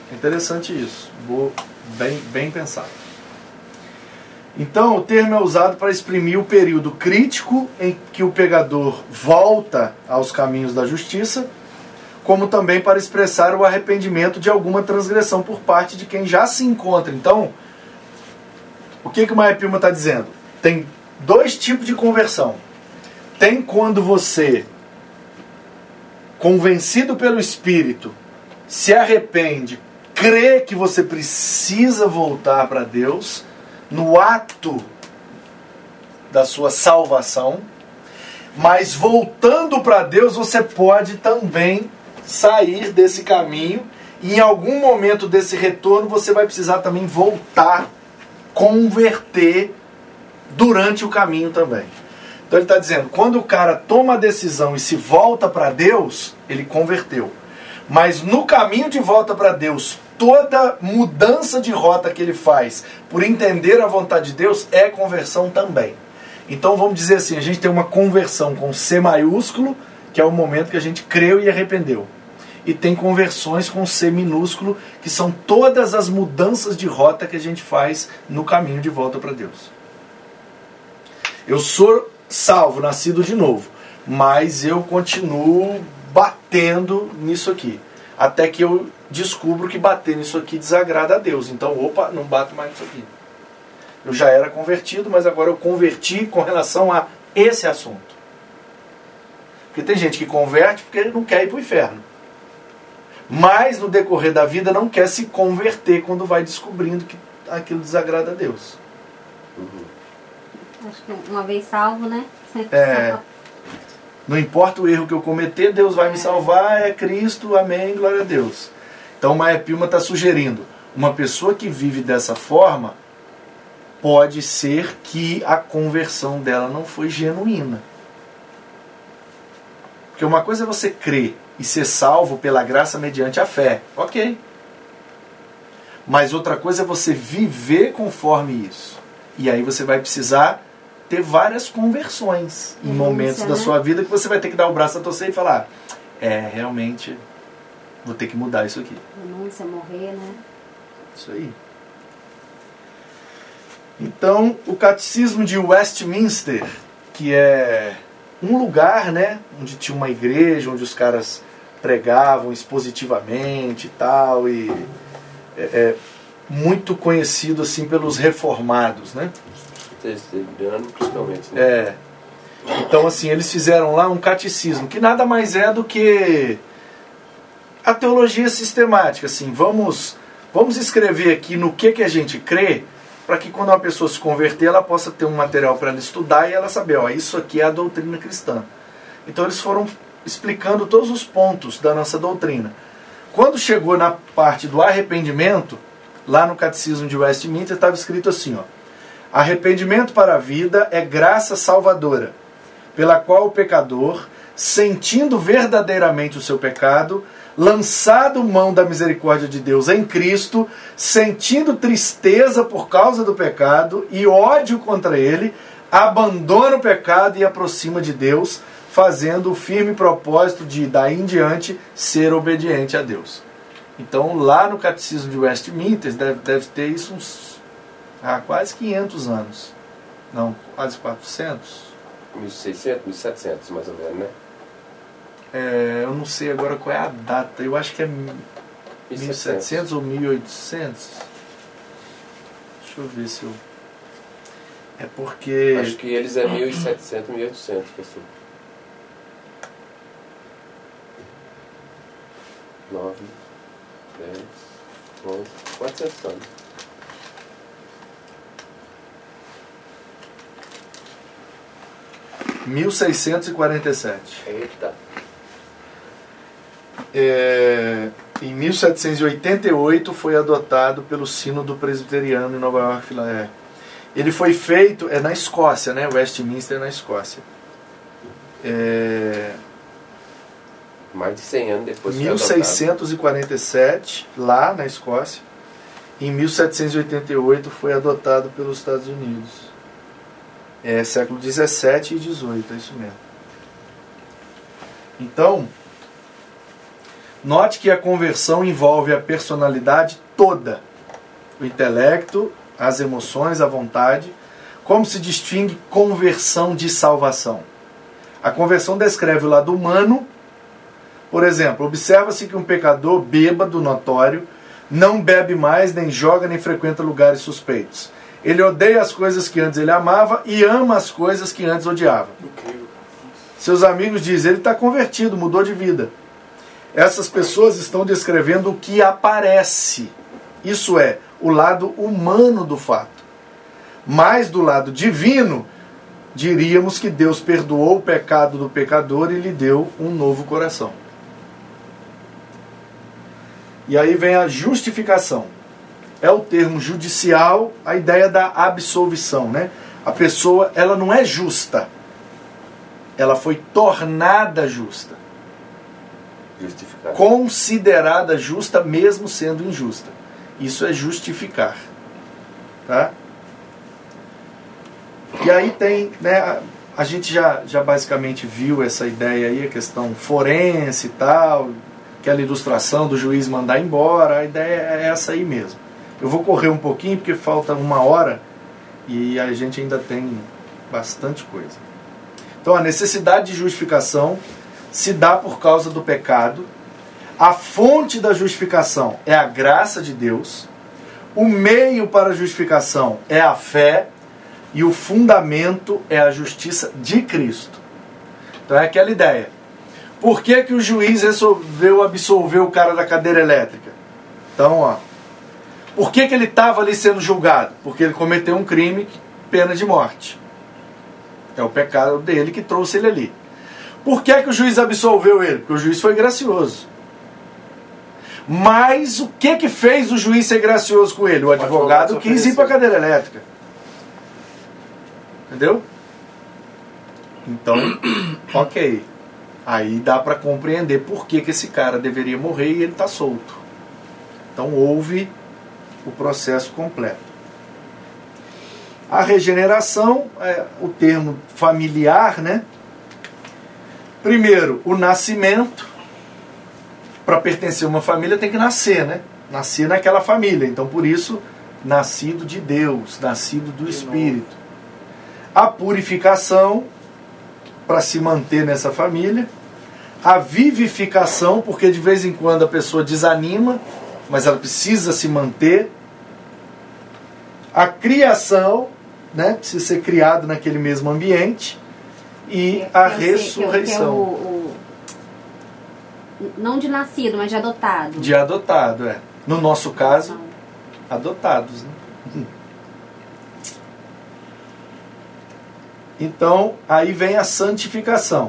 Interessante isso. Bem pensado. Então, o termo é usado para exprimir o período crítico em que o pecador volta aos caminhos da justiça, como também para expressar o arrependimento de alguma transgressão por parte de quem já se encontra. Então, o que o Maia Pilma está dizendo? Tem dois tipos de conversão. Tem quando você, convencido pelo Espírito, se arrepende, crê que você precisa voltar para Deus, no ato da sua salvação, mas voltando para Deus você pode também sair desse caminho e em algum momento desse retorno você vai precisar também voltar, converter durante o caminho também. Então ele está dizendo, quando o cara toma a decisão e se volta para Deus, ele converteu. Mas no caminho de volta para Deus, toda mudança de rota que ele faz por entender a vontade de Deus é conversão também. Então vamos dizer assim, a gente tem uma conversão com C maiúsculo, que é o momento que a gente creu e arrependeu. E tem conversões com C minúsculo, que são todas as mudanças de rota que a gente faz no caminho de volta para Deus. Eu sou salvo, nascido de novo, mas eu continuo batendo nisso aqui. Até que eu descubro que bater nisso aqui desagrada a Deus. Então, opa, não bato mais nisso aqui. Eu já era convertido, mas agora eu converti com relação a esse assunto. Porque tem gente que converte porque ele não quer ir para o inferno. Mas no decorrer da vida não quer se converter quando vai descobrindo que aquilo desagrada a Deus. Acho que uma vez salvo, né? Não importa o erro que eu cometer, Deus vai me salvar, é Cristo, amém, glória a Deus. Então o Maia Pilma está sugerindo, uma pessoa que vive dessa forma, pode ser que a conversão dela não foi genuína. Porque uma coisa é você crer e ser salvo pela graça mediante a fé, ok. Mas outra coisa é você viver conforme isso. E aí você vai precisar ter várias conversões em momentos da sua vida que você vai ter que dar o braço a torcer e falar, realmente vou ter que mudar isso aqui. Renúncia, morrer, né? Isso aí. Então, o Catecismo de Westminster, que é um lugar, né, onde tinha uma igreja, onde os caras pregavam expositivamente e tal, e é muito conhecido assim pelos reformados, né? Principalmente, né? Então, assim, eles fizeram lá um catecismo, que nada mais é do que a teologia sistemática, assim, vamos escrever aqui no que a gente crê, para que quando uma pessoa se converter, ela possa ter um material para ela estudar e ela saber, isso aqui é a doutrina cristã. Então eles foram explicando todos os pontos da nossa doutrina. Quando chegou na parte do arrependimento, lá no Catecismo de Westminster estava escrito assim, arrependimento para a vida é graça salvadora, pela qual o pecador, sentindo verdadeiramente o seu pecado, lançado mão da misericórdia de Deus em Cristo, sentindo tristeza por causa do pecado e ódio contra ele, abandona o pecado e aproxima de Deus, fazendo o firme propósito de, daí em diante, ser obediente a Deus. Então, lá no Catecismo de Westminster, deve ter isso uns quase 500 anos. Não, quase 400. 1600, 1700, mais ou menos, né? Eu não sei agora qual é a data. Eu acho que é 1700 ou 1800. Deixa eu ver se eu... É porque... Acho que eles é 1700, 1800, pessoal. 9, 10, 11, 400 anos. É 1647. Eita. Em 1788 foi adotado pelo Sínodo Presbiteriano em Nova York. Ele foi feito na Escócia, né? Westminster na Escócia. Mais de 100 anos depois. 1647 lá na Escócia. Em 1788 foi adotado pelos Estados Unidos. Século 17 e 18, é isso mesmo. Então, Note que a conversão envolve a personalidade toda, o intelecto, as emoções, a vontade. Como se distingue conversão de salvação? A conversão descreve o lado humano. Por exemplo, observa-se que um pecador bêbado notório não bebe mais, nem joga, nem frequenta lugares suspeitos. Ele odeia as coisas que antes ele amava e ama as coisas que antes odiava. Incrível. Seus amigos dizem, ele está convertido, mudou de vida. Essas pessoas estão descrevendo o que aparece. Isso é, o lado humano do fato. Mas do lado divino, diríamos que Deus perdoou o pecado do pecador e lhe deu um novo coração. E aí vem a justificação. É o termo judicial, a ideia da absolvição, né? A pessoa, ela não é justa. Ela foi tornada justa. Justificar. Considerada justa, mesmo sendo injusta. Isso é justificar. Tá? E aí tem, né, a gente já basicamente viu essa ideia aí, a questão forense e tal, aquela ilustração do juiz mandar embora, a ideia é essa aí mesmo. Eu vou correr um pouquinho porque falta 1 hora e a gente ainda tem bastante coisa. Então a necessidade de justificação se dá por causa do pecado. A fonte da justificação é a graça de Deus. O meio para a justificação é a fé. E o fundamento é a justiça de Cristo. Então é aquela ideia. Por que que o juiz resolveu absolver o cara da cadeira elétrica? Então, ó. Por que que ele estava ali sendo julgado? Porque ele cometeu um crime, pena de morte. É o pecado dele que trouxe ele ali. Por que que o juiz absolveu ele? Porque o juiz foi gracioso. Mas o que que fez o juiz ser gracioso com ele? O advogado quis ir para a cadeira elétrica. Entendeu? Então, ok. Aí dá para compreender por que que esse cara deveria morrer e ele está solto. Então houve o processo completo. A regeneração é o termo familiar, né? Primeiro, o nascimento. Para pertencer a uma família tem que nascer, né? Nascer naquela família. Então, por isso, nascido de Deus, nascido do Espírito. A purificação, para se manter nessa família. A vivificação, porque de vez em quando a pessoa desanima, mas ela precisa se manter. A criação, né? Precisa ser criado naquele mesmo ambiente. E a ressurreição. Não de nascido, mas de adotado. De adotado, é. No nosso caso, adotados, né? Então, aí vem a santificação.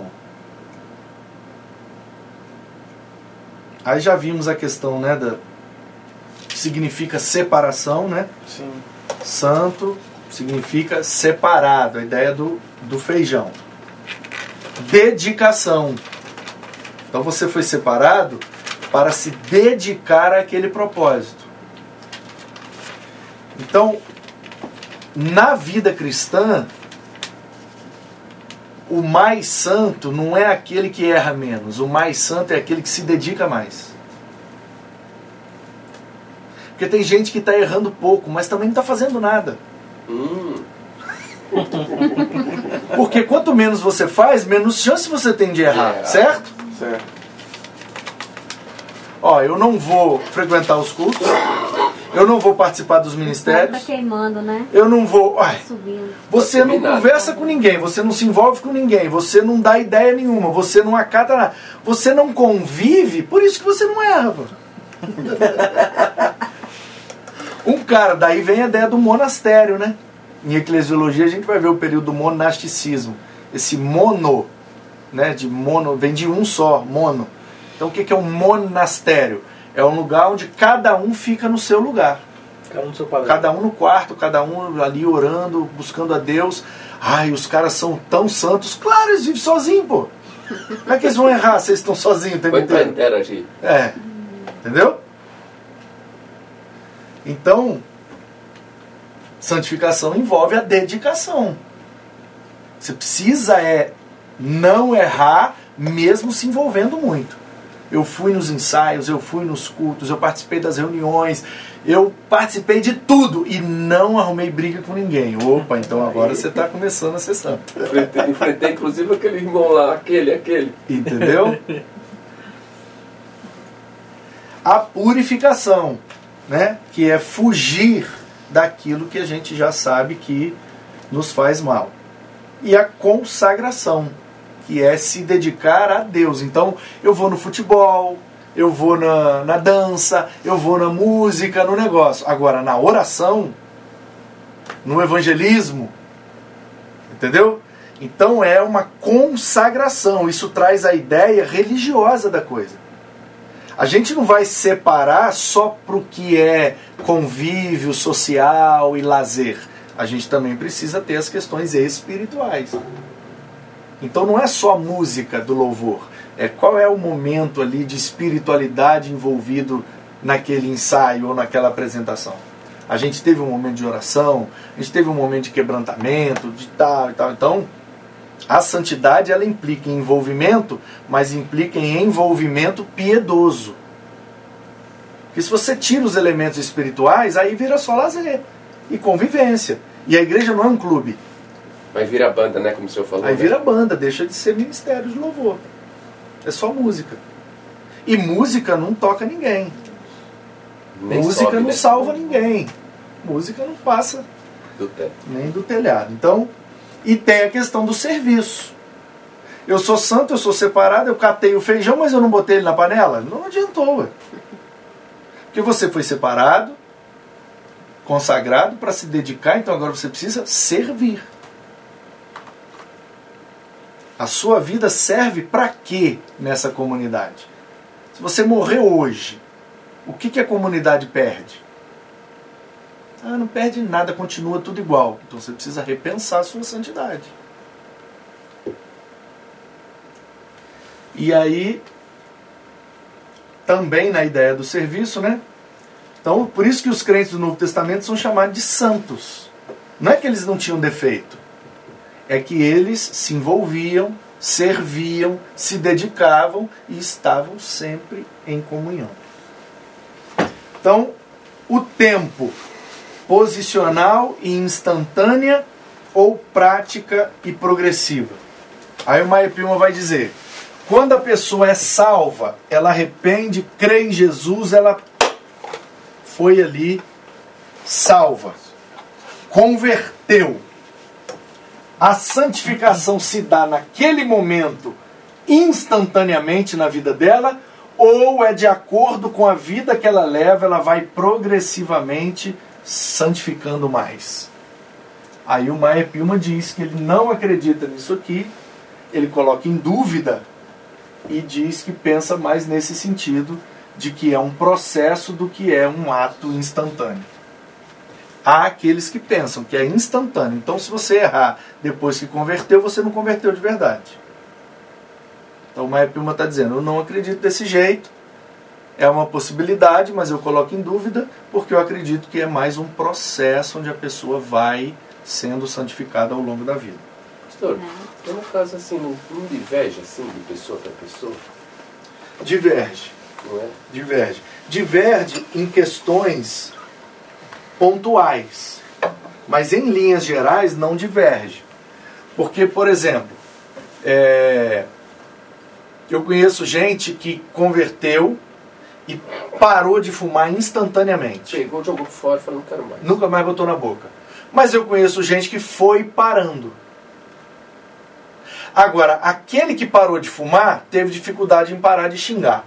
Aí já vimos a questão, né, que significa separação, né? Sim. Santo significa separado, a ideia do feijão. Dedicação. Então você foi separado para se dedicar àquele propósito. Então, na vida cristã, o mais santo não é aquele que erra menos. O mais santo é aquele que se dedica mais. Porque tem gente que está errando pouco, mas também não está fazendo nada. Porque quanto menos você faz, menos chance você tem de errar, certo? Certo. Ó, eu não vou frequentar os cultos, eu não vou participar dos ministérios. Tá queimando, né? Eu não vou. Subindo. Você não conversa com ninguém, você não se envolve com ninguém, você não dá ideia nenhuma, você não acata nada, você não convive, por isso que você não erra. Um cara, daí vem a ideia do monastério, né? Em eclesiologia a gente vai ver o período do monasticismo. Esse mono, né? De mono, vem de um só, mono. Então o que é um monastério? É um lugar onde cada um fica no seu lugar. Cada um no seu padrão. Cada um no quarto, cada um ali orando, buscando a Deus. Ai, os caras são tão santos. Claro, eles vivem sozinhos, pô. Como é que eles vão errar se eles estão sozinhos o tempo inteiro? Interagir. É. Entendeu? Então, santificação envolve a dedicação. Você precisa não errar, mesmo se envolvendo muito. Eu fui nos ensaios, eu fui nos cultos, eu participei das reuniões, eu participei de tudo e não arrumei briga com ninguém. Opa, então agora você está começando a ser santo. Enfrentei inclusive aquele irmão lá, aquele. Entendeu? A purificação, né? Que é fugir daquilo que a gente já sabe que nos faz mal. E a consagração, que é se dedicar a Deus. Então, eu vou no futebol, eu vou na dança, eu vou na música, no negócio. Agora, na oração, no evangelismo, entendeu? Então, é uma consagração. Isso traz a ideia religiosa da coisa. A gente não vai separar só para o que é convívio social e lazer. A gente também precisa ter as questões espirituais. Então não é só a música do louvor. Qual é o momento ali de espiritualidade envolvido naquele ensaio ou naquela apresentação. A gente teve um momento de oração, a gente teve um momento de quebrantamento, de tal e tal. Então, a santidade ela implica em envolvimento, mas implica em envolvimento piedoso. Porque se você tira os elementos espirituais, aí vira só lazer e convivência. E a igreja não é um clube. Aí vira banda, né? Como o senhor falou. Aí vira banda, deixa de ser ministério de louvor. É só música. E música não toca ninguém. Nem música sobe, não né? salva ninguém. Música não passa Do teto. nem do telhado. Então, e tem a questão do serviço. Eu sou santo, eu sou separado, eu catei o feijão, mas eu não botei ele na panela? Não adiantou, ué. Porque você foi separado, consagrado para se dedicar, então agora você precisa servir. A sua vida serve para quê nessa comunidade? Se você morrer hoje, o que a comunidade perde? Não perde nada, continua tudo igual. Então você precisa repensar a sua santidade. E aí, também na ideia do serviço, né? Então, por isso que os crentes do Novo Testamento são chamados de santos. Não é que eles não tinham defeito. É que eles se envolviam, serviam, se dedicavam e estavam sempre em comunhão. Então, o tempo posicional e instantânea ou prática e progressiva. Aí o Maia Pima vai dizer, quando a pessoa é salva, ela arrepende, crê em Jesus, ela foi ali salva, converteu. A santificação se dá naquele momento, instantaneamente na vida dela, ou é de acordo com a vida que ela leva, ela vai progressivamente santificando mais. Aí o Maia Pima diz que ele não acredita nisso aqui, ele coloca em dúvida e diz que pensa mais nesse sentido de que é um processo do que é um ato instantâneo. Há aqueles que pensam que é instantâneo. Então, se você errar depois que converteu, você não converteu de verdade. Então, o Maia Pima está dizendo, eu não acredito desse jeito. É uma possibilidade, mas eu coloco em dúvida, porque eu acredito que é mais um processo onde a pessoa vai sendo santificada ao longo da vida. Pastor, tem um caso assim, não diverge assim de pessoa para pessoa? Diverge. Não é? Diverge. Diverge em questões pontuais, mas em linhas gerais não diverge. Porque, por exemplo, eu conheço gente que converteu e parou de fumar instantaneamente. Pegou, jogou fora e falou, não quero mais. Nunca mais botou na boca. Mas eu conheço gente que foi parando. Agora, aquele que parou de fumar teve dificuldade em parar de xingar.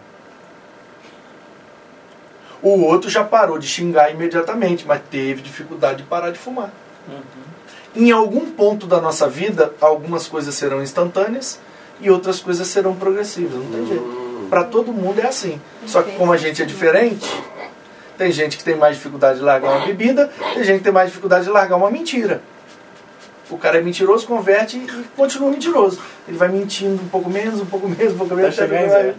O outro já parou de xingar imediatamente, mas teve dificuldade de parar de fumar. Em algum ponto da nossa vida, algumas coisas serão instantâneas e outras coisas serão progressivas. Não tem jeito. Para todo mundo é assim. Só que como a gente é diferente, tem gente que tem mais dificuldade de largar uma bebida, tem gente que tem mais dificuldade de largar uma mentira. O cara é mentiroso, converte e continua mentiroso. Ele vai mentindo um pouco menos, um pouco menos, um pouco menos. Vai chegar em zero.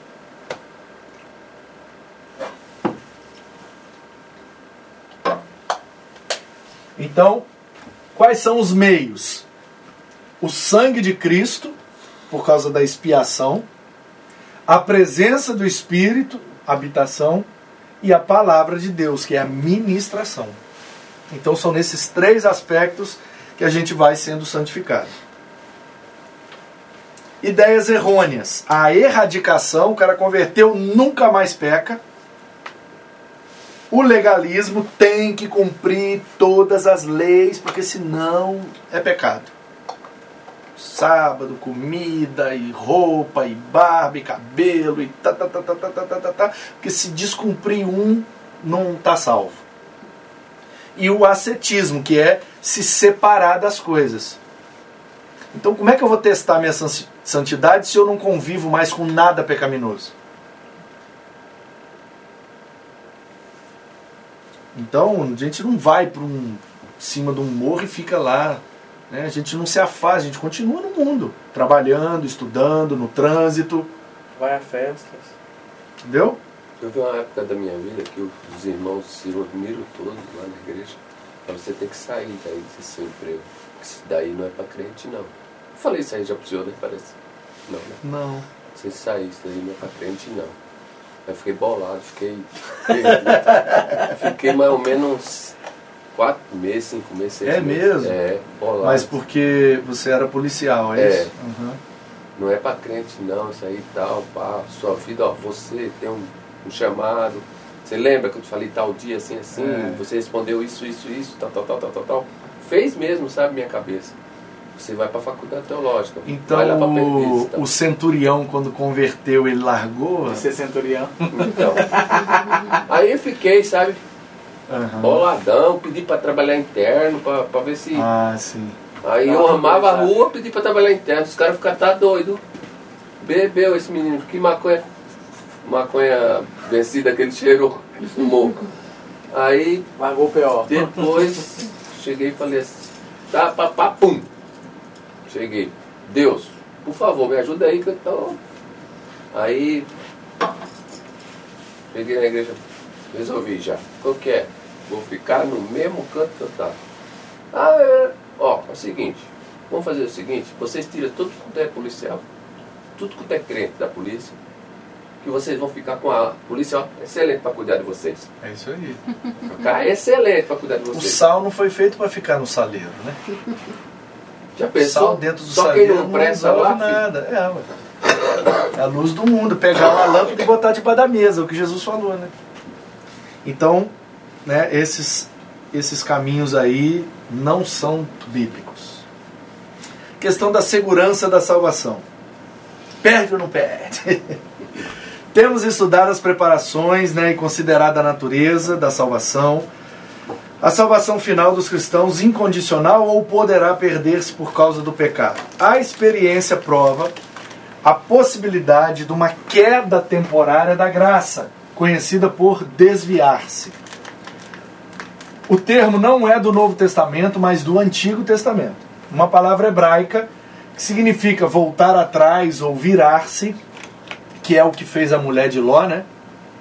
Então, quais são os meios? O sangue de Cristo, por causa da expiação, a presença do Espírito, habitação, e a palavra de Deus, que é a ministração. Então são nesses 3 aspectos que a gente vai sendo santificado. Ideias errôneas. A erradicação, o cara converteu, nunca mais peca. O legalismo, tem que cumprir todas as leis, porque senão é pecado. Sábado, comida, e roupa, e barba, e cabelo, e porque se descumprir um, não está salvo. E o ascetismo, que é se separar das coisas. Então como é que eu vou testar minha santidade se eu não convivo mais com nada pecaminoso? Então a gente não vai para cima de um morro e fica lá. Né? A gente não se afasta, a gente continua no mundo, trabalhando, estudando, no trânsito. Vai a festas. Entendeu? Eu vi uma época da minha vida que os irmãos se reuniram todos lá na igreja. Você tem que sair daí desse seu emprego. Isso daí não é para crente, não. Eu falei isso aí já pro senhor, né? Parece. Não, né? Não. Você sair, isso daí não é para crente, não. Eu fiquei bolado, fiquei mais ou menos 4 meses, 5 meses, 6 é meses. Mesmo? É, bolado. Mas porque você era policial, é isso? Uhum. Não é para crente, não, isso aí e tal, pá. Sua vida, ó, você tem um chamado. Você lembra que eu te falei tal dia, assim, você respondeu isso, tal. Fez mesmo, sabe, minha cabeça. Você vai para a faculdade teológica. Então, vai lá pra Perdiz, o centurião, quando converteu, ele largou? Ser centurião. Então. Aí eu fiquei, sabe, boladão, pedi para trabalhar interno, para ver se... Ah, sim. Aí eu amava a rua, pedi para trabalhar interno. Os caras ficaram, tá doido. Bebeu esse menino, que maconha vencida que ele cheirou, ele fumou. Aí, largou o P.O. Depois, cheguei e falei assim, tá, pum. Cheguei, Deus, por favor, me ajuda aí que eu tô... Aí, cheguei na igreja, resolvi já. Qual que é? Vou ficar no mesmo canto que eu tava. É o seguinte, vamos fazer o seguinte, vocês tiram tudo quanto é policial, tudo quanto é crente da polícia, que vocês vão ficar com a polícia, ó, excelente para cuidar de vocês. É isso aí. Ficar excelente para cuidar de vocês. O sal não foi feito para ficar no saleiro, né? Já pensou? Sal dentro do só saleiro quem não presta não lá, nada. É a luz do mundo. Pegar uma lâmpada e botar debaixo da mesa, o que Jesus falou, né? Então, né, esses caminhos aí não são bíblicos. Questão da segurança da salvação. Perde ou não perde? Temos estudado as preparações, né, e considerado a natureza da salvação. A salvação final dos cristãos incondicional ou poderá perder-se por causa do pecado? A experiência prova a possibilidade de uma queda temporária da graça, conhecida por desviar-se. O termo não é do Novo Testamento, mas do Antigo Testamento. Uma palavra hebraica que significa voltar atrás ou virar-se, que é o que fez a mulher de Ló, né?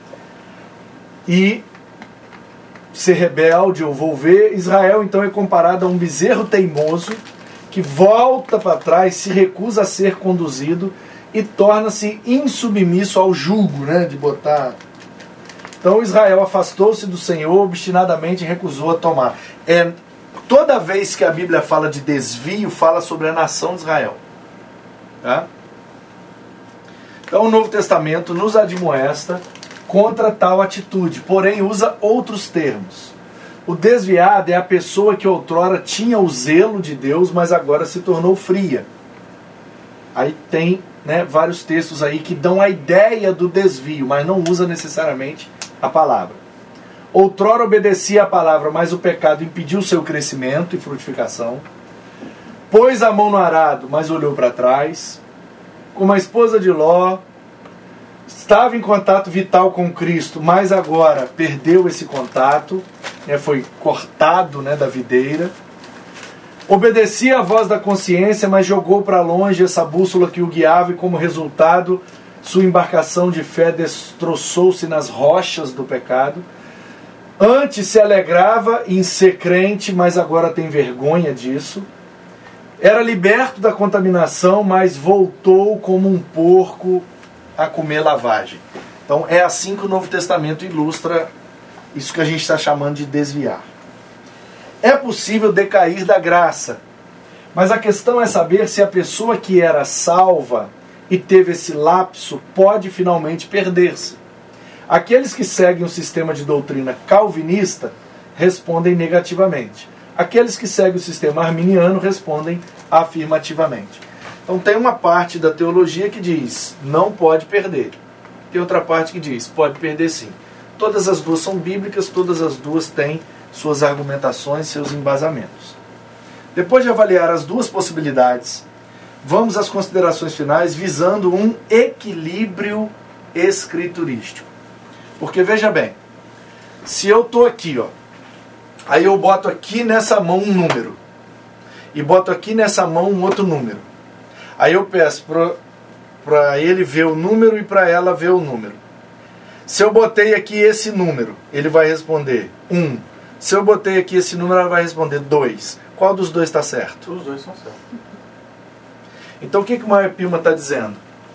E ser rebelde ou volver. Israel então é comparado a um bezerro teimoso que volta para trás, se recusa a ser conduzido e torna-se insubmisso ao jugo, né? De botar... Então Israel afastou-se do Senhor, obstinadamente recusou a tomar. Toda vez que a Bíblia fala de desvio, fala sobre a nação de Israel. Tá? Então o Novo Testamento nos admoesta contra tal atitude, porém usa outros termos. O desviado é a pessoa que outrora tinha o zelo de Deus, mas agora se tornou fria. Aí tem, né, vários textos aí que dão a ideia do desvio, mas não usa necessariamente a palavra. Outrora obedecia a palavra, mas o pecado impediu seu crescimento e frutificação. Pôs a mão no arado, mas olhou para trás. Como a esposa de Ló, estava em contato vital com Cristo, mas agora perdeu esse contato, né, foi cortado, né, da videira. Obedecia à voz da consciência, mas jogou para longe essa bússola que o guiava e, como resultado, sua embarcação de fé destroçou-se nas rochas do pecado. Antes se alegrava em ser crente, mas agora tem vergonha disso. Era liberto da contaminação, mas voltou como um porco a comer lavagem. Então é assim que o Novo Testamento ilustra isso que a gente está chamando de desviar. É possível decair da graça, mas a questão é saber se a pessoa que era salva e teve esse lapso pode finalmente perder-se. Aqueles que seguem o sistema de doutrina calvinista respondem negativamente. Aqueles que seguem o sistema arminiano respondem afirmativamente. Então tem uma parte da teologia que diz, não pode perder. Tem outra parte que diz, pode perder sim. Todas as duas são bíblicas, todas as duas têm suas argumentações, seus embasamentos. Depois de avaliar as duas possibilidades, vamos às considerações finais visando um equilíbrio escriturístico. Porque veja bem, se eu estou aqui, ó, aí eu boto aqui nessa mão um número, e boto aqui nessa mão um outro número. Aí eu peço para ele ver o número e para ela ver o número. Se eu botei aqui esse número, ele vai responder 1. Se eu botei aqui esse número, ela vai responder 2. Qual dos dois está certo? Os dois são certos. Então o que o Meyer Pillman está dizendo?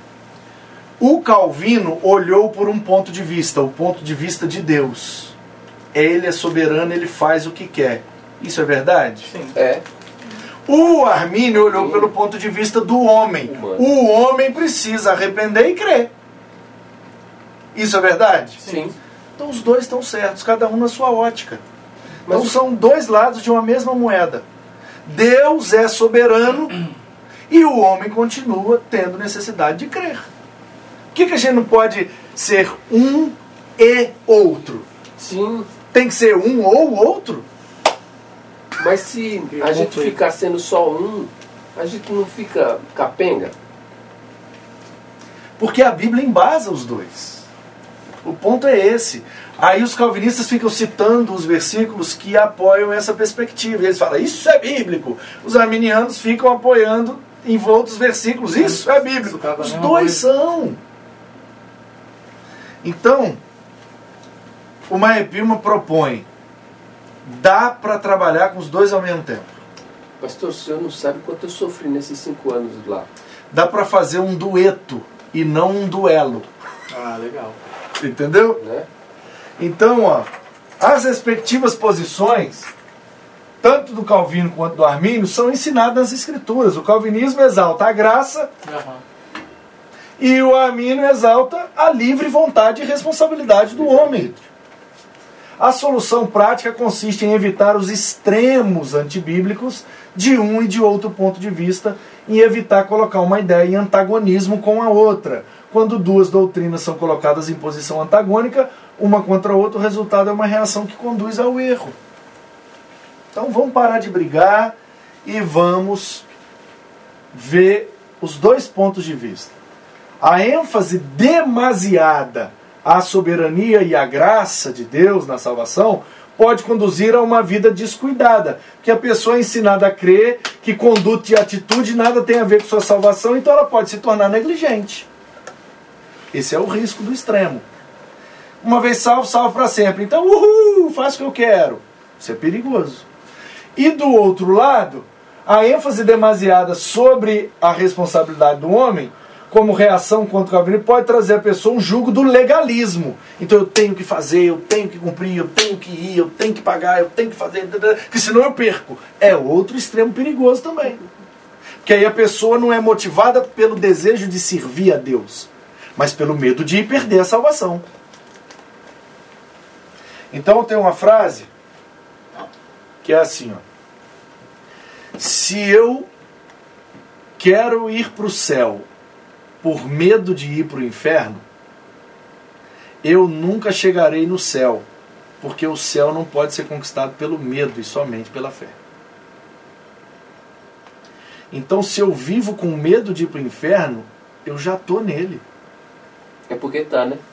O Calvino olhou por um ponto de vista, o ponto de vista de Deus. Ele é soberano, ele faz o que quer. Isso é verdade? Sim. É. O Armínio olhou pelo ponto de vista do homem. Humano. O homem precisa arrepender e crer. Isso é verdade? Sim. Então os dois estão certos, cada um na sua ótica. Mas Então são dois lados de uma mesma moeda. Deus é soberano e o homem continua tendo necessidade de crer. Por que a gente não pode ser um e outro? Sim. Tem que ser um ou outro? Mas se a gente ficar sendo só um, a gente não fica capenga? Porque a Bíblia embasa os dois. O ponto é esse. Aí os calvinistas ficam citando os versículos que apoiam essa perspectiva. E eles falam, isso é bíblico. Os arminianos ficam apoiando em outros versículos. Isso é bíblico. Os dois são. Então, o Meyer Pillman propõe, dá para trabalhar com os dois ao mesmo tempo. Pastor, o senhor não sabe quanto eu sofri nesses 5 anos lá. Dá para fazer um dueto e não um duelo. Ah, legal. Entendeu? Né? Então, ó, as respectivas posições, tanto do Calvino quanto do Armínio, são ensinadas nas Escrituras. O calvinismo exalta a graça e o Armínio exalta a livre vontade e responsabilidade do homem. A solução prática consiste em evitar os extremos antibíblicos de um e de outro ponto de vista e evitar colocar uma ideia em antagonismo com a outra. Quando duas doutrinas são colocadas em posição antagônica, uma contra a outra, o resultado é uma reação que conduz ao erro. Então vamos parar de brigar e vamos ver os dois pontos de vista. A ênfase demasiada à soberania e à graça de Deus na salvação pode conduzir a uma vida descuidada, porque a pessoa é ensinada a crer que conduta e atitude nada tem a ver com sua salvação, então ela pode se tornar negligente. Esse é o risco do extremo. Uma vez salvo, salvo para sempre. Então, faço o que eu quero. Isso é perigoso. E do outro lado, a ênfase demasiada sobre a responsabilidade do homem, como reação contra o calvinismo, pode trazer a pessoa um jugo do legalismo. Então eu tenho que fazer, eu tenho que cumprir, eu tenho que ir, eu tenho que pagar, eu tenho que fazer, porque senão eu perco. É outro extremo perigoso também. Porque aí a pessoa não é motivada pelo desejo de servir a Deus, mas pelo medo de ir perder a salvação. Então tem uma frase que é assim, ó. Se eu quero ir para o céu por medo de ir para o inferno, eu nunca chegarei no céu, porque o céu não pode ser conquistado pelo medo e somente pela fé. Então se eu vivo com medo de ir para o inferno, eu já estou nele. É porque tá, né?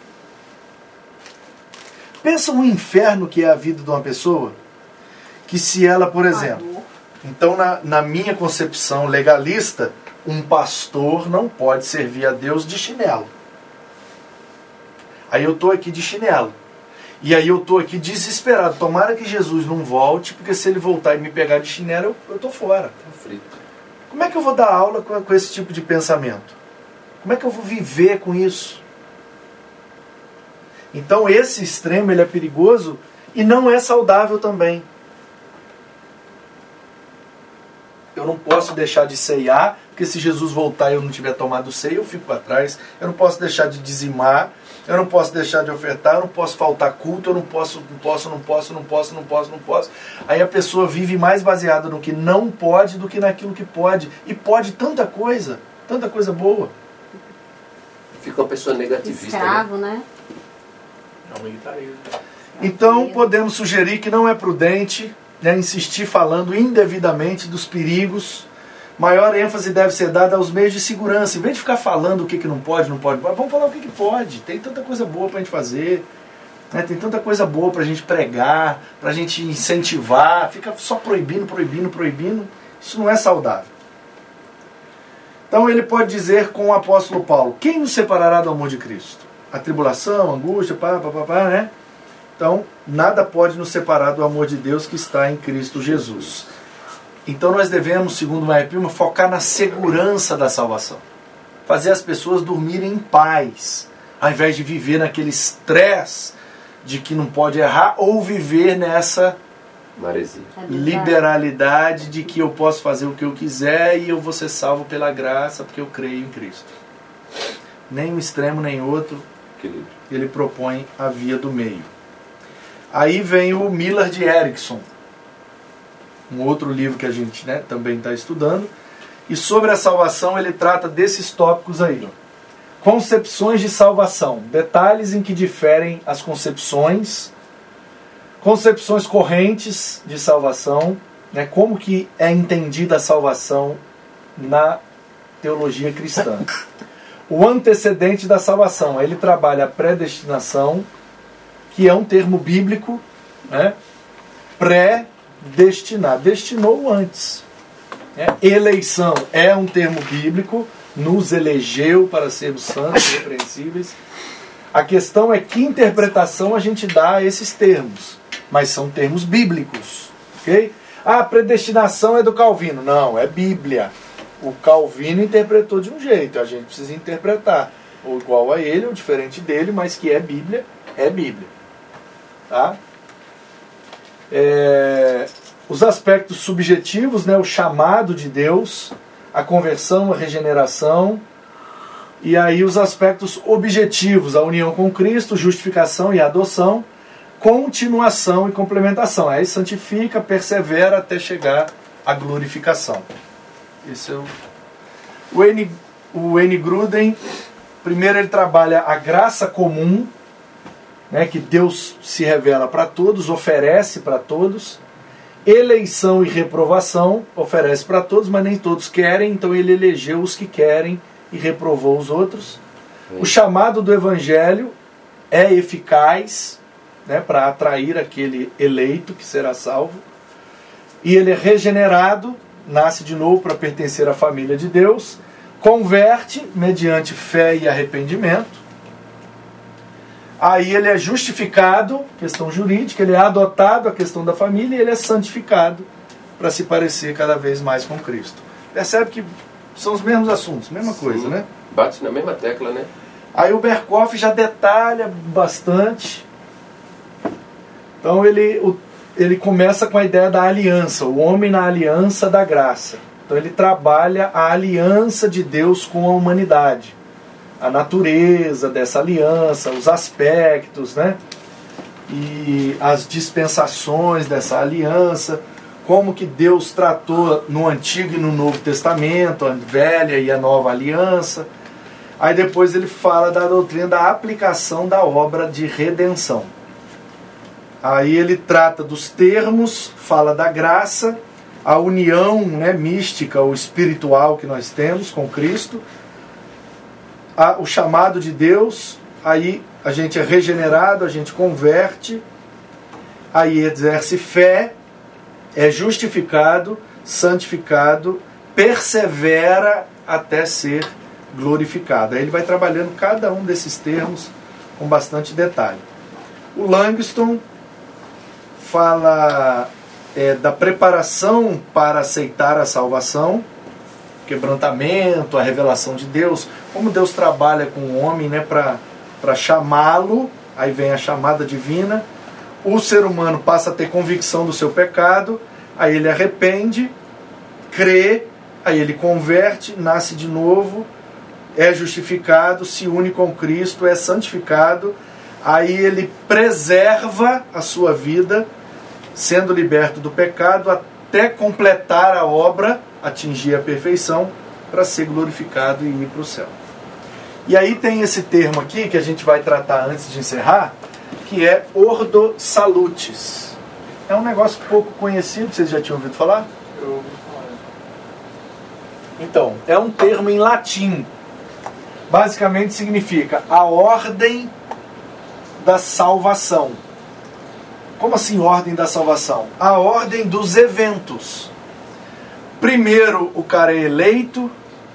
Pensa no inferno que é a vida de uma pessoa, que se ela, por exemplo, então na minha concepção legalista, um pastor não pode servir a Deus de chinelo. Aí eu estou aqui de chinelo. E aí eu estou aqui desesperado. Tomara que Jesus não volte, porque se ele voltar e me pegar de chinelo, eu estou fora. Tá frito. Como é que eu vou dar aula com esse tipo de pensamento? Como é que eu vou viver com isso? Então esse extremo ele é perigoso e não é saudável também. Eu não posso deixar de ceiar, porque se Jesus voltar e eu não tiver tomado ceia, eu fico para trás. Eu não posso deixar de dizimar, eu não posso deixar de ofertar, eu não posso faltar culto, eu não posso. Aí a pessoa vive mais baseada no que não pode do que naquilo que pode. E pode tanta coisa boa. Fica uma pessoa negativista. Escravo, né? É um militarismo. Então podemos sugerir que não é prudente, né, insistir falando indevidamente dos perigos. Maior ênfase deve ser dada aos meios de segurança. Em vez de ficar falando o que não pode, vamos falar o que pode. Tem tanta coisa boa para a gente fazer, né? Tem tanta coisa boa para a gente pregar, para a gente incentivar. Fica só proibindo. Isso não é saudável. Então ele pode dizer com o apóstolo Paulo: quem nos separará do amor de Cristo? A tribulação, a angústia, né? Então, nada pode nos separar do amor de Deus que está em Cristo Jesus. Então nós devemos, segundo Maia Pima, focar na segurança da salvação. Fazer as pessoas dormirem em paz, ao invés de viver naquele estresse de que não pode errar, ou viver nessa Maresia. liberalidade de que eu posso fazer o que eu quiser e eu vou ser salvo pela graça porque eu creio em Cristo. Nem um extremo nem outro. Ele propõe a via do meio. Aí vem o Millard Erickson, um outro livro que a gente, né, também está estudando, e sobre a salvação ele trata desses tópicos aí. Ó. Concepções de salvação, detalhes em que diferem as concepções correntes de salvação, né, como que é entendida a salvação na teologia cristã. O antecedente da salvação, ele trabalha a predestinação, que é um termo bíblico, né? Predestinar, destinou antes. Eleição é um termo bíblico, nos elegeu para sermos santos e irrepreensíveis. A questão é que interpretação a gente dá a esses termos, mas são termos bíblicos, ok? Ah, predestinação é do Calvino. Não, é Bíblia. O Calvino interpretou de um jeito, a gente precisa interpretar ou igual a ele ou diferente dele, mas que é Bíblia, é Bíblia. Tá? Os aspectos subjetivos, né, o chamado de Deus, a conversão, a regeneração, e aí os aspectos objetivos, a união com Cristo, justificação e adoção, continuação e complementação. Aí santifica, persevera até chegar à glorificação. Esse é o Wayne Grudem. Primeiro ele trabalha a graça comum, né, que Deus se revela para todos, oferece para todos. Eleição e reprovação, oferece para todos, mas nem todos querem, então ele elegeu os que querem e reprovou os outros. O chamado do Evangelho é eficaz, né, para atrair aquele eleito que será salvo. E ele é regenerado, nasce de novo para pertencer à família de Deus, converte mediante fé e arrependimento. Aí ele é justificado, questão jurídica, ele é adotado, a questão da família, e ele é santificado para se parecer cada vez mais com Cristo. Percebe que são os mesmos assuntos, mesma coisa, né? Bate na mesma tecla, né? Aí o Berkhoff já detalha bastante. Então ele começa com a ideia da aliança, o homem na aliança da graça. Então ele trabalha a aliança de Deus com a humanidade. A natureza dessa aliança, os aspectos, né? E as dispensações dessa aliança, como que Deus tratou no Antigo e no Novo Testamento, a velha e a nova aliança. Aí depois ele fala da doutrina da aplicação da obra de redenção. Aí ele trata dos termos, fala da graça, a união, né, mística ou espiritual que nós temos com Cristo, o chamado de Deus, aí a gente é regenerado, a gente converte, aí exerce fé, é justificado, santificado, persevera até ser glorificado. Aí ele vai trabalhando cada um desses termos com bastante detalhe. O Langston fala da preparação para aceitar a salvação, quebrantamento, a revelação de Deus, como Deus trabalha com o homem, né, para chamá-lo, aí vem a chamada divina, o ser humano passa a ter convicção do seu pecado, aí ele arrepende, crê, aí ele converte, nasce de novo, é justificado, se une com Cristo, é santificado, aí ele preserva a sua vida, sendo liberto do pecado, até completar a obra, atingir a perfeição, para ser glorificado e ir para o céu. E aí tem esse termo aqui, que a gente vai tratar antes de encerrar, que é Ordo Salutis. É um negócio pouco conhecido, vocês já tinham ouvido falar? Eu ouvi falar. Então, é um termo em latim. Basicamente significa a ordem da salvação. Como assim ordem da salvação? A ordem dos eventos. Primeiro o cara é eleito,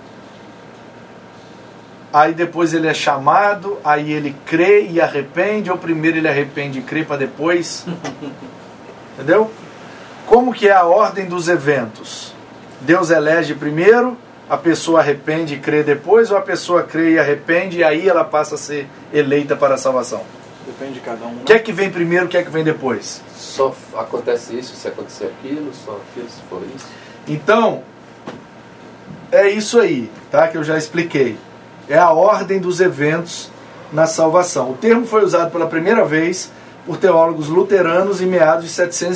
aí depois ele é chamado, aí ele crê e arrepende, ou primeiro ele arrepende e crê para depois. Entendeu? Como que é a ordem dos eventos? Deus elege primeiro, a pessoa arrepende e crê depois, ou a pessoa crê e arrepende e aí ela passa a ser eleita para a salvação? Depende de cada um. Né? O que é que vem primeiro, o que é que vem depois? Só acontece isso se acontecer aquilo, só aquilo se for isso. Então, é isso aí, tá? Que eu já expliquei. É a ordem dos eventos na salvação. O termo foi usado pela primeira vez por teólogos luteranos em meados de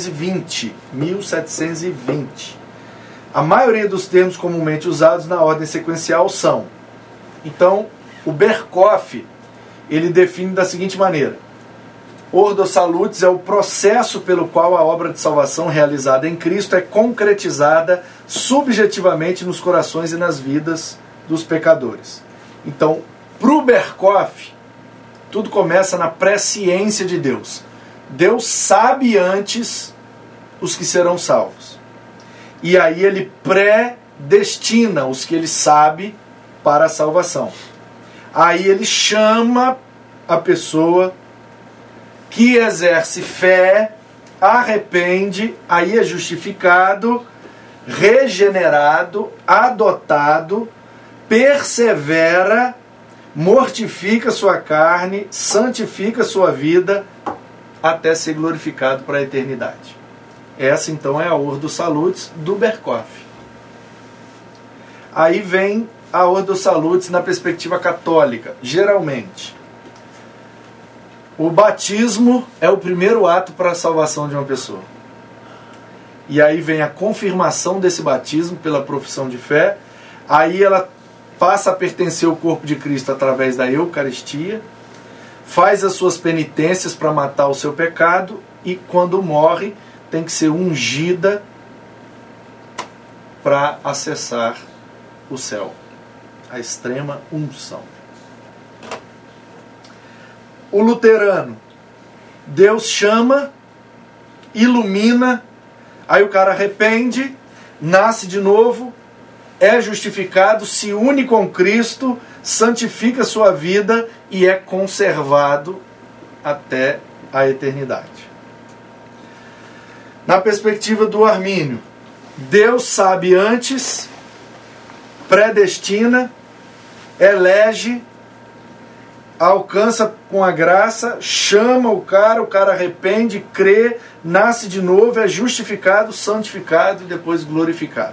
1720. A maioria dos termos comumente usados na ordem sequencial são. Então, o Berkhoff, ele define da seguinte maneira: Ordo Salutis é o processo pelo qual a obra de salvação realizada em Cristo é concretizada subjetivamente nos corações e nas vidas dos pecadores. Então, para o Berkhoff, tudo começa na presciência de Deus. Deus sabe antes os que serão salvos. E aí ele predestina os que ele sabe para a salvação. Aí ele chama a pessoa que exerce fé, arrepende, aí é justificado, regenerado, adotado, persevera, mortifica sua carne, santifica sua vida, até ser glorificado para a eternidade. Essa então é a Ordo Salutis do Berkhoff. Aí vem a Ordo Salutis na perspectiva católica, geralmente. O batismo é o primeiro ato para a salvação de uma pessoa. E aí vem a confirmação desse batismo pela profissão de fé. Aí ela passa a pertencer ao corpo de Cristo através da Eucaristia, faz as suas penitências para matar o seu pecado e quando morre tem que ser ungida para acessar o céu. A extrema unção. O luterano, Deus chama, ilumina, aí o cara arrepende, nasce de novo, é justificado, se une com Cristo, santifica sua vida e é conservado até a eternidade. Na perspectiva do Armínio, Deus sabe antes, predestina, elege, alcança com a graça, chama o cara arrepende, crê, nasce de novo, é justificado, santificado e depois glorificado.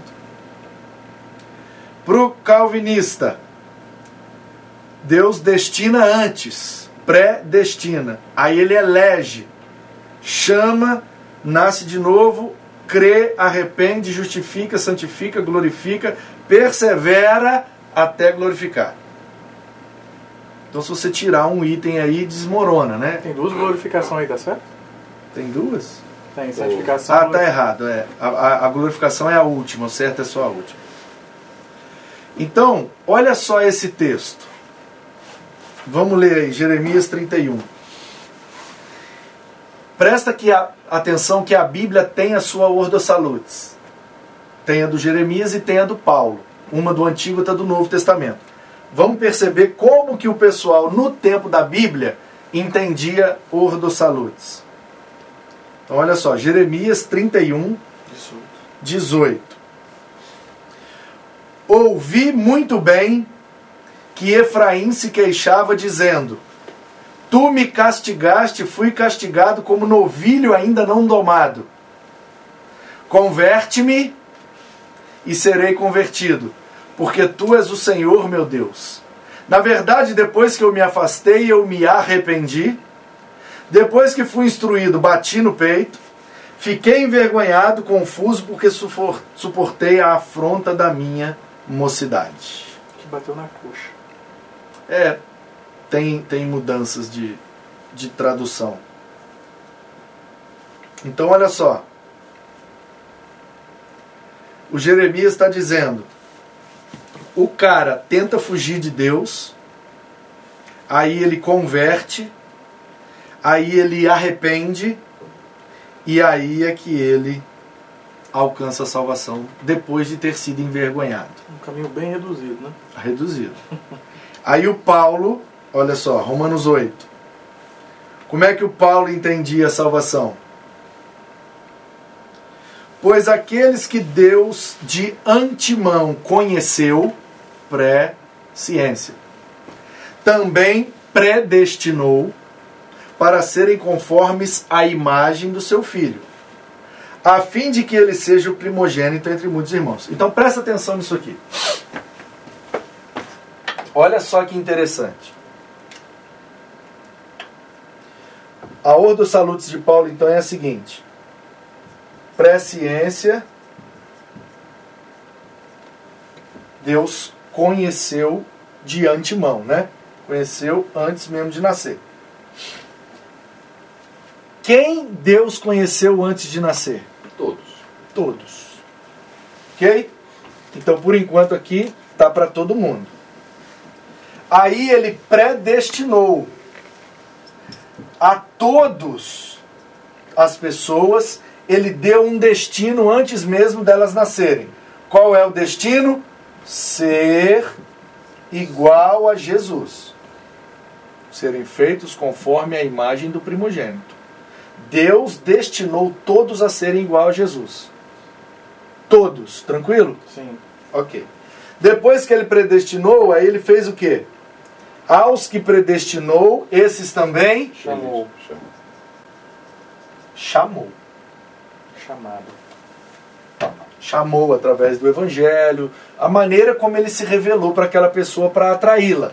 Para o calvinista, Deus destina antes, predestina, aí ele elege, chama, nasce de novo, crê, arrepende, justifica, santifica, glorifica, persevera até glorificar. Então se você tirar um item aí, desmorona, né? Tem duas glorificações aí, tá certo? Tem duas? Tem, santificação. Ah, tá errado, é. A glorificação é a última, o certo é só a última. Então, olha só esse texto. Vamos ler aí, Jeremias 31. Presta atenção que a Bíblia tem a sua Ordo Salutis. Tem a do Jeremias e tem a do Paulo. Uma do Antigo e outra do Novo Testamento. Vamos perceber como que o pessoal no tempo da Bíblia entendia Ordo Salutis. Então olha só, Jeremias 31, 18. ouvi muito bem que Efraim se queixava, dizendo: tu me castigaste, fui castigado como novilho ainda não domado. Converte-me e serei convertido, porque tu és o Senhor meu Deus. Na verdade, depois que eu me afastei, eu me arrependi. Depois que fui instruído, bati no peito. Fiquei envergonhado, confuso, porque suportei a afronta da minha mocidade. Que bateu na coxa. Tem mudanças de tradução. Então, olha só. O Jeremias está dizendo: o cara tenta fugir de Deus, aí ele converte, aí ele arrepende, e aí é que ele alcança a salvação depois de ter sido envergonhado. Um caminho bem reduzido, né? Reduzido. Aí o Paulo, olha só, Romanos 8. Como é que o Paulo entendia a salvação? Pois aqueles que Deus de antemão conheceu, pré-ciência, também predestinou para serem conformes à imagem do seu Filho, a fim de que ele seja o primogênito entre muitos irmãos. Então presta atenção nisso aqui. Olha só que interessante. A Ordo Salutis de Paulo, então, é a seguinte: pré-ciência, Deus conheceu de antemão, né? Conheceu antes mesmo de nascer. Quem Deus conheceu antes de nascer? Todos. Todos. Ok? Então, por enquanto aqui, tá para todo mundo. Aí ele predestinou a todos as pessoas, ele deu um destino antes mesmo delas nascerem. Qual é o destino? Ser igual a Jesus. Serem feitos conforme a imagem do primogênito. Deus destinou todos a serem igual a Jesus. Todos. Tranquilo? Sim. Ok. Depois que ele predestinou, aí ele fez o quê? Aos que predestinou, esses também Chamou. chamou. Chamado. Através do Evangelho, a maneira como ele se revelou para aquela pessoa para atraí-la.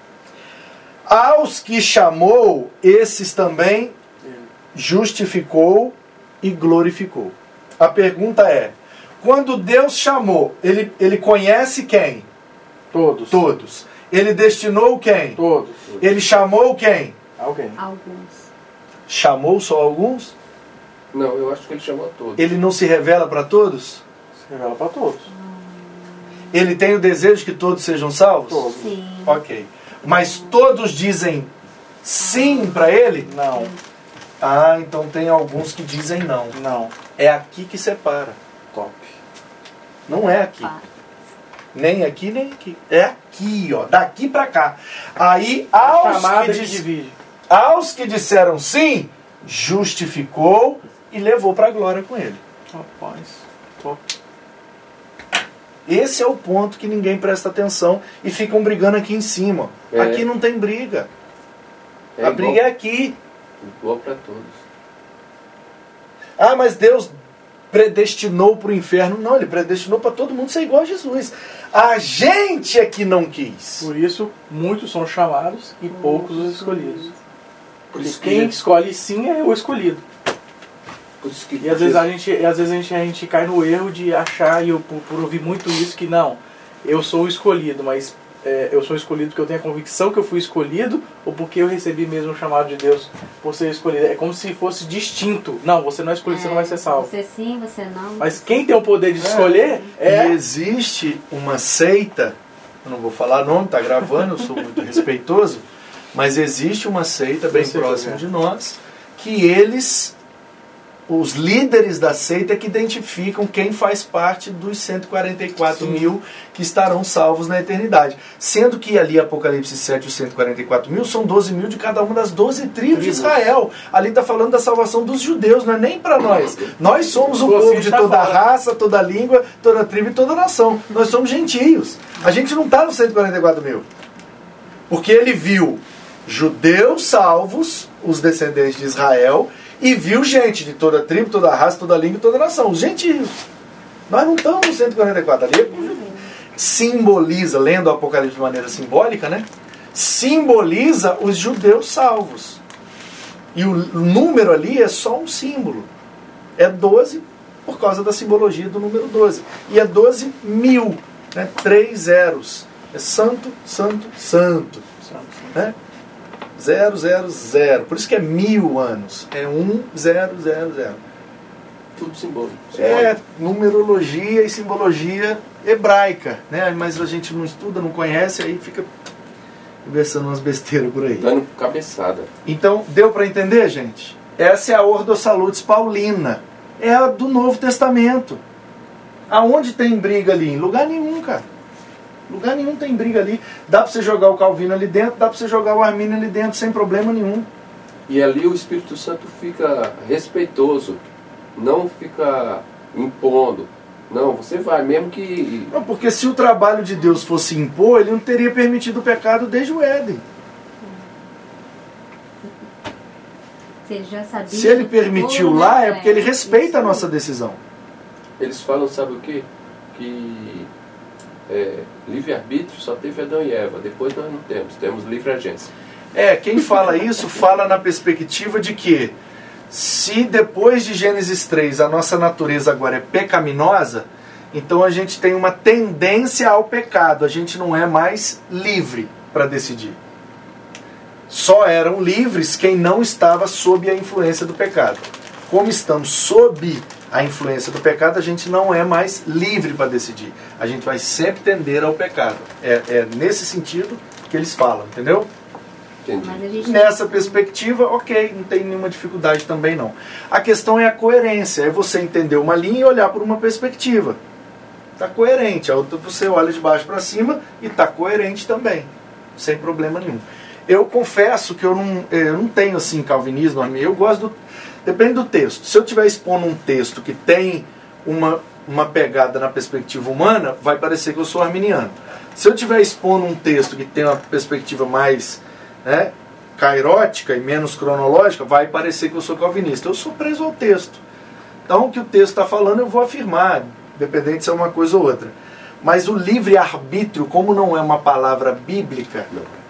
Aos que chamou, esses também justificou e glorificou. A pergunta é: quando Deus chamou, ele conhece quem? Todos. Todos. Ele destinou quem? Todos. Ele chamou quem? Alguém. Alguns. Chamou só alguns? Não, eu acho que ele chamou a todos. Ele não se revela para todos? Se revela para todos. Ele tem o desejo que todos sejam salvos? Todos. Sim. Ok. Mas todos dizem sim para ele? Não. Ah, então tem alguns que dizem não. Não. É aqui que separa. Top. Não é aqui. Nem aqui, nem aqui. É aqui, ó. Daqui para cá. Aí, Chamada que divide. aos que disseram sim, justificou e levou para a glória com ele. Rapaz. Top. Esse é o ponto que ninguém presta atenção e ficam brigando aqui em cima. É. Aqui não tem briga. É A briga é aqui. igual para todos. Ah, mas Deus predestinou para o inferno. Não, ele predestinou para todo mundo ser igual a Jesus. A gente é que não quis. Por isso, muitos são chamados e poucos os escolhidos. Por Porque isso quem que, escolhe sim é o escolhido. por isso que E às vezes a gente cai no erro de achar, e eu por ouvir muito isso, que não, eu sou o escolhido, mas eu sou escolhido porque eu tenho a convicção que eu fui escolhido, ou porque eu recebi mesmo o chamado de Deus por ser escolhido. É como se fosse distinto. Não, você não é escolhido, você não vai ser salvo. Você sim, você não. Mas quem tem o poder de escolher é... E existe uma seita, eu não vou falar nome, tá gravando, eu sou muito respeitoso, mas existe uma seita bem Eu sei próxima qual é. de nós, que eles os líderes da seita que identificam quem faz parte dos 144 mil que estarão salvos na eternidade. Sendo que ali Apocalipse 7, os 144 mil, são 12 mil de cada uma das 12 tribos de Israel. Ali está falando da salvação dos judeus, não é nem para nós. Nós somos o povo de toda raça, toda língua, toda tribo e toda nação. Nós somos gentios. A gente não está nos 144 mil. Porque ele viu judeus salvos, os descendentes de Israel, e viu gente de toda tribo, toda raça, toda língua e toda nação, os gentios. Nós não estamos no 144 ali. Simboliza, lendo o Apocalipse de maneira simbólica, né? Simboliza os judeus salvos. E o número ali é só um símbolo. É 12 por causa da simbologia do número 12. E é 12 mil, né? 3 zeros. É santo, santo, santo. Né? 000. Por isso que é 1000 anos. É 1000. Tudo simbólico. É numerologia e simbologia hebraica, né? Mas a gente não estuda, não conhece, aí fica conversando umas besteiras por aí. Dando cabeçada. Então, deu para entender, gente? Essa é a Ordo Salutis Paulina. É a do Novo Testamento. Aonde tem briga ali? Em lugar nenhum, cara. Lugar nenhum tem briga ali. Dá para você jogar o Calvino ali dentro, dá para você jogar o Armínio ali dentro, sem problema nenhum. E ali o Espírito Santo fica respeitoso, não fica impondo. Não, você vai, mesmo que... Não, porque se o trabalho de Deus fosse impor, ele não teria permitido o pecado desde o Éden. Se ele já sabia. Se ele permitiu lá, é porque ele respeita a nossa decisão. Eles falam, sabe o quê? Que livre-arbítrio só teve Adão e Eva, depois nós não temos livre agência. Quem fala isso fala na perspectiva de que se depois de Gênesis 3 a nossa natureza agora é pecaminosa, então a gente tem uma tendência ao pecado, a gente não é mais livre para decidir. Só eram livres quem não estava sob a influência do pecado. Como estamos sob a influência do pecado, a gente não é mais livre para decidir. A gente vai sempre tender ao pecado. É nesse sentido que eles falam, entendeu? Entendi. Nessa perspectiva, ok, não tem nenhuma dificuldade também não. A questão é a coerência, é você entender uma linha e olhar por uma perspectiva. Está coerente, a outra você olha de baixo para cima e está coerente também, sem problema nenhum. Eu confesso que eu não tenho assim calvinismo, eu gosto depende do texto. Se eu estiver expondo um texto que tem uma pegada na perspectiva humana, vai parecer que eu sou arminiano. Se eu estiver expondo um texto que tem uma perspectiva mais cairótica e menos cronológica, vai parecer que eu sou calvinista. Eu sou preso ao texto. Então o que o texto está falando eu vou afirmar, independente se é uma coisa ou outra. Mas o livre-arbítrio, como não é uma palavra bíblica,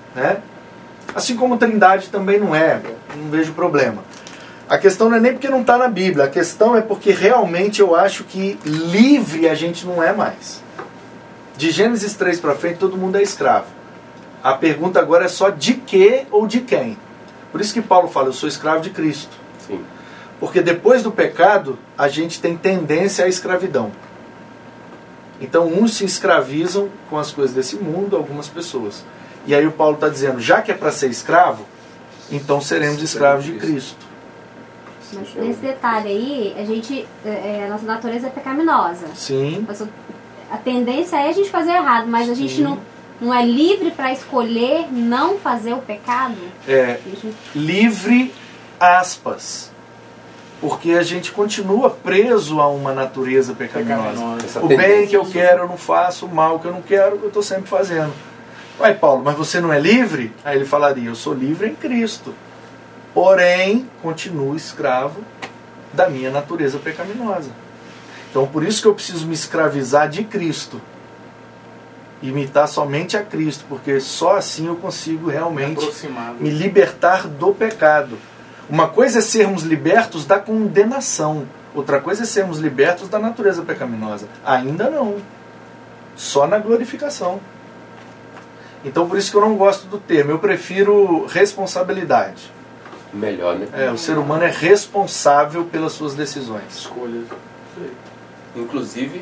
assim como trindade também não vejo problema. A questão não é nem porque não está na Bíblia, a questão é porque realmente eu acho que livre a gente não é mais. De Gênesis 3 para frente todo mundo é escravo. A pergunta agora é só de que ou de quem. Por isso que Paulo fala, eu sou escravo de Cristo. Sim. Porque depois do pecado, a gente tem tendência à escravidão. Então uns se escravizam com as coisas desse mundo, algumas pessoas. E aí o Paulo está dizendo, já que é para ser escravo, então seremos escravos de Cristo. Mas nesse detalhe aí, a nossa natureza é pecaminosa. Sim. A tendência é a gente fazer errado, mas a gente não é livre para escolher não fazer o pecado? Livre, aspas. Porque a gente continua preso a uma natureza pecaminosa. O bem que eu quero eu não faço, o mal que eu não quero eu estou sempre fazendo. Ué, Paulo, mas você não é livre? Aí ele falaria, eu sou livre em Cristo. Porém, continuo escravo da minha natureza pecaminosa. Então, por isso que eu preciso me escravizar de Cristo. Imitar somente a Cristo, porque só assim eu consigo realmente me libertar do pecado. Uma coisa é sermos libertos da condenação. Outra coisa é sermos libertos da natureza pecaminosa. Ainda não. Só na glorificação. Então, por isso que eu não gosto do termo. Eu prefiro responsabilidade. Melhor, né? O ser humano é responsável pelas suas decisões. Escolhas. Inclusive,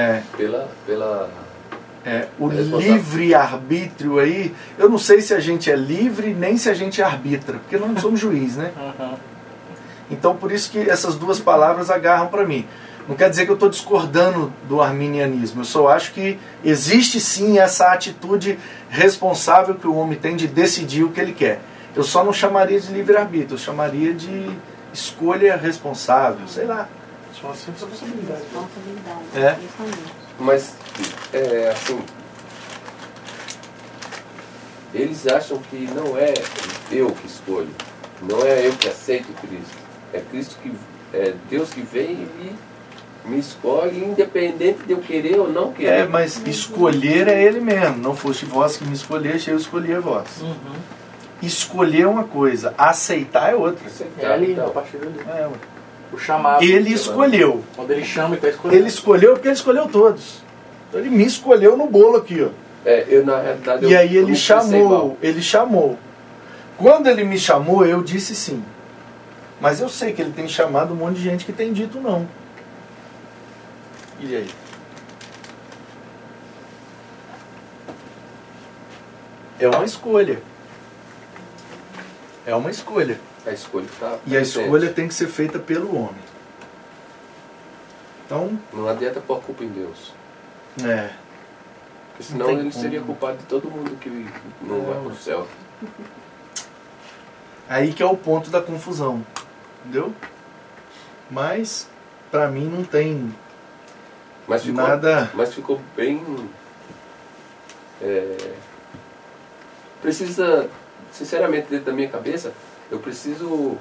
o livre-arbítrio aí, eu não sei se a gente é livre nem se a gente arbitra, porque nós não somos juiz, né? Então por isso que essas duas palavras agarram para mim. Não quer dizer que eu estou discordando do arminianismo, eu só acho que existe sim essa atitude responsável que o homem tem de decidir o que ele quer. Eu só não chamaria de livre-arbítrio, eu chamaria de escolha responsável, sei lá. São as responsabilidades. É. Mas, assim, eles acham que não é eu que escolho, não é eu que aceito Cristo, é Cristo que, é Deus que vem e me escolhe, independente de eu querer ou não querer. Mas escolher é ele mesmo, não foste vós que me escolheste, eu escolhi a vós. Escolher é uma coisa, aceitar é outra. É ali, então. a partir dali. É, ué. O chamado. Ele escolheu. Quando ele chama, ele está escolhendo. Ele escolheu porque ele escolheu todos. Então ele me escolheu no bolo aqui, ó. Eu na realidade... E aí eu ele me expressei chamou, mal. ele chamou. Quando ele me chamou, eu disse sim. Mas eu sei que ele tem chamado um monte de gente que tem dito não. E aí? É uma escolha. É uma escolha. A escolha está E a escolha tem que ser feita pelo homem. Então, Não adianta pôr a culpa em Deus. Porque senão tem ele como. seria culpado de todo mundo que não vai para o céu. aí que é o ponto da confusão. Entendeu? Mas, pra mim, não tem Mas ficou, nada... mas ficou bem... Precisa, sinceramente, dentro da minha cabeça, eu preciso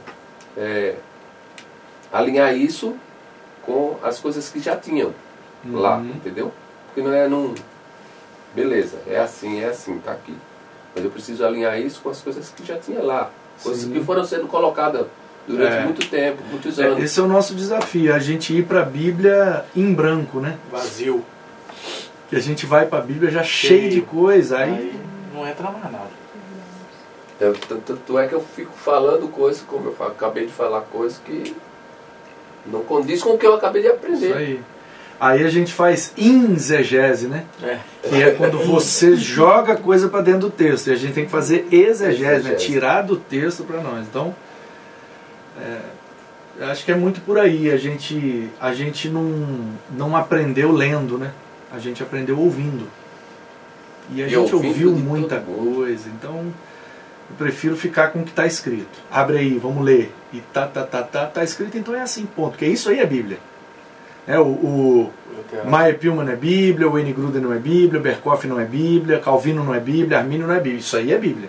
alinhar isso com as coisas que já tinham lá, entendeu? Porque não é num... Beleza, é assim, tá aqui. Mas eu preciso alinhar isso com as coisas que já tinha lá. Coisas Sim. que foram sendo colocadas durante muito tempo, muitos anos. Esse é o nosso desafio, a gente ir pra Bíblia em branco, né? Vazio. Que a gente vai pra Bíblia já cheio de coisa, aí... não entra mais nada. Tanto é que eu fico falando coisas, como eu acabei de falar, coisas que não condiz com o que eu acabei de aprender. Isso aí. Aí a gente faz exegese, né? Que é quando você joga coisa para dentro do texto. E a gente tem que fazer exegese, né? Tirar do texto para nós. Então, eu acho que é muito por aí. A gente não aprendeu lendo, né? A gente aprendeu ouvindo. E a gente ouviu muita coisa. Então, eu prefiro ficar com o que está escrito. Abre aí, vamos ler. E tá escrito, então é assim, ponto. Porque isso aí é Bíblia. O Meyer Pillman não é Bíblia, o Wayne Grudem não é Bíblia, o Berkhoff não é Bíblia, Calvino não é Bíblia, Armínio não é Bíblia. Isso aí é Bíblia.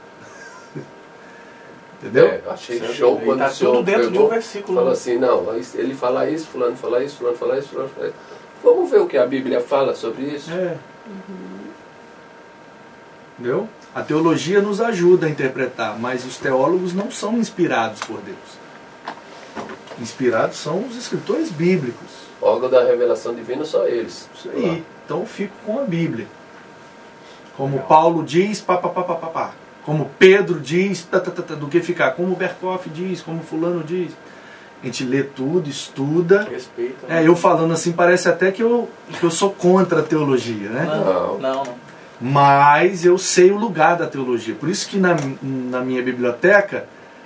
Entendeu? Achei show quando tá o senhor tudo dentro de um versículo. falou assim, não, ele fala isso, fulano fala isso, fulano fala isso, fulano fala isso. Vamos ver o que a Bíblia fala sobre isso? Entendeu? A teologia nos ajuda a interpretar, mas os teólogos não são inspirados por Deus. Inspirados são os escritores bíblicos. Órgão da revelação divina só eles. Isso aí. Então eu fico com a Bíblia. Como Paulo diz, pá. Como Pedro diz, do que ficar. Como o Berkhoff diz, como fulano diz. A gente lê tudo, estuda. Respeita. Eu falando assim, parece até que eu sou contra a teologia, né? Não. Mas eu sei o lugar da teologia. Por isso que na minha biblioteca,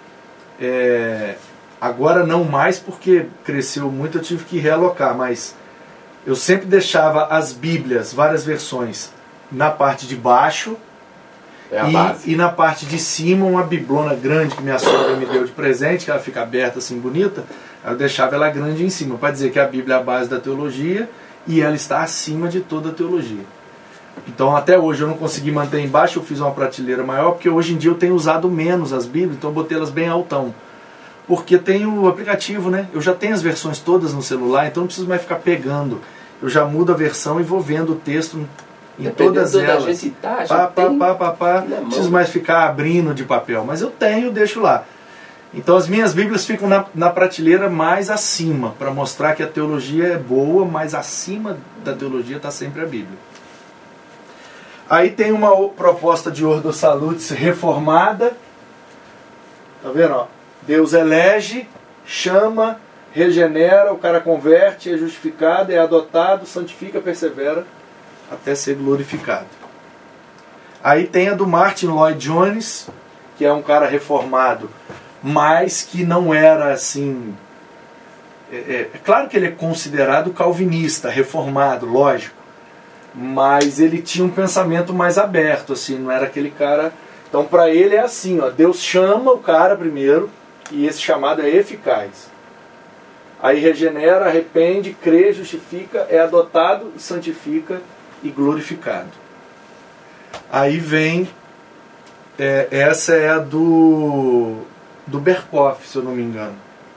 agora não mais porque cresceu muito, eu tive que realocar, mas eu sempre deixava as Bíblias, várias versões, na parte de baixo e na parte de cima uma biblona grande que minha sogra me deu de presente, que ela fica aberta assim, bonita, eu deixava ela grande em cima, para dizer que a Bíblia é a base da teologia e ela está acima de toda a teologia. Então até hoje eu não consegui manter embaixo, eu fiz uma prateleira maior, porque hoje em dia eu tenho usado menos as Bíblias, então eu botei elas bem altão. Porque tem o aplicativo, né? Eu já tenho as versões todas no celular, então não preciso mais ficar pegando. Eu já mudo a versão e vou vendo o texto em todas elas. A gente tá, Não preciso mais ficar abrindo de papel, mas eu tenho, deixo lá. Então as minhas Bíblias ficam na prateleira mais acima, para mostrar que a teologia é boa, mas acima da teologia está sempre a Bíblia. Aí tem uma proposta de Ordo Salutis reformada. Tá vendo? Ó? Deus elege, chama, regenera, o cara converte, é justificado, é adotado, santifica, persevera, até ser glorificado. Aí tem a do Martin Lloyd Jones, que é um cara reformado, mas que não era assim... É claro que ele é considerado calvinista, reformado, lógico, mas ele tinha um pensamento mais aberto, assim, não era aquele cara... Então para ele é assim, ó, Deus chama o cara primeiro, e esse chamado é eficaz. Aí regenera, arrepende, crê, justifica, é adotado, santifica e glorificado. Aí vem, essa é a do Berkhof, se eu não me engano.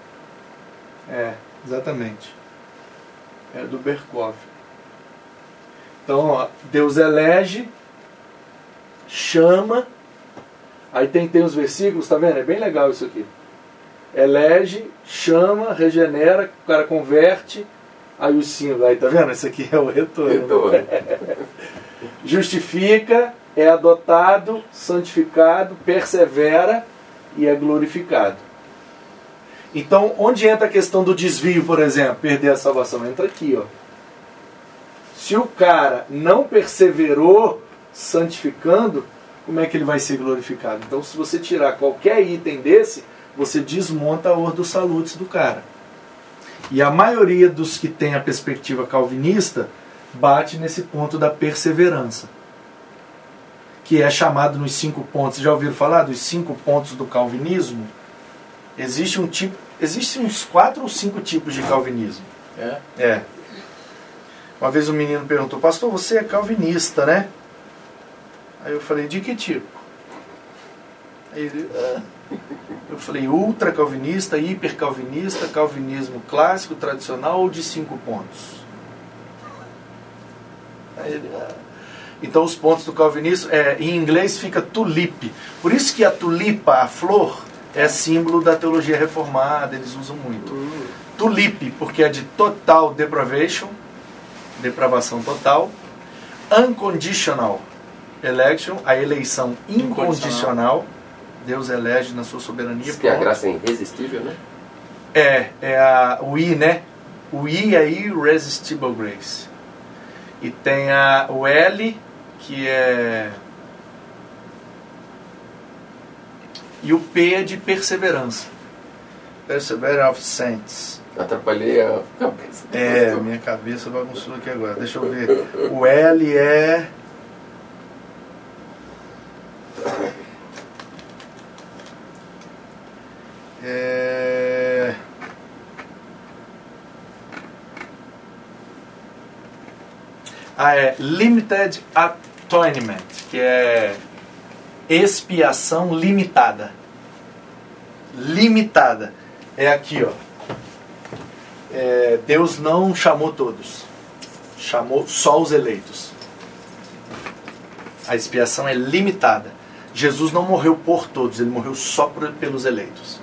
Exatamente. É do Berkhof. Então, ó, Deus elege, chama, aí tem os versículos, tá vendo? É bem legal isso aqui. Elege, chama, regenera, o cara converte, aí os símbolos, aí tá vendo? Esse aqui é o retorno. Justifica, é adotado, santificado, persevera e é glorificado. Então, onde entra a questão do desvio, por exemplo, perder a salvação? Entra aqui, ó. Se o cara não perseverou santificando, como é que ele vai ser glorificado? Então, se você tirar qualquer item desse, você desmonta a Ordo Salutis do cara. E a maioria dos que tem a perspectiva calvinista bate nesse ponto da perseverança, que é chamado nos 5 pontos. Já ouviram falar dos 5 pontos do calvinismo? Existem uns 4 ou 5 tipos de calvinismo. Uma vez um menino perguntou: pastor, você é calvinista, né? Aí eu falei: de que tipo? Aí ele... Eu falei: ultra calvinista, hiper calvinista, calvinismo clássico, tradicional ou de 5 pontos? Aí ele... Então os pontos do calvinismo, em inglês fica tulip. Por isso que a tulipa, a flor, é símbolo da teologia reformada, eles usam muito. Tulip, porque é de total depravation, depravação total. Unconditional election, a eleição incondicional. Deus elege na sua soberania. Diz que a graça é irresistível, né? O I, né? O I é Irresistible Grace. E tem o L, que é... E o P é de perseverança. Perseverance of Saints. Atrapalhei a cabeça. Minha cabeça bagunçou aqui agora. Deixa eu ver. O L é... Limited Atonement, que é expiação limitada. Limitada. É aqui, ó. Deus não chamou todos. Chamou só os eleitos. A expiação é limitada. Jesus não morreu por todos, ele morreu só pelos eleitos.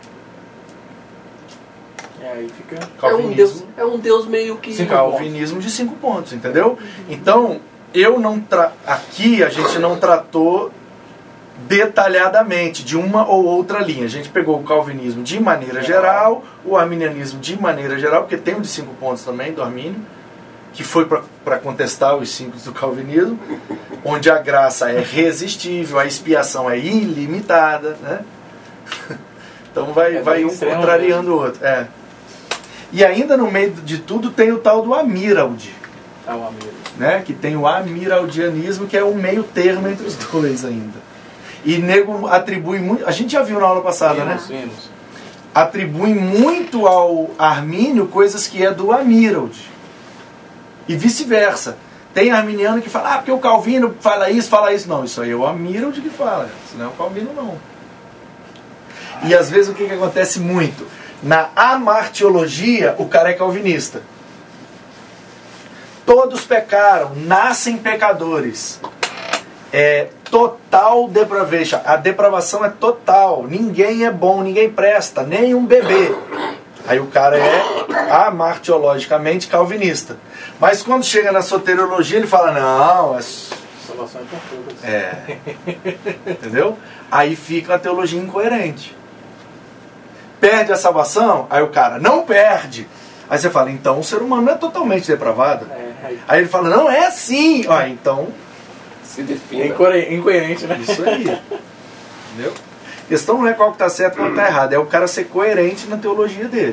Aí fica... Calvinismo. É um Deus meio que... Sim, calvinismo de 5 pontos, entendeu? Então, aqui a gente não tratou detalhadamente de uma ou outra linha. A gente pegou o calvinismo de maneira geral, o arminianismo de maneira geral, porque tem um de 5 pontos também, do Armínio, que foi para contestar os 5 do calvinismo, onde a graça é irresistível, a expiação é ilimitada, né? Então vai um contrariando o outro. E ainda no meio de tudo tem o tal do Amiraldi, né? Que tem o amiraldianismo, que é o meio termo entre os dois ainda. E nego atribui muito, a gente já viu na aula passada, né? Atribui muito ao Armínio coisas que é do Amiraldi. E vice-versa. Tem arminiano que fala: porque o Calvino fala isso. Não, isso aí é o Amiraldi que fala, isso não é o Calvino não. E às vezes o que acontece muito? Na amartiologia, o cara é calvinista. Todos pecaram, nascem pecadores. Total depravation. A depravação é total. Ninguém é bom, ninguém presta, nem um bebê. Aí o cara é amartiologicamente calvinista. Mas quando chega na soteriologia, ele fala: não, salvação é por todos. Entendeu? Aí fica a teologia incoerente. Perde a salvação? Aí o cara: não perde. Aí você fala: então o ser humano não é totalmente depravado. Aí ele fala: não, é sim. Então... se defina. É incoerente, né? Isso aí. Entendeu? questão não é qual que está certo e qual que está errado, é o cara ser coerente na teologia dele.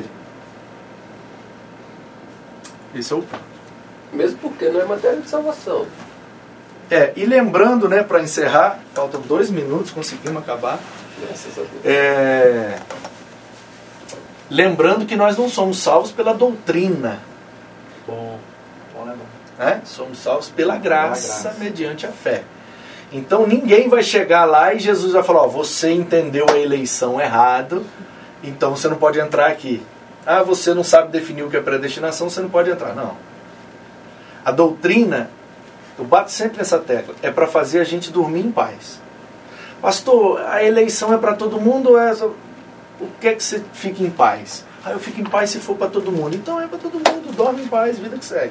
Esse é o ponto. Mesmo porque não é matéria de salvação. E lembrando, né, para encerrar, faltam 2 minutos, conseguimos acabar. Graças a Deus. Lembrando que nós não somos salvos pela doutrina. Bom lembrar. Né? Somos salvos pela graça, mediante a fé. Então ninguém vai chegar lá e Jesus vai falar, ó, você entendeu a eleição errado, então você não pode entrar aqui. Ah, você não sabe definir o que é predestinação, você não pode entrar. Não. A doutrina, eu bato sempre nessa tecla, é para fazer a gente dormir em paz. Pastor, a eleição é para todo mundo ou é... O que é que você fica em paz? Ah, eu fico em paz se for para todo mundo. Então é para todo mundo, dorme em paz, vida que segue.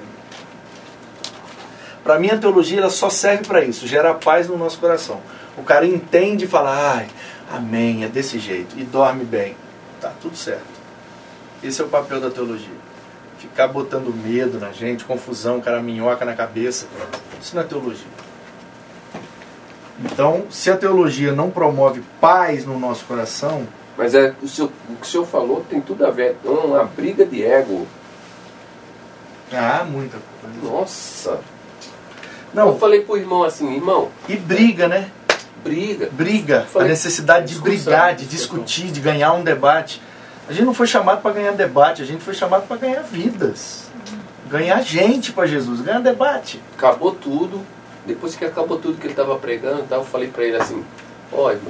Para mim a teologia ela só serve para isso, gerar paz no nosso coração. O cara entende e fala, ai, amém, é desse jeito, e dorme bem. Tá, tudo certo. Esse é o papel da teologia. Ficar botando medo na gente, confusão, cara minhoca na cabeça. Isso não é teologia. Então, se a teologia não promove paz no nosso coração... Mas o que o senhor falou tem tudo a ver. É uma briga de ego. Ah, muita coisa. Nossa. Não. Eu falei pro irmão assim, irmão... E briga, né? Briga. A necessidade de brigar, de discutir, de ganhar um debate. A gente não foi chamado para ganhar debate, a gente foi chamado para ganhar vidas. Ganhar gente para Jesus, ganhar debate. Acabou tudo. Depois que acabou tudo que ele estava pregando, eu falei para ele assim, ó, irmão,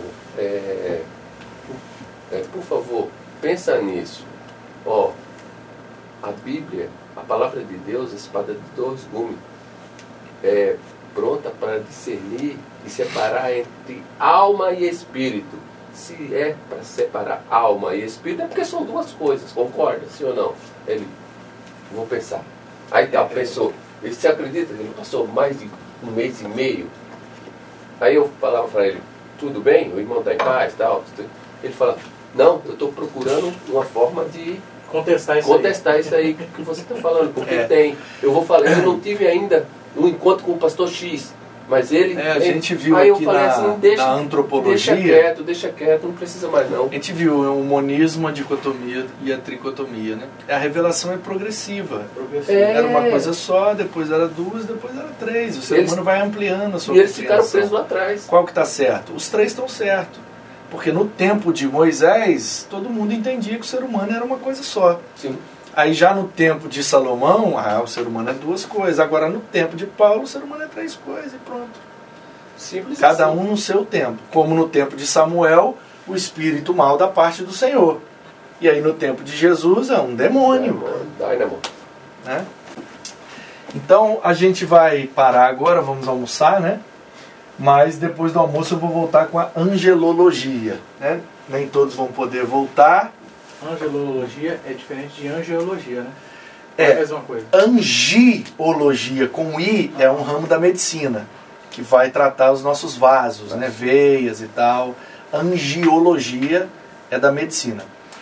por favor, pensa nisso. Ó, a Bíblia, a palavra de Deus, a espada de 2 gumes, é pronta para discernir e separar entre alma e espírito. Se é para separar alma e espírito, é porque são 2 coisas, concorda? Sim ou não? Ele, vou pensar. Aí tá, pensou. Ele se acredita que ele passou mais de 1 mês e meio. Aí eu falava para ele, tudo bem? O irmão está em paz e tal. Ele fala, não, eu estou procurando uma forma de contestar isso aí que você está falando. Porque tem. Eu vou falar, eu não tive ainda um encontro com o pastor X. Mas ele... a gente viu aí aqui eu falei assim, na antropologia... Deixa quieto, não precisa mais não. A gente viu o monismo, a dicotomia e a tricotomia, né? A revelação é progressiva. Era uma coisa só, depois era 2, depois era 3. O ser humano vai ampliando a sua compreensão. E eles ficaram presos lá atrás. Qual que está certo? Os 3 estão certos. Porque no tempo de Moisés, todo mundo entendia que o ser humano era uma coisa só. Sim. Aí já no tempo de Salomão, o ser humano é 2 coisas. Agora no tempo de Paulo, o ser humano é 3 coisas e pronto. Simples Cada assim. um no seu tempo. Como no tempo de Samuel, o espírito mal da parte do Senhor. E aí no tempo de Jesus é um demônio. Né? Então a gente vai parar agora, vamos almoçar, né? Mas depois do almoço eu vou voltar com a angelologia. Né? Nem todos vão poder voltar. Angelologia é diferente de angiologia, né? É a mesma coisa. Angiologia com I é um ramo da medicina que vai tratar os nossos vasos, né? Veias e tal. Angiologia é da medicina.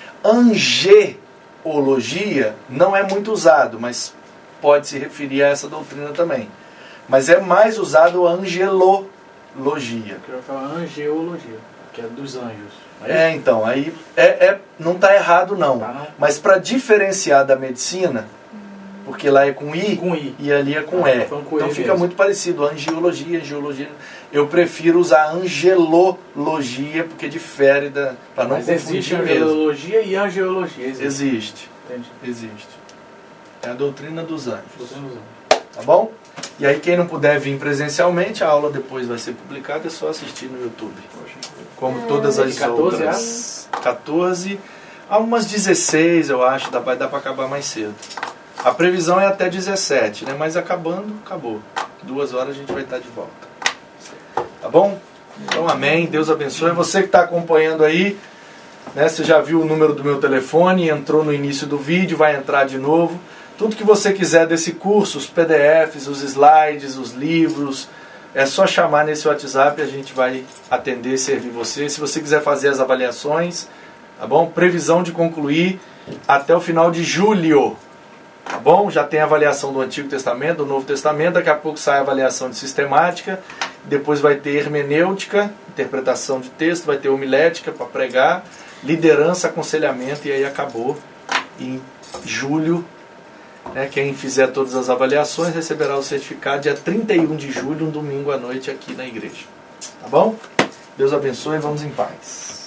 Angeologia não é muito usado, mas pode se referir a essa doutrina também. Mas é mais usado a angelologia. Eu quero falar angeologia, que é dos anjos. Então, aí não está errado não. Mas para diferenciar da medicina, porque lá é com I, e ali é com E. Então fica muito parecido, angiologia. Eu prefiro usar angelologia, porque difere para não confundir. Mas existe angelologia e angiologia? Existe. Entendi. Existe. É a doutrina dos anjos. Tá bom? E aí quem não puder vir presencialmente, a aula depois vai ser publicada, é só assistir no YouTube. Como todas as 14 outras. 14, há umas 16 eu acho, vai dar para acabar mais cedo. A previsão é até 17, né? Mas acabando, acabou. 2 horas a gente vai estar de volta. Tá bom? Então amém, Deus abençoe. Você que está acompanhando aí, né? Você já viu o número do meu telefone, entrou no início do vídeo, vai entrar de novo. Tudo que você quiser desse curso, os PDFs, os slides, os livros, é só chamar nesse WhatsApp, a gente vai atender e servir você. Se você quiser fazer as avaliações, tá bom? Previsão de concluir até o final de julho, tá bom? Já tem a avaliação do Antigo Testamento, do Novo Testamento, daqui a pouco sai a avaliação de sistemática Depois vai ter hermenêutica, interpretação de texto, vai ter homilética para pregar, liderança, aconselhamento, e aí acabou. Em julho, né, quem fizer todas as avaliações receberá o certificado dia 31 de julho, um domingo à noite aqui na igreja. Tá bom? Deus abençoe e vamos em paz.